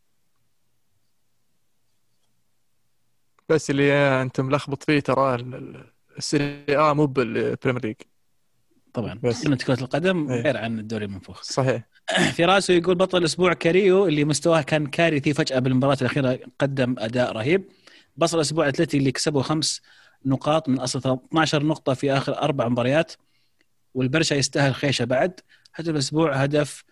بس اللي انت ملخبط فيه ترى السيري مو بالبريمير ليج طبعا بس. سنة كرة القدم ايه. غير عن الدوري المنفوخ. صحيح. في راسه يقول بطل الأسبوع كاريو اللي مستواه كان كارثي، فجأة بالمباراة الأخيرة قدم أداء رهيب. بطل الأسبوع أتلتي اللي كسبوا 5 نقاط من أصل 12 نقطة في آخر 4 مباريات، والبرشا يستاهل خيشة بعد. هدف الأسبوع هدف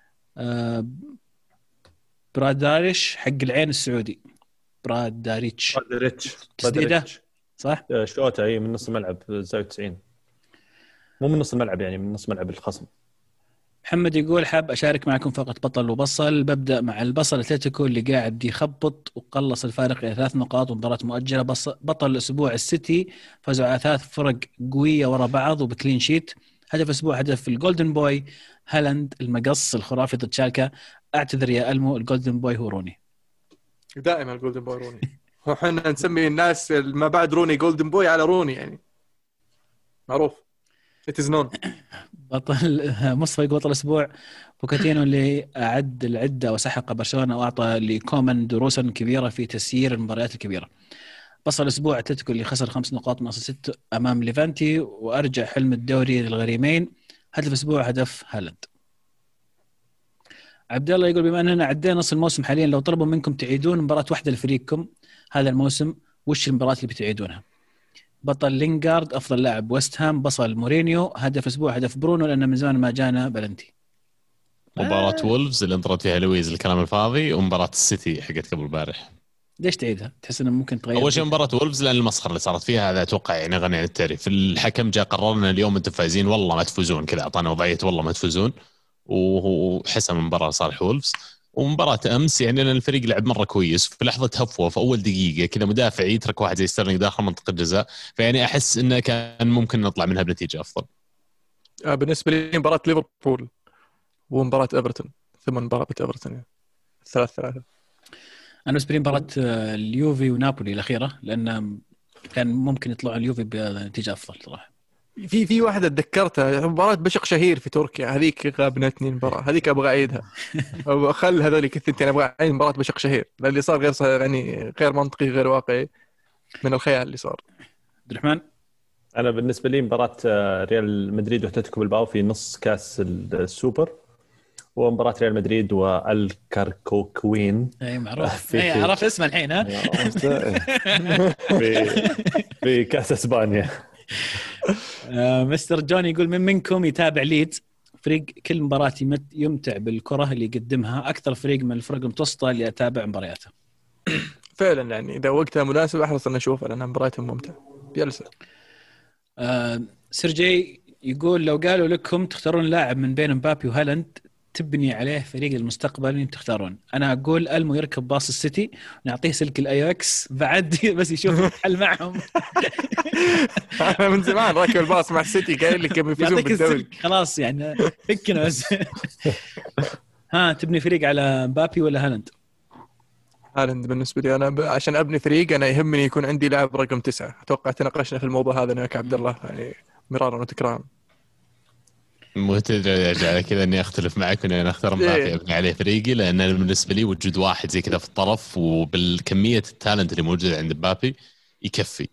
براداريش حق العين السعودي. براداريتش تسديدة صح؟ شوطة اي من نص الملعب زاوية 90، مو من نص الملعب يعني من نص ملعب الخصم. محمد يقول حاب أشارك معكم فقط بطل وبصل. ببدأ مع البصل أتلتيكو اللي قاعد يخبط وقلص الفارق إلى 3 نقاط ومباراة مؤجلة. بطل الأسبوع السيتي، فازوا على 3 فرق قوية ورا بعض وبكلين شيت. هدف الأسبوع هدف الجولدن بوي هالاند المقص الخرافي ضد شالكة. أعتذر يا ألمو، الجولدن بوي هو روني. دائما الجولدن بوي روني. وحنا نسمي الناس ما بعد روني جولدن بوي على روني، يعني معروف. It is known. بطل مصفى يقول بطل الأسبوع بوكاتينو اللي أعد العدة وسحق برشلونة وأعطى لكومان دروسا كبيرة في تسيير المباريات الكبيرة. بصل الأسبوع أتلتيكو اللي خسر 5 نقاط من أصل 6 أمام ليفانتي وأرجع حلم الدوري للغريمين. هدف الأسبوع هدف هالاند. عبد الله يقول بما أننا عدينا نص الموسم حاليا، لو طلبوا منكم تعيدون مباراة واحدة لفريقكم هذا الموسم وش المباراة اللي بتعيدونها؟ بطل لينغارد أفضل لاعب ويست هام. بصل مورينيو. هدف أسبوع هدف برونو لأنه من زمان ما جانا بلنتي. مباراة وولفز اللي انطرد فيها لويز الكلام الفاضي، ومباراة السيتي حقت قبل البارح. ليش تعيدها؟ تحس انه ممكن تغير؟ اول شيء مباراة وولفز لان المسخره اللي صارت فيها هذا اتوقع يعني غني عن التعريف. الحكم جاء قررنا اليوم انتم فايزين والله ما تفوزون، كذا اعطانا وضعيه والله ما تفوزون، وحسم المباراه لصالح وولفز. ومباراة أمس يعني أن الفريق لعب مرة كويس في لحظة هفوة في أول دقيقة كذا، مدافع يترك واحد زي ستيرلينج داخل منطقة الجزاء، فيعني أحس إنه كان ممكن نطلع منها بنتيجة أفضل. بالنسبة لي مباراة ليفربول ومباراة إيفرتون، ثم مباراة إيفرتون يعني 3-3. أنا بالنسبة لي مباراة اليوفي ونابولي الأخيرة، لأن كان ممكن يطلعوا اليوفي بنتيجة أفضل صراحة. في واحدة تذكرتها، مباراة بشق شهير في تركيا، هذيك غابنتني المباراة هذيك، أبغى أعيدها أو أخل هذولي الثنتين، أبغى أعيد مباراة بشق شهير، لأن اللي صار غير يعني غير منطقي غير واقعي من الخيال اللي صار. عبد الرحمن. أنا بالنسبة لي مباراة ريال مدريد وأتلتيكو بالباو في نص كاس السوبر، ومباراة ريال مدريد والكاركوكوين. اي معروف، اي عرفت اسمه الحين. ها في كاس اسبانيا. مستر جوني يقول من منكم يتابع ليدز؟ فريق كل مباراة يمتع بالكرة اللي يقدمها، أكثر فريق من الفرق المتوسطة اللي أتابع مبارياته. فعلا يعني إذا وقتها مناسب أحرص أن أشوفها لأنها مباراتهم ممتعة. جلسة. سيرجي يقول لو قالوا لكم تختارون لاعب من بين مبابي وهالاند تبني عليه فريق المستقبل مين تختارون؟ أنا أقول ألمو يركب باص السيتي ونعطيه سلك الأياكس بعد بس يشوف حل معهم. أنا من زمان راكب الباص مع السيتي قايل لك بيفوزون بالدوري خلاص يعني فكنا بس. ها تبني فريق على مبابي ولا هالاند؟ هالاند بالنسبة لي أنا عشان أبني فريق أنا يهمني يكون عندي لاعب رقم 9. أتوقع تناقشنا في الموضوع هذا أنا عبد الله يعني مرارا وتكرارا. مو ترجع كذا اني اختلف معك واني انا اختار مبابي ابني عليه فريقي، لان بالنسبه لي وجود واحد زي كذا في الطرف وبالكميه التالنت اللي موجوده عند مبابي يكفي.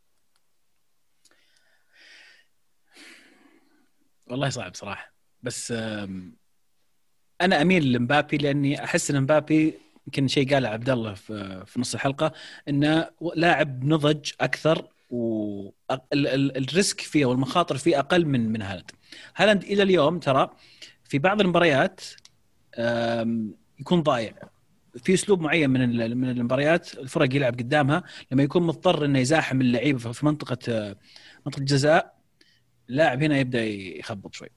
والله صعب صراحه، بس انا اميل لمبابي لاني احس ان مبابي يمكن شيء قال عبد الله في نص الحلقه انه لاعب نضج اكثر والريسك فيه والمخاطر فيه اقل من هالاند الى اليوم ترى في بعض المباريات يكون ضايع في اسلوب معين من المباريات، الفرق يلعب قدامها لما يكون مضطر انه يزاحم اللعيبه في منطقه الجزاء، اللاعب هنا يبدا يخبط شوي.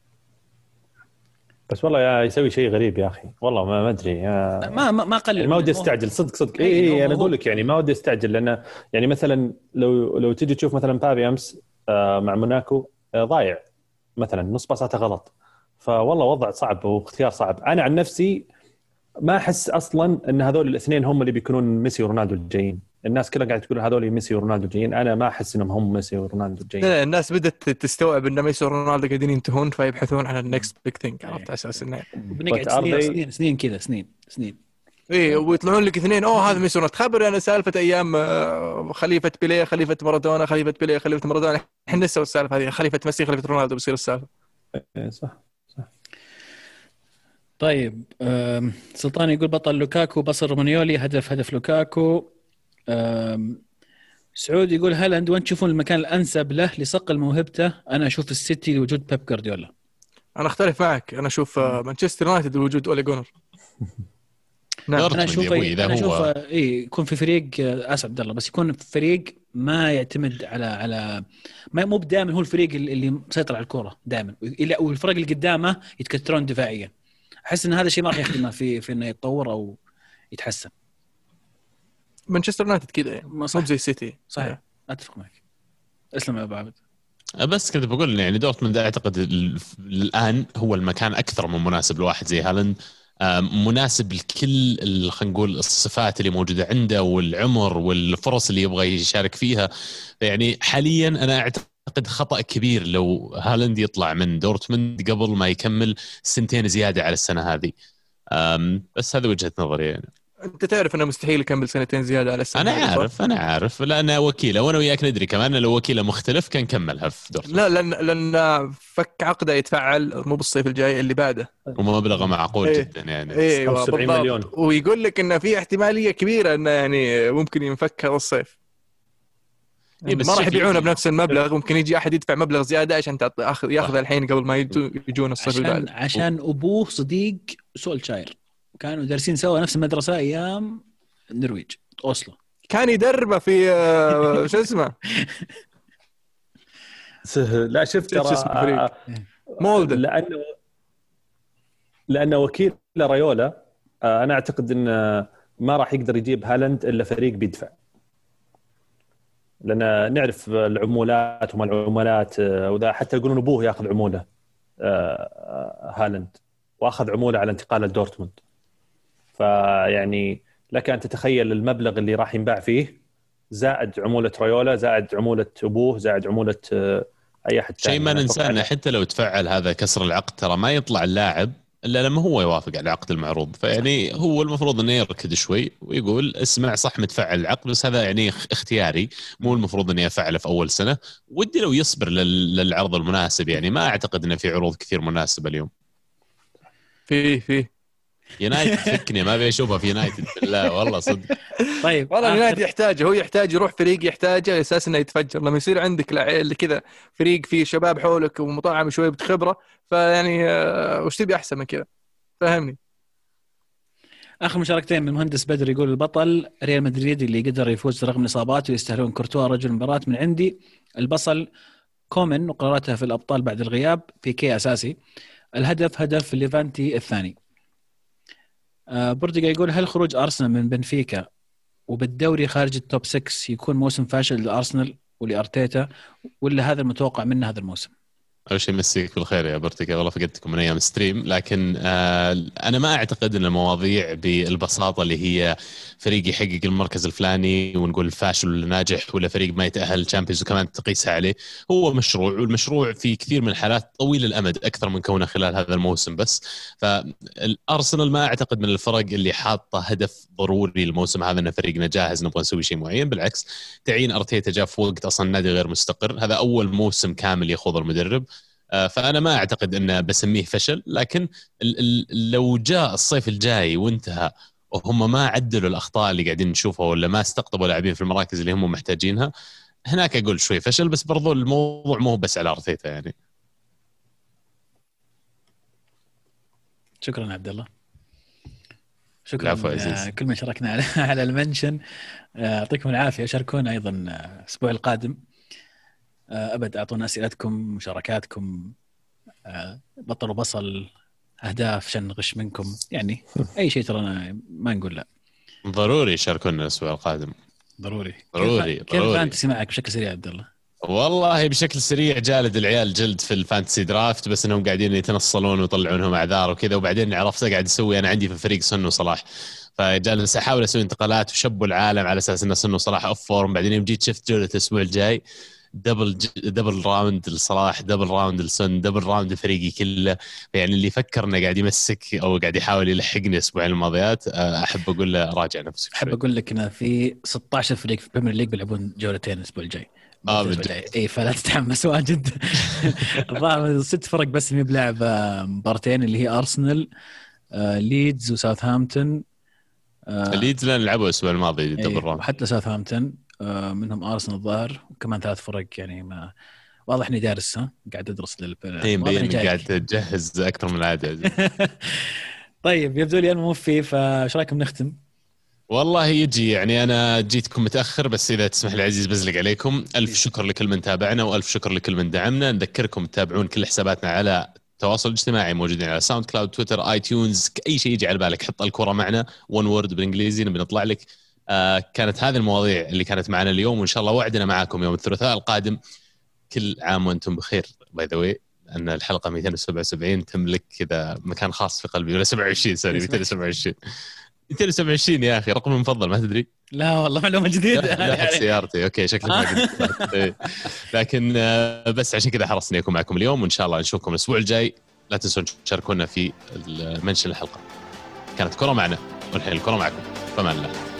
بس والله يسوي شيء غريب يا اخي، والله ما ادري ما قلل يعني ما ودي استعجل صدق اي انا اقول لك يعني ما ودي استعجل، لانه يعني مثلا لو تجي تشوف مثلا بابي امس مع موناكو ضايع مثلا نص باصاته غلط، فوالله وضع صعب واختيار صعب. انا عن نفسي ما احس اصلا ان هذول الاثنين هم اللي بيكونون ميسي ورونالدو الجايين. الناس كلها قاعده تقول هذول ميسي ورونالدو الجايين، انا ما احس انهم هم ميسي ورونالدو الجايين. الناس بدت تستوعب ان ميسي ورونالدو قاعدين ينتهون فيبحثون عن النكست بيج ثينج، عرفت على اساس انه بنقعد سنين كذا سنين ايه ويطلعون لك اثنين هذا ميسي ورونالدو. تخبر انا سالفه ايام خليفه بيليه خليفه مارادونا خليفه بيليه خليفه مارادونا، احنا نسوا السالفه هذه خليفه ميسي خليفه رونالدو بيصير السالفه. صح. طيب سلطان يقول بطل لوكاكو بصر رومانيولي هدف لوكاكو. سعود يقول هالاند وين تشوفون المكان الانسب له لصقل موهبته؟ انا اشوف السيتي لوجود بيب جوارديولا. انا اختلف معك، انا اشوف مانشستر يونايتد لوجود اولي جونر. نعم انا اشوف يكون في فريق عبد الله، بس يكون فريق ما يعتمد على ما مو دائما هو الفريق اللي مسيطر على الكرة دائما، والفرق اللي قدامه يتكثرون دفاعيا. احس ان هذا الشيء ما راح يخدمه في انه يتطور او يتحسن. مانشستر يونايتد كذا يعني مو زي السيتي. صحيح اتفق معك. اسلم يا ابو عبد. بس كنت بقول يعني دورتموند اعتقد الان هو المكان اكثر من مناسب لواحد زي هالاند، مناسب لكل خلينا نقول الصفات اللي موجوده عنده والعمر والفرص اللي يبغى يشارك فيها. يعني حاليا انا اعتقد خطأ كبير لو هالاند يطلع من دورتموند قبل ما يكمل سنتين زياده على السنه هذه. بس هذا وجهه نظري يعني. انت تعرف انه مستحيل يكمل سنتين زياده على السنه. انا عارف لانه وكيله، وانا وياك ندري كمان لو وكيله مختلف كان كملها في دورتموند. لا لان فك عقده يتفعل مو بالصيف الجاي اللي بعده، ومبلغ معقول جدا يعني 70 مليون، ويقول لك انه في احتماليه كبيره انه يعني ممكن ينفك هذا الصيف. ما راح يبيعونه بنفس المبلغ، ممكن يجي احد يدفع مبلغ زياده عشان ياخذ الحين قبل ما يجون الصيف الجاي. عشان ابوه صديق سولشاير، كانوا دارسين سوا نفس المدرسة أيام النرويج أوسلو، كان يدربه في شو اسمه لا شفت ترى مولد، لأنه وكيل رايولا انا اعتقد ان ما راح يقدر يجيب هالاند الا فريق بيدفع، لان نعرف العمولات وما العمولات، وذا حتى يقولون ابوه ياخذ عموله هالاند، واخذ عموله على انتقاله لدورتموند. فيعني لك ان تتخيل المبلغ اللي راح ينباع فيه، زائد عموله رايولا، زائد عموله ابوه، زائد عموله اي احد شيء ما ننسى حتى لو تفعل هذا كسر العقد ترى ما يطلع اللاعب الا لما هو يوافق على العقد المعروض. فيعني هو المفروض انه يركض شوي ويقول اسمع صح متفعل العقد، بس هذا يعني اختياري، مو المفروض اني افعله في اول سنه. ودي لو يصبر للعرض المناسب، يعني ما اعتقد انه في عروض كثير مناسبه اليوم. في يونايتد فكني ما ابي اشوفها في يونايتد بالله والله صدق. طيب والله يونايتد يحتاجه، هو يحتاج يروح فريق يحتاجه اساس انه يتفجر. لما يصير عندك كذا فريق فيه شباب حولك ومطعم شويه بخبره، فيعني وش تبي احسن من كذا؟ فهمني. اخر مشاركتين من المهندس بدر يقول البطل ريال مدريد اللي قدر يفوز رغم الاصابات ويستاهلون كورتوا رجل المباراه. من عندي البصل كومن وقراراتها في الابطال بعد الغياب، بيكي اساسي، الهدف هدف ليفانتي الثاني. بردقة يقول هل خروج أرسنال من بنفيكا وبالدوري خارج التوب 6 يكون موسم فاشل لأرسنال ولأرتيتا، ولا هذا المتوقع منه هذا الموسم؟ أول شيء مسيك بالخير يا برتكا، والله فقدتكم من أيام ستريم. لكن أنا ما أعتقد أن المواضيع بالبساطة اللي هي فريق يحقق المركز الفلاني ونقول فاشل ولا ناجح، ولا فريق ما يتأهل تشامبيونز وكمان تقيسها عليه. هو مشروع، والمشروع في كثير من الحالات طويل الأمد أكثر من كونه خلال هذا الموسم بس. فالأرسنال ما أعتقد من الفرق اللي حاطة هدف ضروري الموسم هذا أن فريقنا جاهز نبغى نسوي شيء معين. بالعكس، تعيين أرتيتا جاء في وقت أصلا النادي غير مستقر، هذا أول موسم كامل يخوض المدرب. فأنا ما أعتقد أنه بسميه فشل. لكن لو جاء الصيف الجاي وانتهى وهم ما عدلوا الأخطاء اللي قاعدين نشوفها ولا ما استقطبوا لاعبين في المراكز اللي هم محتاجينها، هناك أقول شوي فشل. بس برضو الموضوع مو بس على أرتيتا يعني. شكرا عبد الله، شكرا كل من شاركنا على المنشن. يعطيكم العافية. شاركونا أيضا الأسبوع القادم، أبد أعطونا أسئلتكم مشاركاتكم، بطل وبصل، أهداف عشان نغش منكم، يعني أي شيء ترى ما نقول لا. ضروري شاركونا الأسبوع القادم، ضروري. كيف فانتسي معك بشكل سريع عبد الله؟ والله بشكل سريع جالد العيال جلد في الفانتسي درافت، بس انهم قاعدين يتنصلون ويطلعونهم اعذار وكذا. وبعدين عرفت قاعد اسوي انا عندي في الفريق سن وصلاح، فجالس احاول اسوي انتقالات وشبوا العالم على اساس ان سن وصلاح اوف فورم. بعدين يوم جيت شفت جوله الاسبوع الجاي دبل راوند لصلاح، دبل راوند لسن، دبل راوند فريقي كله. يعني اللي فكر انه قاعد يمسك او قاعد يحاول يلحقني الاسبوعين الماضيات، احب اقول له راجع نفسك. احب اقول لك ان في 16 فريق في البريمير ليج بيلعبون جولتين الاسبوع الجاي. اي فلا تتحمس واجد. الظاهر 6 فرق بس اللي بيلعب مبارتين، اللي هي ارسنال، ليدز وساوثهامبتون. ليدز لا نلعبوا الاسبوع الماضي دبل راوند، وحتى ساوثهامبتون منهم ارسنال الظاهر، وكمان 3 فرق. يعني ما واضح اني دارس، قاعد ادرس مبين قاعد تجهز اكثر من العاده. طيب يبدو لي انا موفي، فايش رايكم نختم؟ والله يجي يعني أنا جيتكم متأخر، بس إذا تسمح لي عزيز بزلق عليكم. ألف شكر لكل من تابعنا، وألف شكر لكل من دعمنا. نذكركم تتابعون كل حساباتنا على التواصل الاجتماعي، موجودين على ساوند كلاود، تويتر، آي تيونز، أي شيء يجي على بالك حط الكرة معنا، one word بالإنجليزي نبي نطلع لك. كانت هذه المواضيع اللي كانت معنا اليوم، وإن شاء الله وعدنا معاكم يوم الثلاثاء القادم. كل عام وأنتم بخير. باي ذا واي أن الحلقة 277 تملك كذا مكان خاص في قلبي، ولا 27 سوري 227 يا أخي، رقم المفضل ما تدري؟ لا والله معلومة جديدة. لا سيارتي أوكي شكلك ما قلت. لكن بس عشان كذا حرصت إني أكون معكم اليوم، وإن شاء الله نشوفكم الأسبوع الجاي. لا تنسون تشاركونا في المنشن الحلقة. كانت كرة معنا، والحين الكرة معكم. فمان الله.